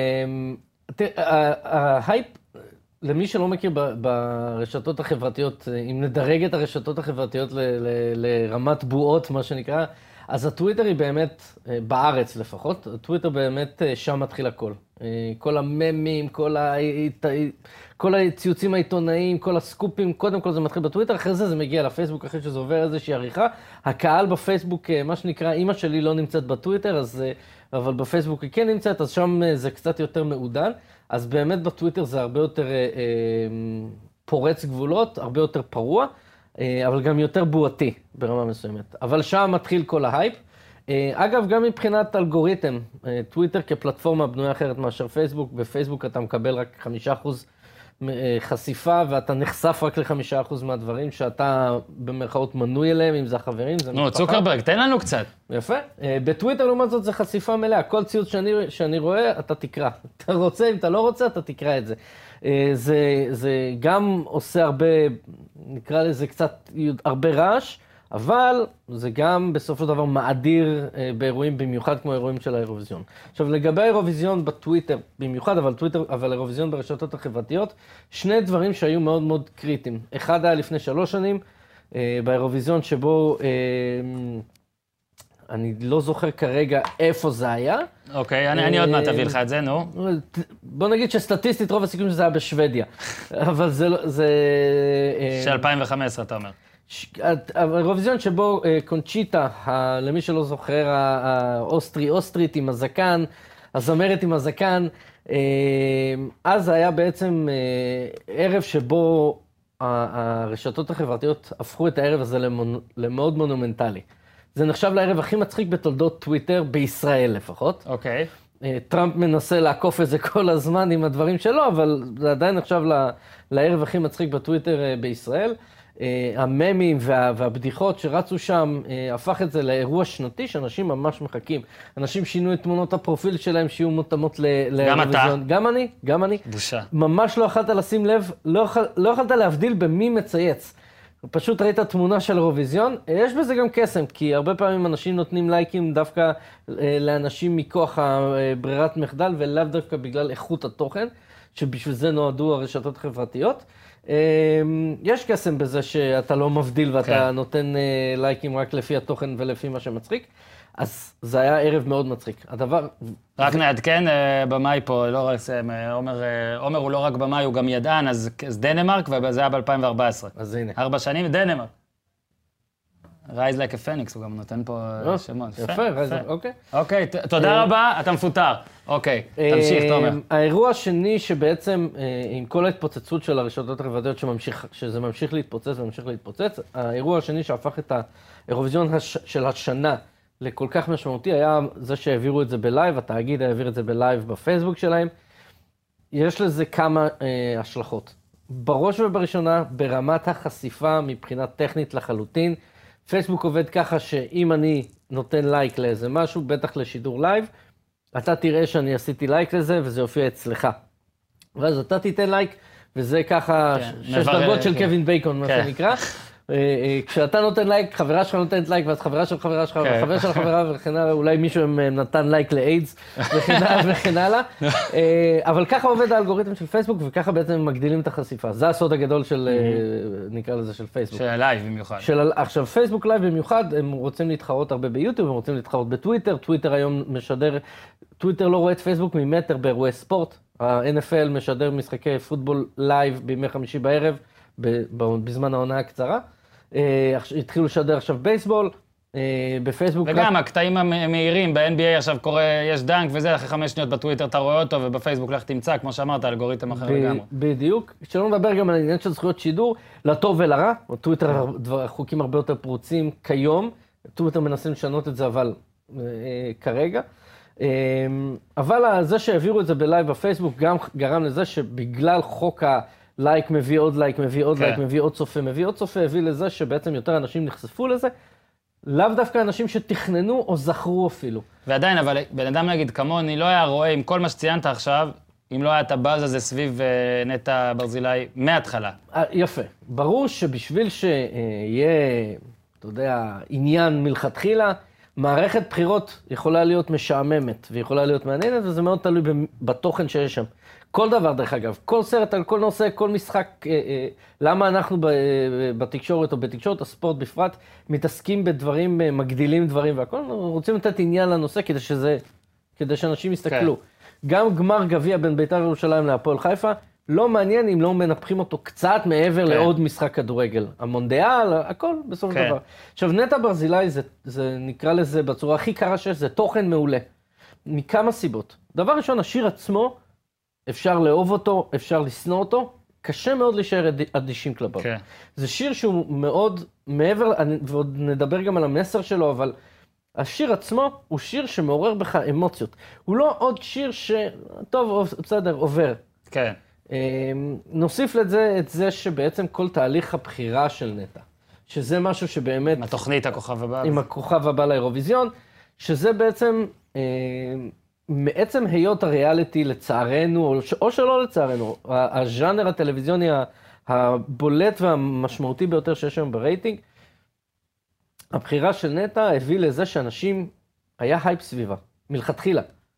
ההייפ, למי שלא מכיר ברשתות החברתיות, אם נדרג את הרשתות החברתיות לרמת בועות, מה שנקרא, אז הטוויטר היא באמת, בארץ לפחות, הטוויטר באמת שם מתחיל הכל. כל הממים, כל הציוצים העיתונאיים, כל הסקופים, קודם כל זה מתחיל בטוויטר, אחרי זה מגיע לפייסבוק, אחרי שזה עובר איזושהי עריכה. הקהל בפייסבוק, מה שנקרא, אמא שלי לא נמצאת בטוויטר, אבל בפייסבוק היא כן נמצאת, אז שם זה קצת יותר מעודן. אז באמת בטוויטר זה הרבה יותר פורץ גבולות, הרבה יותר פרוע, אבל גם יותר בועתי ברמה מסוימת. אבל שם מתחיל כל ההייפ. אגב, גם מבחינת אלגוריתם, טוויטר כפלטפורמה בנויה אחרת מאשר פייסבוק, בפייסבוק אתה מקבל רק 5% חשיפה, ואתה נחשף רק ל5% מהדברים שאתה במרכאות מנוי אליהם, אם זה החברים, זה משפחה. נו, צוקרברג, תן לנו קצת. יפה. בטוויטר, לעומת זאת, זה חשיפה מלאה. כל ציוץ שאני רואה, אתה תקרא. אתה רוצה, אם אתה לא רוצה, אתה תקרא את זה. זה גם עושה הרבה, נקרא לזה קצת, הרבה רעש, אבל זה גם בסופו של דבר מאדיר באירועים, במיוחד כמו אירועים של האירוויזיון. עכשיו, לגבי האירוויזיון בטוויטר, במיוחד, אבל האירוויזיון ברשתות החברתיות, שני דברים שהיו מאוד מאוד קריטיים. אחד היה לפני 3 שנים, באירוויזיון שבו, אני לא זוכר כרגע איפה זה היה. אוקיי, אני עוד מעט אביא לך את זה, נו. בוא נגיד שסטטיסטית רוב הסיכויים שזה היה בשוודיה. אבל זה... של 2015, אתה אומר. האירוויזיון שבו קונצ'יטה, למי שלא זוכר, האוסטרית עם הזקן, הזמרת עם הזקן, אז היה בעצם ערב שבו הרשתות החברתיות הפכו את הערב הזה למאוד מונומנטלי. זה נחשב לערב הכי מצחיק בתולדות טוויטר, בישראל לפחות. אוקיי. טראמפ מנסה לעקוף את זה כל הזמן עם הדברים שלו, אבל זה עדיין נחשב לערב הכי מצחיק בטוויטר בישראל. הממים והבדיחות שרצו שם, הפך את זה לאירוע שנתי שאנשים ממש מחכים. אנשים שינו את תמונות הפרופיל שלהם שיהיו מותאמות לאירוויזיון. גם אני. בושה. ממש לא יכלת לשים לב, לא יכלת להבדיל במי מצייץ. פשוט ראית תמונה של אירוויזיון, יש בזה גם קסם, כי הרבה פעמים אנשים נותנים לייקים דווקא לאנשים מכוח הברירת מחדל, ולאו דווקא בגלל איכות התוכן, שבשביל זה נועדו הרשתות החברתיות. יש קסם בזה שאתה לא מבדיל ואתה נותן לייקים רק לפי התוכן ולפי מה שמצחיק, אז זה היה ערב מאוד מצחיק. הדבר... רק נעדכן, במאי פה, לא רק זה, עומר הוא לא רק במאי, הוא גם ידען, אז דנמרק, וזה היה ב-2014. אז הנה. 4 שנים, דנמרק. Rise like a Phoenix, הוא גם נותן פה שמות. יפה, אוקיי. אוקיי, תודה רבה, אתה מפוטר. אוקיי, תמשיך, תומר. האירוע השני שבעצם, עם כל ההתפוצצות של הרשתות החברתיות, שזה ממשיך להתפוצץ וממשיך להתפוצץ, האירוע השני שהפך את האירוויזיון של השנה לכל כך משמעותי, היה זה שהעבירו את זה בלייב, התאגיד העביר את זה בלייב בפייסבוק שלהם. יש לזה כמה השלכות. בראש ובראשונה, ברמת החשיפה מבחינה טכנית לחלוטין, פייסבוק עובד ככה שאם אני נותן לייק לאיזה משהו, בטח לשידור לייב, אתה תראה שאני עשיתי לייק לזה וזה יופיע אצלך. ואז אתה תיתן לייק, וזה ככה 6 דרגות של קווין בייקון, מה שנקרא. כשאתה נותן לייק, חברה שלך נותנת לייק, ואז חברה של חברה שלך, וחבר של חברה וכן הלאה, אולי מישהו נתן לייק לאיידס וכן הלאה. אבל ככה עובד האלגוריתם של פייסבוק, וככה בעצם מגדילים את החשיפה. זה הסוד הגדול של, נקרא לזה, של פייסבוק. של לייב במיוחד. עכשיו, פייסבוק לייב במיוחד, הם רוצים להתחרות הרבה ביוטיוב, הם רוצים להתחרות בטוויטר, טוויטר היום משדר, טוויטר לא רואה את פייסבוק ממטר באירועי ספורט. ה-NFL משדר משחקי פוטבול לייב בימי חמישי בערב, בזמן העונה הקצרה. התחילו לשדר עכשיו בייסבול, בפייסבוק... וגם הקטעים המהירים, ב-NBA עכשיו קורה, יש דנק וזה, אחרי 5 שניות בטוויטר אתה רואה אותו, ובפייסבוק לך תמצא, כמו שאמרת, אלגוריתם אחר לגמרי. בדיוק. כשלא נדבר גם על העניין של זכויות שידור, לטוב ולרע, טוויטר חוקים הרבה יותר פרוצים כיום, טוויטר מנסים לשנות את זה, אבל כרגע. אבל זה שהעבירו את זה בלייב בפייסבוק, גם גרם לזה שבגלל חוק לייק מביא עוד לייק, מביא עוד לייק, מביא עוד צופה, מביא עוד צופה, הביא לזה שבעצם יותר אנשים נחשפו לזה, לאו דווקא אנשים שתכננו או זכרו אפילו. ועדיין, אבל בן אדם נגיד כמוני לא היה רואה עם כל מה שציינת עכשיו, אם לא היה את הבאז הזה סביב נטע ברזילי מההתחלה. יפה. ברור שבשביל שיהיה, אתה יודע, עניין מלכתחילה, מערכת בחירות יכולה להיות משעממת ויכולה להיות מעניינת, וזה מאוד תלוי בתוכן שיש שם. כל דבר דרך אגב, כל סרט על כל נושא, כל משחק, למה אנחנו בתקשורת או בתקשורת הספורט בפרט, מתעסקים בדברים, מגדילים דברים והכל, רוצים לתת עניין לנושא כדי שאנשים יסתכלו. גם גמר גביע בין בית"ר ירושלים להפועל חיפה, לא מעניין אם לא מנפחים אותו קצת מעבר לעוד משחק כדורגל. המונדיאל, הכל בסוף דבר. עכשיו, נטע ברזילי, זה נקרא לזה בצורה הכי קרה שיש, זה תוכן מעולה. מכמה סיבות. דבר ראשון, השיר עצמו, אפשר לאהוב אותו, אפשר לשנוא אותו, קשה מאוד להישאר אדישים כלפיו. זה שיר שהוא מאוד מעבר, ועוד נדבר גם על המסר שלו, אבל השיר עצמו הוא שיר שמעורר בך אמוציות. הוא לא עוד שיר טוב, בסדר, עובר. כן. נוסיף לזה את זה שבעצם כל תהליך הבחירה של נטע, שזה משהו שבאמת... עם התוכנית הכוכב הבא. עם הכוכב הבא לאירוויזיון, שזה בעצם... מעצם היות הריאליטי לצערנו, או שלא לצערנו, הז'אנר הטלוויזיוני הבולט והמשמעותי ביותר שיש היום ברייטינג, הבחירה של נטע הביא לזה שאנשים, היה הייפ סביבה, מלכתחילה.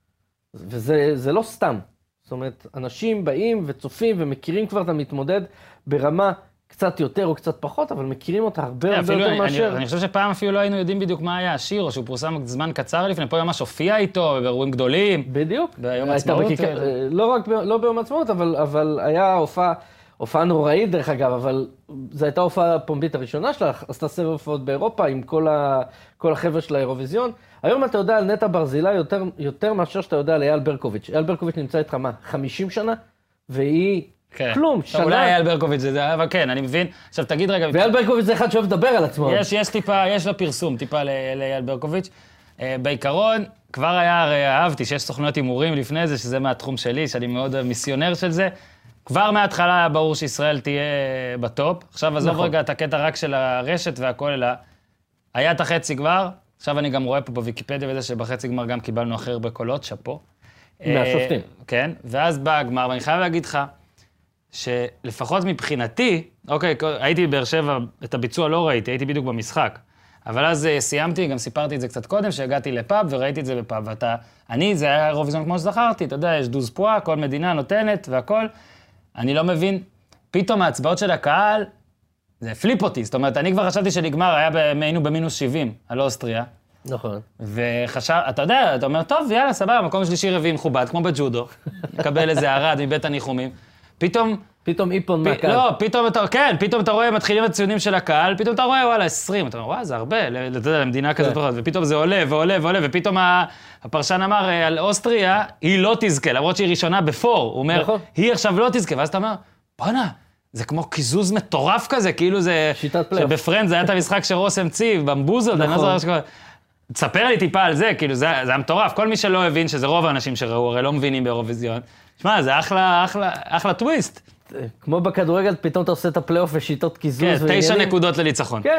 וזה לא סתם. זאת אומרת, אנשים באים וצופים ומכירים כבר את המתמודד ברמה קצת יותר או קצת פחות, אבל מכירים אותה הרבה יותר מאשר... אני חושב שפעם אפילו לא היינו יודעים בדיוק מה היה השיר, או שהוא פורסם זמן קצר לפני, פה ממש הופיע איתו באירועים גדולים. בדיוק. ביום עצמאות. לא ביום עצמאות, אבל היה הופעה נוראית דרך אגב, אבל זו הייתה הופעה הפומבית הראשונה שלה, עשתה סבב הופעות באירופה עם כל החבר'ה של האירוויזיון. היום אתה יודע על נטע ברזילי יותר מאשר שאתה יודע על אייל ברקוביץ'. אייל ברקוביץ' נמצא איתך מה? 50 שנה? והיא כן. כלום, שנה. אולי אייל ברקוביץ' זה זה, אבל כן, אני מבין. עכשיו תגיד רגע... ואייל ברקוביץ' זה אחד שאוהב לדבר על עצמו. יש טיפה, יש לו פרסום, טיפה לאייל ברקוביץ'. בעיקרון, כבר היה, הרי אהבתי שיש סוכנויות הימורים לפני זה, שזה מהתחום שלי, שאני מאוד מיסיונר של זה. כבר מההתחלה היה ברור שישראל תהיה בטופ. עכשיו עזוב רגע את הקטע רק של הרשת והכל, אלא היה את החצי גמר. עכשיו אני גם רואה פה בוויקיפדיה וזה שבחצי גמר גם קיבלנו הכי הרבה קולות, שפו. מהשופטים. כן, ואז בא הגמר, ואני חייב להגיד לך, שלפחות מבחינתי, אוקיי, הייתי בבאר שבע, את הביצוע לא ראיתי, הייתי בדיוק במשחק. אבל אז סיימתי, גם סיפרתי את זה קצת קודם, שהגעתי לפאב וראיתי את זה בפאב. זה היה אירוויזיון כמו שזכרתי, אתה יודע, יש דוז פואה, כל מדינה נותנת והכל. אני לא מבין, פתאום ההצבעות של הקהל, זה הפליפ אותי. זאת אומרת, אני כבר חשבתי שנגמר, היינו במינוס 70 על אוסטריה. נכון. אתה יודע, אתה אומר, טוב, יאללה, סבבה, מקום שלישי רביעי מכובד, כמו בג'ודו, נקבל איזה ערד מבית הניחומים. פתאום איפון מהקהל. לא, פתאום אתה רואה, מתחילים את הציונים של הקהל, פתאום אתה רואה, וואלה, 20, אתה אומר, וואו, זה הרבה, אתה יודע, למדינה כזאת פחות, ופתאום זה עולה ועולה ועולה, ופתאום הפרשן אמר על אוסטריה, היא לא תזכה, למרות שהיא ראשונה בפור, הוא אומר, היא עכשיו לא תזכה, ואז אתה אומר, בוא'נה, זה כמו קיזוז מטורף כזה, כאילו זה... שיטת פלייאוף. שבפרנד זה היה את המשחק שרוס המציא, במבוזל, אני לא זוכר שקורה. תספר לי טיפה על זה, כאילו זה היה מטורף, כל מי שלא הבין, שזה רוב האנשים שראו, הרי לא מבינים באירוויזיון. שמע, זה אחלה טוויסט. כמו בכדורגל, פתאום אתה עושה את הפלייאוף ושיטות קיזוז ועניינים. כן, 9 נקודות לניצחון. כן,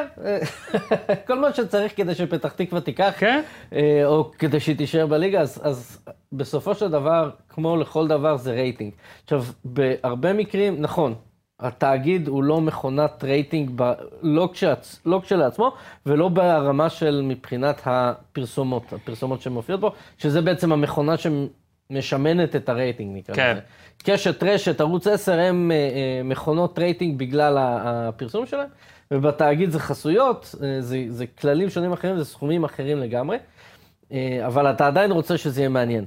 כל מה שצריך כדי שפתח תקווה תיקח, כן. או כדי שהיא תישאר בליגה, אז בסופו של דבר, כמו לכל דבר, זה רייטינג. עכשיו, בהרבה מקרים, נכון, התאגיד הוא לא מכונת רייטינג, לא כשלעצמו, ולא ברמה של מבחינת הפרסומות שמופיעות בו, שזה בעצם המכונה שמשמנת את הרייטינג, נקרא לזה. קשת, רשת, ערוץ 10 הם מכונות רייטינג בגלל הפרסום שלהם, ובתאגיד זה חסויות, זה כללים שונים אחרים, זה סכומים אחרים לגמרי, אבל אתה עדיין רוצה שזה יהיה מעניין.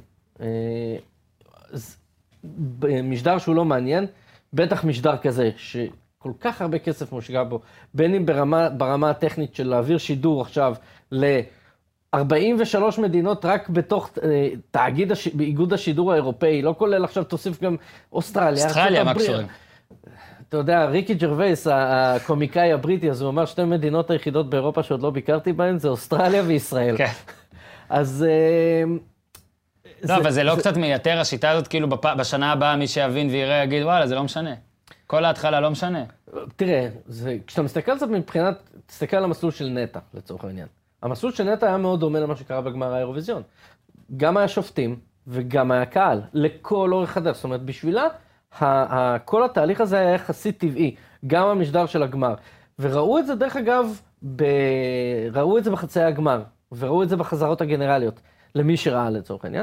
משדר שהוא לא מעניין, בטח משדר כזה, שכל כך הרבה כסף מושקע בו, בין אם ברמה הטכנית של להעביר שידור עכשיו ל-43 מדינות רק בתוך תאגיד, באיגוד השידור האירופאי, לא כולל עכשיו תוסיף גם אוסטרליה. אוסטרליה, מה קשורים? אתה יודע, ריקי ג'רווייס, הקומיקאי הבריטי, אז הוא אמר שתי מדינות היחידות באירופה שעוד לא ביקרתי בהן, זה אוסטרליה וישראל. כן. אז... לא, אבל זה לא קצת מייתר, השיטה הזאת, כאילו בשנה הבאה מי שיבין ויראה יגיד, וואלה, זה לא משנה. כל ההתחלה לא משנה. תראה, כשאתה מסתכל על זה מבחינת, תסתכל על המסלול של נטע, לצורך העניין. המסלול של נטע היה מאוד דומה למה שקרה בגמר האירוויזיון. גם היה שופטים וגם היה קהל, לכל אורך הדרך. זאת אומרת, בשבילה, כל התהליך הזה היה יחסית טבעי, גם המשדר של הגמר. וראו את זה, דרך אגב, ראו את זה בחצי הגמר, וראו את זה בחזרות הגנרליות. למי שראה לצורך העניין,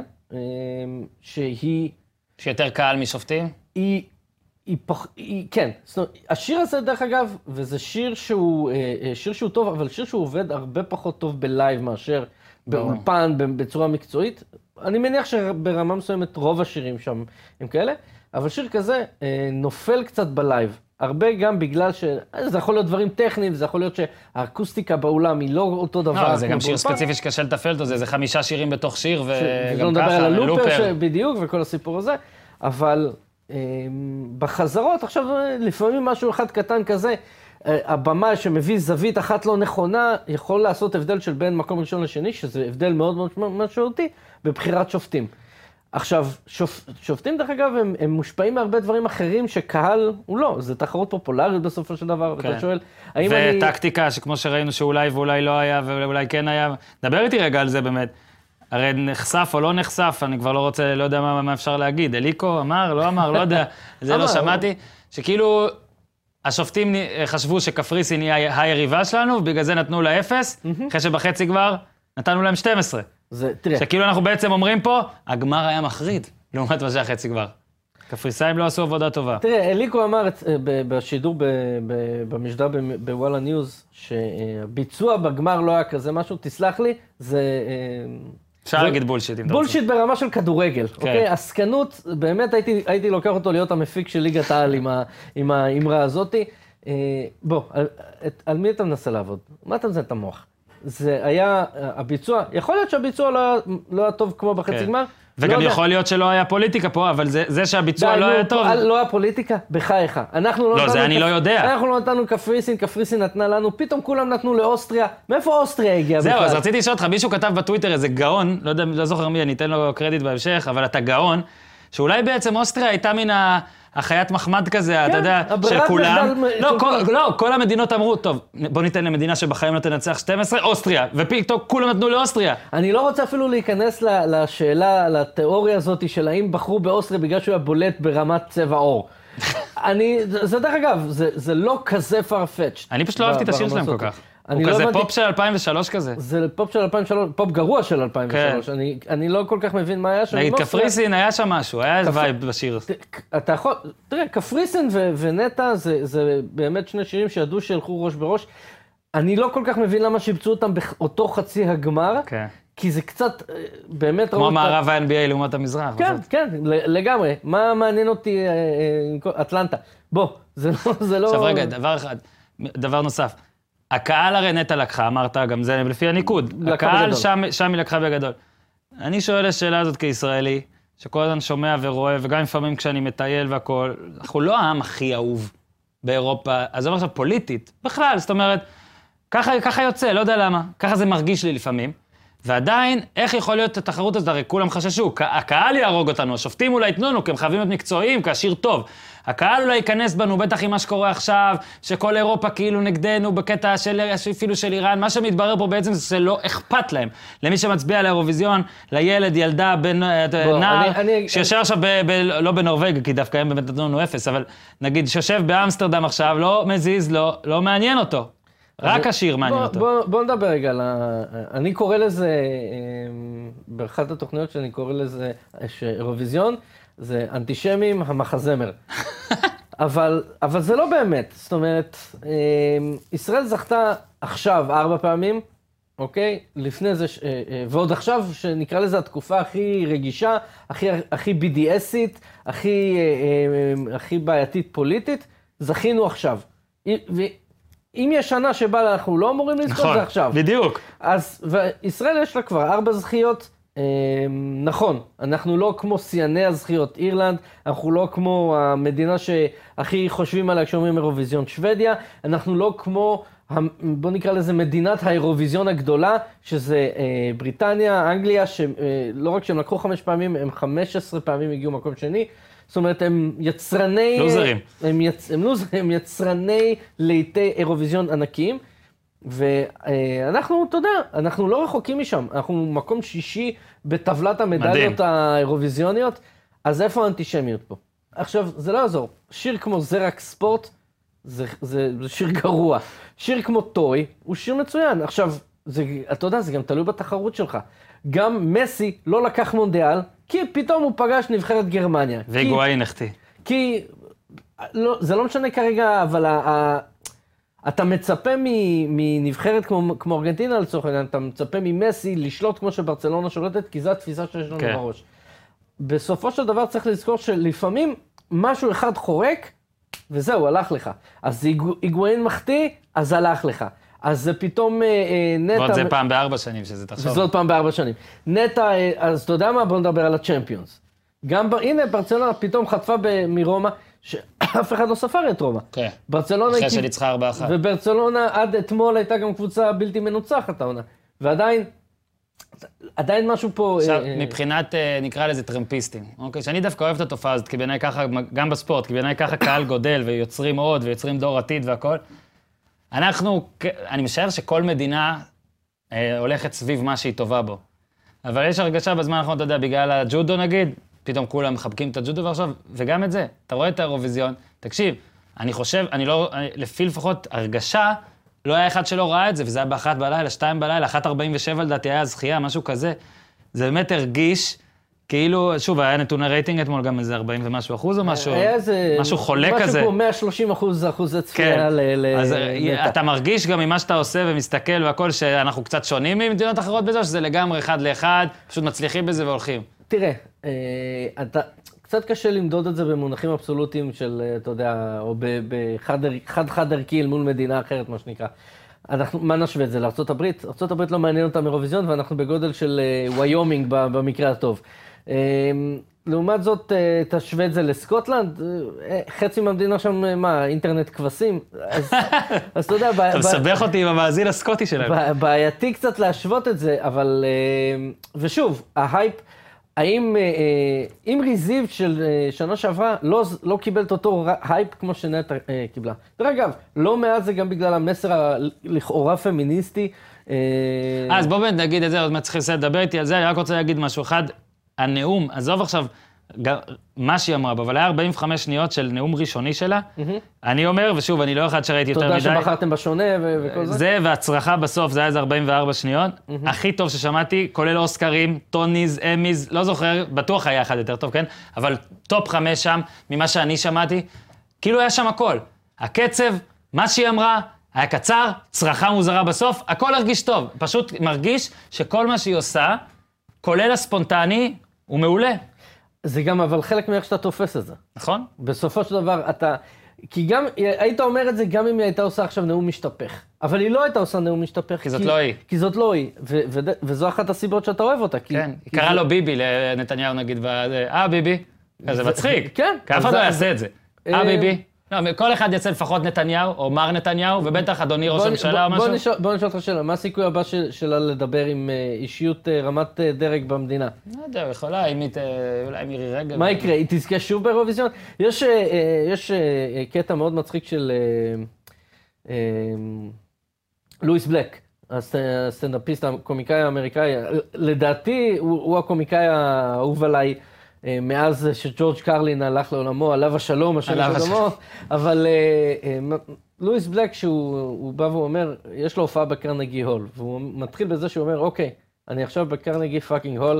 שיותר קהל משופטים? כן. זאת אומרת, השיר הזה דרך אגב, וזה שיר שהוא טוב, אבל שיר שהוא עובד הרבה פחות טוב בלייב מאשר באולפן, בצורה מקצועית. אני מניח שברמה מסוימת רוב השירים שם הם כאלה, אבל שיר כזה נופל קצת בלייב. הרבה גם בגלל שזה יכול להיות דברים טכניים, זה יכול להיות שהאקוסטיקה באולם היא לא אותו דבר. לא, זה גם שיר ספציפי שקשה לטפל אותו, זה 5 שירים בתוך שיר, וגם ככה, לופר. על הלופר בדיוק, וכל הסיפור הזה, אבל בחזרות, עכשיו לפעמים משהו אחד קטן כזה, הבמה שמביא זווית אחת לא נכונה, יכול לעשות הבדל של בין מקום ראשון לשני, שזה הבדל מאוד מאוד משמעותי, בבחירת שופטים. עכשיו, שופטים דרך אגב, הם מושפעים מהרבה דברים אחרים שקהל הוא לא, זה תחרות פופולרית בסופו של דבר, ואתה שואל, האם אני... וטקטיקה שכמו שראינו שאולי ואולי לא היה, ואולי כן היה, דבר איתי רגע על זה באמת. הרי נחשף או לא נחשף, אני כבר לא רוצה, לא יודע מה אפשר להגיד. אליקו אמר, לא אמר, לא יודע, זה לא שמעתי. שכאילו, השופטים חשבו שקפריסין היא היריבה שלנו, ובגלל זה נתנו לה 0, אחרי שבחצי כבר נתנו להם 12. שכאילו אנחנו בעצם אומרים פה, הגמר היה מחריד, לעומת מה שהחצי כבר. קפריסאים לא עשו עבודה טובה. תראה, אליקו אמר בשידור במשדר בוואלה ניוז, שהביצוע בגמר לא היה כזה משהו, תסלח לי, זה... אפשר להגיד בולשיט. בולשיט ברמה של כדורגל, אוקיי? עסקנות, באמת הייתי לוקח אותו להיות המפיק של ליגת העל עם האמרה הזאת. בוא, על מי אתה מנסה לעבוד? מה אתה מנסה את המוח? זה היה הביצוע, יכול להיות שהביצוע לא היה טוב כמו בחצי גמר, וגם יכול להיות שלא היה פוליטיקה פה, אבל זה שהביצוע לא היה טוב. לא היה פוליטיקה? בחייך. לא, זה אני לא יודע. אנחנו לא נתנו קפריסין, קפריסין נתנה לנו, פתאום כולם נתנו לאוסטריה. מאיפה אוסטריה הגיעה בכלל? זהו, אז רציתי לשאול אותך, מישהו כתב בטוויטר איזה גאון, לא יודע, לא זוכר מי, אני אתן לו קרדיט בהמשך, אבל אתה גאון, שאולי בעצם אוסטריה הייתה מן החיית מחמד כזה, אתה יודע, של כולם. לא, כל המדינות אמרו, טוב, בוא ניתן למדינה שבחיים לא תנצח 12, אוסטריה, ופתאום כולם נתנו לאוסטריה. אני לא רוצה אפילו להיכנס לשאלה, לתיאוריה הזאת של האם בחרו באוסטריה בגלל שהוא היה בולט ברמת צבע עור. זה דרך אגב, זה לא כזה farfetched. אני פשוט לא אהבתי את השיר שלהם כל כך. הוא כזה פופ של 2003 כזה. זה פופ של 2003, פופ גרוע של 2003. אני לא כל כך מבין מה היה שם. נגיד, קפריסין היה שם משהו, היה וייב בשיר. אתה יכול, תראה, קפריסין ונטע זה באמת שני שירים שידעו שהלכו ראש בראש. אני לא כל כך מבין למה שיבצעו אותם באותו חצי הגמר, כי זה קצת, באמת כמו מערב ה-NBA לעומת המזרח. כן, כן, לגמרי. מה מעניין אותי, אטלנטה? בוא, זה לא... עכשיו רגע, דבר נוסף. הקהל הרי נטע לקחה, אמרת, גם זה לפי הניקוד. הקהל שם היא לקחה בגדול. אני שואל השאלה הזאת כישראלי, שכל הזמן שומע ורואה, וגם לפעמים כשאני מטייל והכל, אנחנו לא העם הכי אהוב באירופה, אז זה אומר עכשיו פוליטית, בכלל, זאת אומרת, ככה יוצא, לא יודע למה, ככה זה מרגיש לי לפעמים, ועדיין, איך יכול להיות התחרות הזאת? הרי כולם חששו, הקהל יהרוג אותנו, השופטים אולי יתנו לנו, כי הם חייבים להיות מקצועיים, כשיר טוב. הקהל אולי ייכנס בנו, בטח עם מה שקורה עכשיו, שכל אירופה כאילו נגדנו, בקטע של אפילו של איראן, מה שמתברר פה בעצם זה שלא אכפת להם. למי שמצביע לאירוויזיון, לילד, ילדה, נער, שיושב עכשיו לא בנורווגיה, כי דווקא הם באמת נתנו לנו 0, אבל נגיד שיושב באמסטרדם עכשיו, לא מזיז, לא מעניין אותו. רק השיר מעניין אותו. בוא נדבר רגע, אני קורא לזה, באחת התוכניות שאני קורא לזה, אירוויזיון, זה אנטישמים המחזמר. אבל זה לא באמת, זאת אומרת, ישראל זכתה עכשיו 4 פעמים, אוקיי? לפני זה, ועוד עכשיו שנקרא לזה התקופה הכי רגישה, הכי BDSית, הכי בעייתית פוליטית, זכינו עכשיו. אם יש שנה שבה אנחנו לא אמורים לזכות, זה עכשיו. נכון, בדיוק. אז ישראל יש לה כבר 4 זכיות, נכון, אנחנו לא כמו שיאני הזכיות אירלנד, אנחנו לא כמו המדינה שהכי חושבים עליה כשאומרים אירוויזיון שוודיה, אנחנו לא כמו, בוא נקרא לזה מדינת האירוויזיון הגדולה, שזה בריטניה, אנגליה, שלא רק שהם לקחו 5 פעמים, הם 15 פעמים הגיעו מקום שני, זאת אומרת, הם יצרני... לוזרים. הם יצרני לעיתי אירוויזיון ענקיים, ואנחנו, אתה יודע, אנחנו לא רחוקים משם, אנחנו מקום 6 בטבלת המדליות האירוויזיוניות, אז איפה האנטישמיות פה? עכשיו, זה לא יעזור, שיר כמו זרק ספורט, זה שיר גרוע. שיר כמו טוי, הוא שיר מצוין. עכשיו, אתה יודע, זה גם תלוי בתחרות שלך. גם מסי לא לקח מונדיאל, כי פתאום הוא פגש נבחרת גרמניה. והיגואין החטיא. כי, זה לא משנה כרגע, אבל אתה מצפה מנבחרת כמו ארגנטינה לצורך העניין, אתה מצפה ממסי לשלוט כמו שברצלונה שולטת, כי זו התפיסה שיש לנו בראש. בסופו של דבר צריך לזכור שלפעמים משהו אחד חורק, וזהו, הלך לך. אז היגואין מחטיא, אז הלך לך. אז זה פתאום נטע... ועוד זה פעם ב4 שנים שזה תחשוב. וזה עוד פעם ב4 שנים. נטע, אז אתה יודע מה? בוא נדבר על הצ'מפיונס. הנה, ברצלונה פתאום חטפה מרומא, שאף אחד לא ספר את רומא. כן. אחרי שניצחה 4-1. וברצלונה עד אתמול הייתה גם קבוצה בלתי מנוצחת העונה. ועדיין משהו פה... עכשיו, מבחינת, נקרא לזה טרמפיסטים, אוקיי? שאני דווקא אוהב את התופעה הזאת, כי בעיניי ככה, גם בספורט, כי בעיניי ככה קהל גודל, ויוצרים עוד, ויוצרים דור עתיד והכל. אני משער שכל מדינה הולכת סביב מה שהיא טובה בו. אבל יש הרגשה בזמן האחרון, אתה יודע, בגלל הג'ודו נגיד, פתאום כולם מחבקים את הג'ודו ועכשיו, וגם את זה, אתה רואה את האירוויזיון, תקשיב, אני חושב, לפי לפחות הרגשה, לא היה אחד שלא ראה את זה, וזה היה ב1 בלילה, 2 בלילה, 1:47 לדעתי היה זכייה, משהו כזה. זה באמת הרגיש, כאילו, שוב, היה נתוני רייטינג אתמול גם איזה 40 ומשהו אחוז או משהו, משהו חולה כזה. משהו פה 130% אחוז צפייה אז אתה מרגיש גם ממה שאתה עושה ומסתכל והכל, שאנחנו קצת שונים ממדינות אחרות בזה, שזה לגמרי 1 ל-1, פשוט מצליחים בזה והולכים. תראה, קצת קשה למדוד את זה במונחים אבסולוטיים של, אתה יודע, או בחד ערכי אל מול מדינה אחרת, מה שנקרא. מה נשווה את זה? לארצות הברית? ארצות הברית לא מעניין אותם אירוויזיון, ואנחנו בגודל של ויומינג במקרה הטוב. לעומת זאת, תשווה את זה לסקוטלנד, חצי מהמדינה שם, מה, אינטרנט כבשים? אז אתה יודע... אתה מסבך אותי עם המאזין הסקוטי שלהם. בעייתי קצת להשוות את זה, אבל... ושוב, ההייפ, אם ריזיב של שנה שעברה לא קיבל את אותו הייפ כמו שנטע קיבלה. דרך אגב, לא מעט זה גם בגלל המסר לכאורה פמיניסטי. אז בואו נגיד את זה, עוד מעט צריך לדבר איתי על זה, אני רק רוצה להגיד משהו אחד. הנאום, עזוב עכשיו, מה שהיא אמרה, אבל היה 45 שניות של נאום ראשוני שלה. אני אומר, ושוב, אני לא אחד שראיתי יותר מדי. תודה שבחרתם בשונה וכל זה. זה, והצרחה בסוף, זה היה איזה 44 שניות. הכי טוב ששמעתי, כולל אוסקרים, טוניז, אמיז, לא זוכר, בטוח היה אחד יותר טוב, כן? אבל טופ 5 שם, ממה שאני שמעתי, כאילו היה שם הכל. הקצב, מה שהיא אמרה, היה קצר, צרחה מוזרה בסוף, הכל הרגיש טוב. פשוט מרגיש שכל מה שהיא עושה, כולל הספונטני, הוא מעולה. זה גם, אבל חלק מאיך שאתה תופס את זה. נכון? בסופו של דבר, כי גם, היית אומר את זה גם אם היא הייתה עושה עכשיו נאום משתפך. אבל היא לא הייתה עושה נאום משתפך. כי זאת לא היא. כי זאת לא היא. וזו אחת הסיבות שאתה אוהב אותה. כן, היא קראה לו ביבי לנתניהו נגיד, ביבי. זה מצחיק. כן. כי אף אחד לא יעשה את זה. ביבי. לא, כל אחד יצא לפחות נתניהו, או מר נתניהו, ובטח אדוני ראש הממשלה או משהו. בוא נשאל אותך שאלה, מה הסיכוי הבא שלה לדבר עם אישיות רמת דרג במדינה? לא יודע, יכולה, אולי מירי רגב. מה יקרה? היא תזכה שוב באירוויזיון? יש קטע מאוד מצחיק של לואיס בלק, הסטנדאפיסט, הקומיקאי האמריקאי, לדעתי הוא הקומיקאי האהוב עליי, מאז שג'ורג' קרלין הלך לעולמו, עליו השלום, אבל לואיס בלק, שהוא בא ואומר, יש לו הופעה בקרנגי הול, והוא מתחיל בזה שהוא אומר, אוקיי, אני עכשיו בקרנגי פאקינג הול,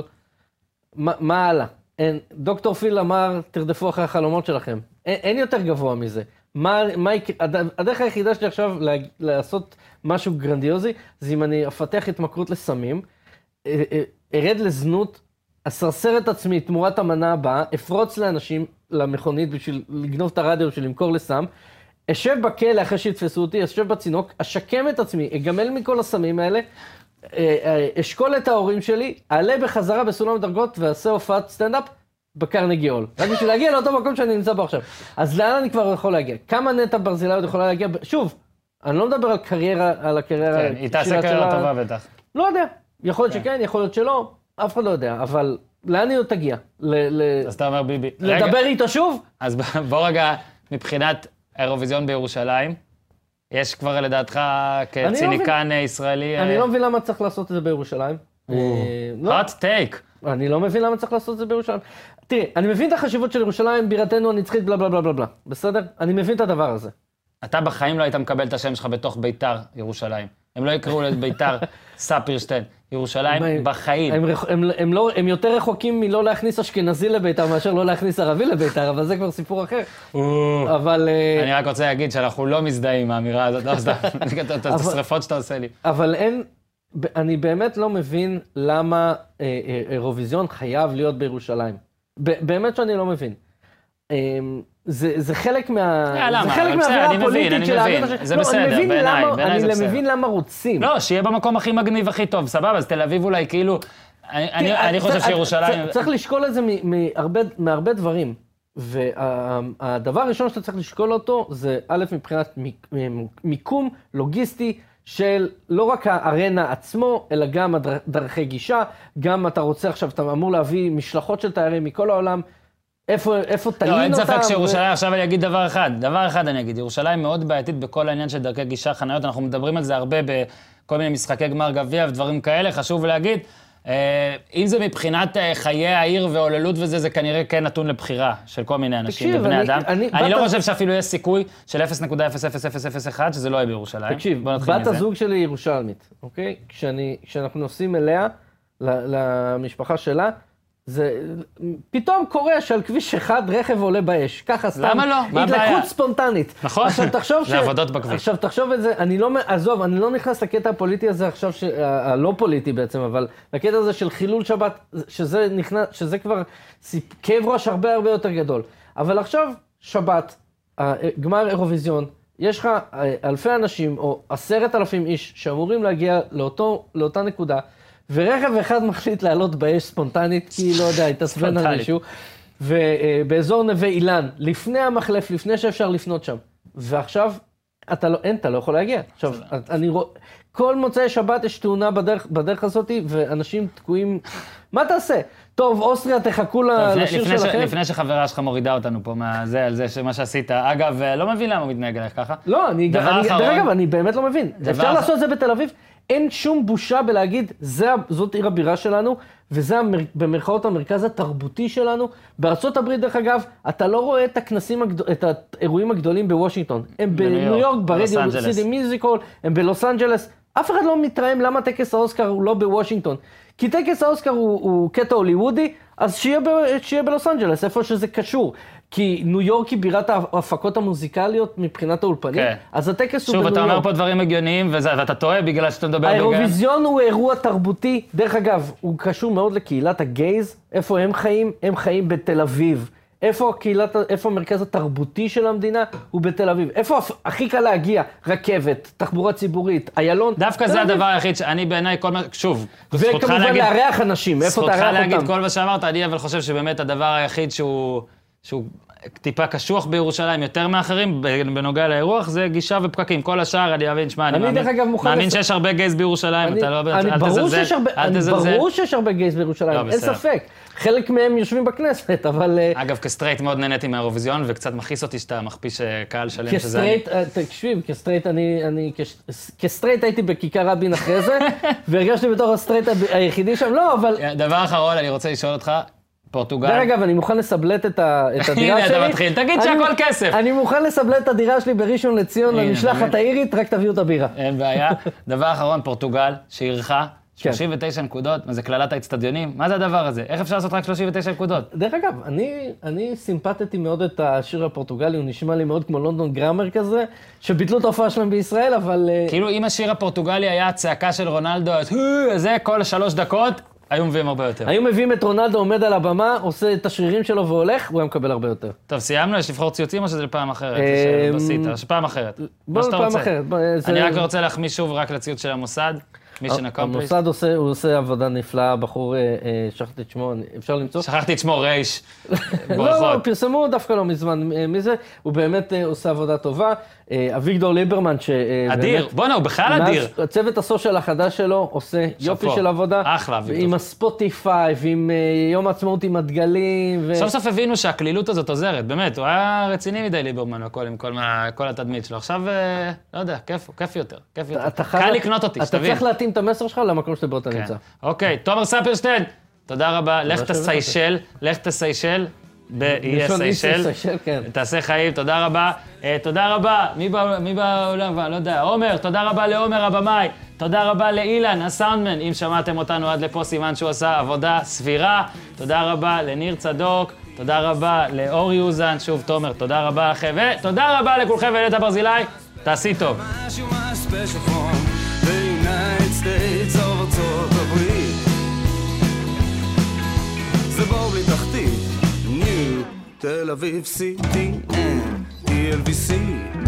מה הלאה? דוקטור פיל אמר, תרדפו אחרי החלומות שלכם. אין יותר גבוה מזה. הדרך היחידה שלי עכשיו לעשות משהו גרנדיוזי, זה אם אני אפתח התמכרות לסמים, ארד לזנות, אסרסר את עצמי תמורת המנה הבאה, אפרוץ לאנשים למכונית בשביל לגנוב את הרדיו, בשביל למכור לסם, אשב בכלא אחרי שיתפסו אותי, אשב בצינוק, אשקם את עצמי, אגמל מכל הסמים האלה, אשכול את ההורים שלי, אעלה בחזרה בסולם דרגות ועשה הופעת סטנדאפ בקרנגי הול. רק בשביל להגיע לאותו מקום שאני נמצא בו עכשיו. אז לאן אני כבר יכול להגיע? כמה נטע ברזילי עוד יכולה להגיע? שוב, אני לא מדבר על קריירה, על הקריירה... כן, היא תעשה קריירה טובה בטח. לא יודע, יכול להיות שכן, יכול להיות שלא. אף אחד לא יודע, אבל לאן היא עוד תגיע? אז אתה אומר ביבי. לדבר איתו שוב? אז בוא רגע, מבחינת האירוויזיון בירושלים, יש כבר לדעתך כציניקן ישראלי... אני לא מבין למה צריך לעשות את זה בירושלים. hot take. אני לא מבין למה צריך לעשות את זה בירושלים. תראה, אני מבין את החשיבות של ירושלים, בירתנו הנצחית, בלה בלה בלה בלה. בסדר? אני מבין את הדבר הזה. אתה בחיים לא היית מקבל את השם שלך בתוך ביתר ירושלים. הם לא יקראו לביתר ספירשטיין. ירושלים בחיים. הם יותר רחוקים מלא להכניס אשכנזי לביתר מאשר לא להכניס ערבי לביתר, אבל זה כבר סיפור אחר. אבל... אני רק רוצה להגיד שאנחנו לא מזדהים עם האמירה הזאת, לא סתם, את השרפות שאתה עושה לי. אבל אני באמת לא מבין למה אירוויזיון חייב להיות בירושלים. באמת שאני לא מבין. זה חלק מהעבירה הפוליטית של האוויר. זה בסדר, בעיניי זה בסדר. אני מבין למה רוצים. לא, שיהיה במקום הכי מגניב, הכי טוב, סבבה, אז תל אביב אולי כאילו... אני חושב שירושלים... צריך לשקול את זה מהרבה דברים. והדבר הראשון שאתה צריך לשקול אותו, זה א' מבחינת מיקום לוגיסטי, של לא רק הארנה עצמו, אלא גם דרכי גישה, גם אתה רוצה עכשיו, אתה אמור להביא משלחות של תיירים מכל העולם, איפה תלין אותם? לא, אין ספק שירושלים, עכשיו אני אגיד דבר אחד אני אגיד, ירושלים מאוד בעייתית בכל העניין של דרכי גישה, חניות, אנחנו מדברים על זה הרבה בכל מיני משחקי גמר גביע ודברים כאלה, חשוב להגיד, אם זה מבחינת חיי העיר והעוללות וזה, זה כנראה כן נתון לבחירה של כל מיני אנשים ובני אדם. אני לא חושב שאפילו יש סיכוי של 0.00001, שזה לא יהיה בירושלים. תקשיב, בת הזוג שלי ירושלמית, אוקיי? כשאנחנו נוסעים אליה, למשפחה שלה, זה פתאום קורה שעל כביש אחד רכב עולה באש, ככה סתם. למה לא? מה הבעיה? התלקחות ספונטנית. נכון, זה עבודות בכביש. עכשיו תחשוב את זה, עזוב, אני לא נכנס לקטע הפוליטי הזה עכשיו, הלא פוליטי בעצם, אבל לקטע הזה של חילול שבת, שזה כבר כאב ראש הרבה יותר גדול. אבל עכשיו, שבת, גמר אירוויזיון, יש לך אלפי אנשים, או 10,000 איש, שאמורים להגיע לאותה נקודה, ורכב אחד מחליט לעלות באש ספונטנית, כי לא יודע, התעצבן על מישהו, ובאזור נווה אילן, לפני המחלף, לפני שאפשר לפנות שם, ועכשיו אתה לא יכול להגיע. עכשיו, כל מוצאי שבת יש תאונה בדרך הזאת, ואנשים תקועים, מה תעשה? טוב, אוסטריה, תחכו לשיר שלכם. לפני שחברה שלך מורידה אותנו פה על זה מה שעשית. אגב, לא מבין למה הוא מתנהג אליך ככה. לא, דרך אגב, אני באמת לא מבין. אפשר לעשות את זה בתל אביב. אין שום בושה בלהגיד, זאת עיר הבירה שלנו, וזה במרכאות המרכז התרבותי שלנו. בארצות הברית, דרך אגב, אתה לא רואה את האירועים הגדולים בוושינגטון. הם בניו יורק, ברדיו סיטי מיוזיקול, הם בלוס אנג'לס. אף אחד לא מתרעם למה טקס האוסקר הוא לא בוושינגטון. כי טקס האוסקר הוא קטע הוליוודי, אז שיהיה בלוס אנג'לס, איפה שזה קשור. כי ניו יורק היא בירת ההפקות המוזיקליות מבחינת האולפנים, אז הטקס הוא בניו יורק. שוב, אתה אומר פה דברים הגיוניים, ואתה טועה בגלל שאתה מדבר בגלל. האירוויזיון הוא אירוע תרבותי, דרך אגב, הוא קשור מאוד לקהילת הגייז, איפה הם חיים? הם חיים בתל אביב. איפה המרכז התרבותי של המדינה? הוא בתל אביב. איפה הכי קל להגיע? רכבת, תחבורה ציבורית, איילון. דווקא זה הדבר היחיד שאני בעיניי כל מה, שוב, וכמובן לארח אנשים, איפה תארח אותם? זכותך להגיד כל מה שאמרת, אני אבל חושב שבאמת הדבר היחיד שהוא טיפה קשוח בירושלים יותר מאחרים, בנוגע לאירוח, זה גישה ופקקים. כל השאר, אני אבין, שמע, אני מאמין שיש הרבה גייז בירושלים, אתה לא... ברור שיש הרבה גייז בירושלים, אין ספק. חלק מהם יושבים בכנסת, אבל... אגב, כסטרייט מאוד נהניתי מהאירוויזיון, וקצת מכעיס אותי שאתה מכפיש קהל שלם שזה אני. תקשיב, כסטרייט הייתי בכיכר רבין אחרי זה, והרגשתי בתור הסטרייט היחידי שם, לא, אבל... דבר אחרון, אני רוצה לשאול אותך, פורטוגל. דרך אגב, אני מוכן לסבלט את הדירה שלי. הנה, אתה מתחיל, תגיד שהכל כסף. אני מוכן לסבלט את הדירה שלי בראשון לציון למשלחת האירית, רק תביאו את הבירה. אין בעיה. דבר אחרון, פורטוגל, שאירחה 39 נקודות, זה כללת האצטדיונים. מה זה הדבר הזה? איך אפשר לעשות רק 39 נקודות? דרך אגב, אני סימפטתי מאוד את השיר הפורטוגלי, הוא נשמע לי מאוד כמו לונדון גראמר כזה, שביטלו את ההופעה שלהם בישראל, אבל... כאילו, אם השיר הפורטוגלי היה הצעקה של רונלדו, זה כל 3 דקות, היו מביאים הרבה יותר. היו מביאים את רונלדו עומד על הבמה, עושה את השרירים שלו והולך, הוא היה מקבל הרבה יותר. טוב, סיימנו? יש לבחור ציוצים או שזה פעם אחרת? פעם אחרת. בוא, פעם אחרת. אני רק רוצה להחמיא שוב רק לציוץ של המוסד. המוסד עושה עבודה נפלאה, בחור, שכחתי את שמו, אפשר למצוא? שכחתי את שמו רייש, ברכות. לא, פרסמו דווקא לא מזמן מזה, הוא באמת עושה עבודה טובה. אביגדור ליברמן, אדיר, בוא'נה, הוא בכלל אדיר. הצוות הסושיאל החדש שלו עושה יופי של עבודה. אחלה, אביגדור. עם הספוטיפיי, ועם יום העצמאות עם הדגלים. סוף סוף הבינו שהכלילות הזאת עוזרת, באמת, הוא היה רציני מדי ליברמן, עם כל התדמית שלו. עכשיו, לא יודע, כיף יותר. קל לקנות אותי, שתבין. אתה צריך להתאים את המסר שלך למקום שבו אתה נמצא. אוקיי, תומר ספרשטיין, תודה רבה. לך תסיישל. באיי סיישל, תעשה חיים, תודה רבה. תודה רבה, מי בעולם, לא יודע, עומר, תודה רבה לעומר הבמאי, תודה רבה לאילן, הסאונדמן, אם שמעתם אותנו עד לפה סימן שהוא עשה עבודה סבירה, תודה רבה לניר צדוק, תודה רבה לאור יוזן, שוב תומר, תודה רבה לכם, ותודה רבה לכולכם ולנטע ברזילי, תעשי טוב. זה בור בלי תחתית, תל אביב, CTN, TLVC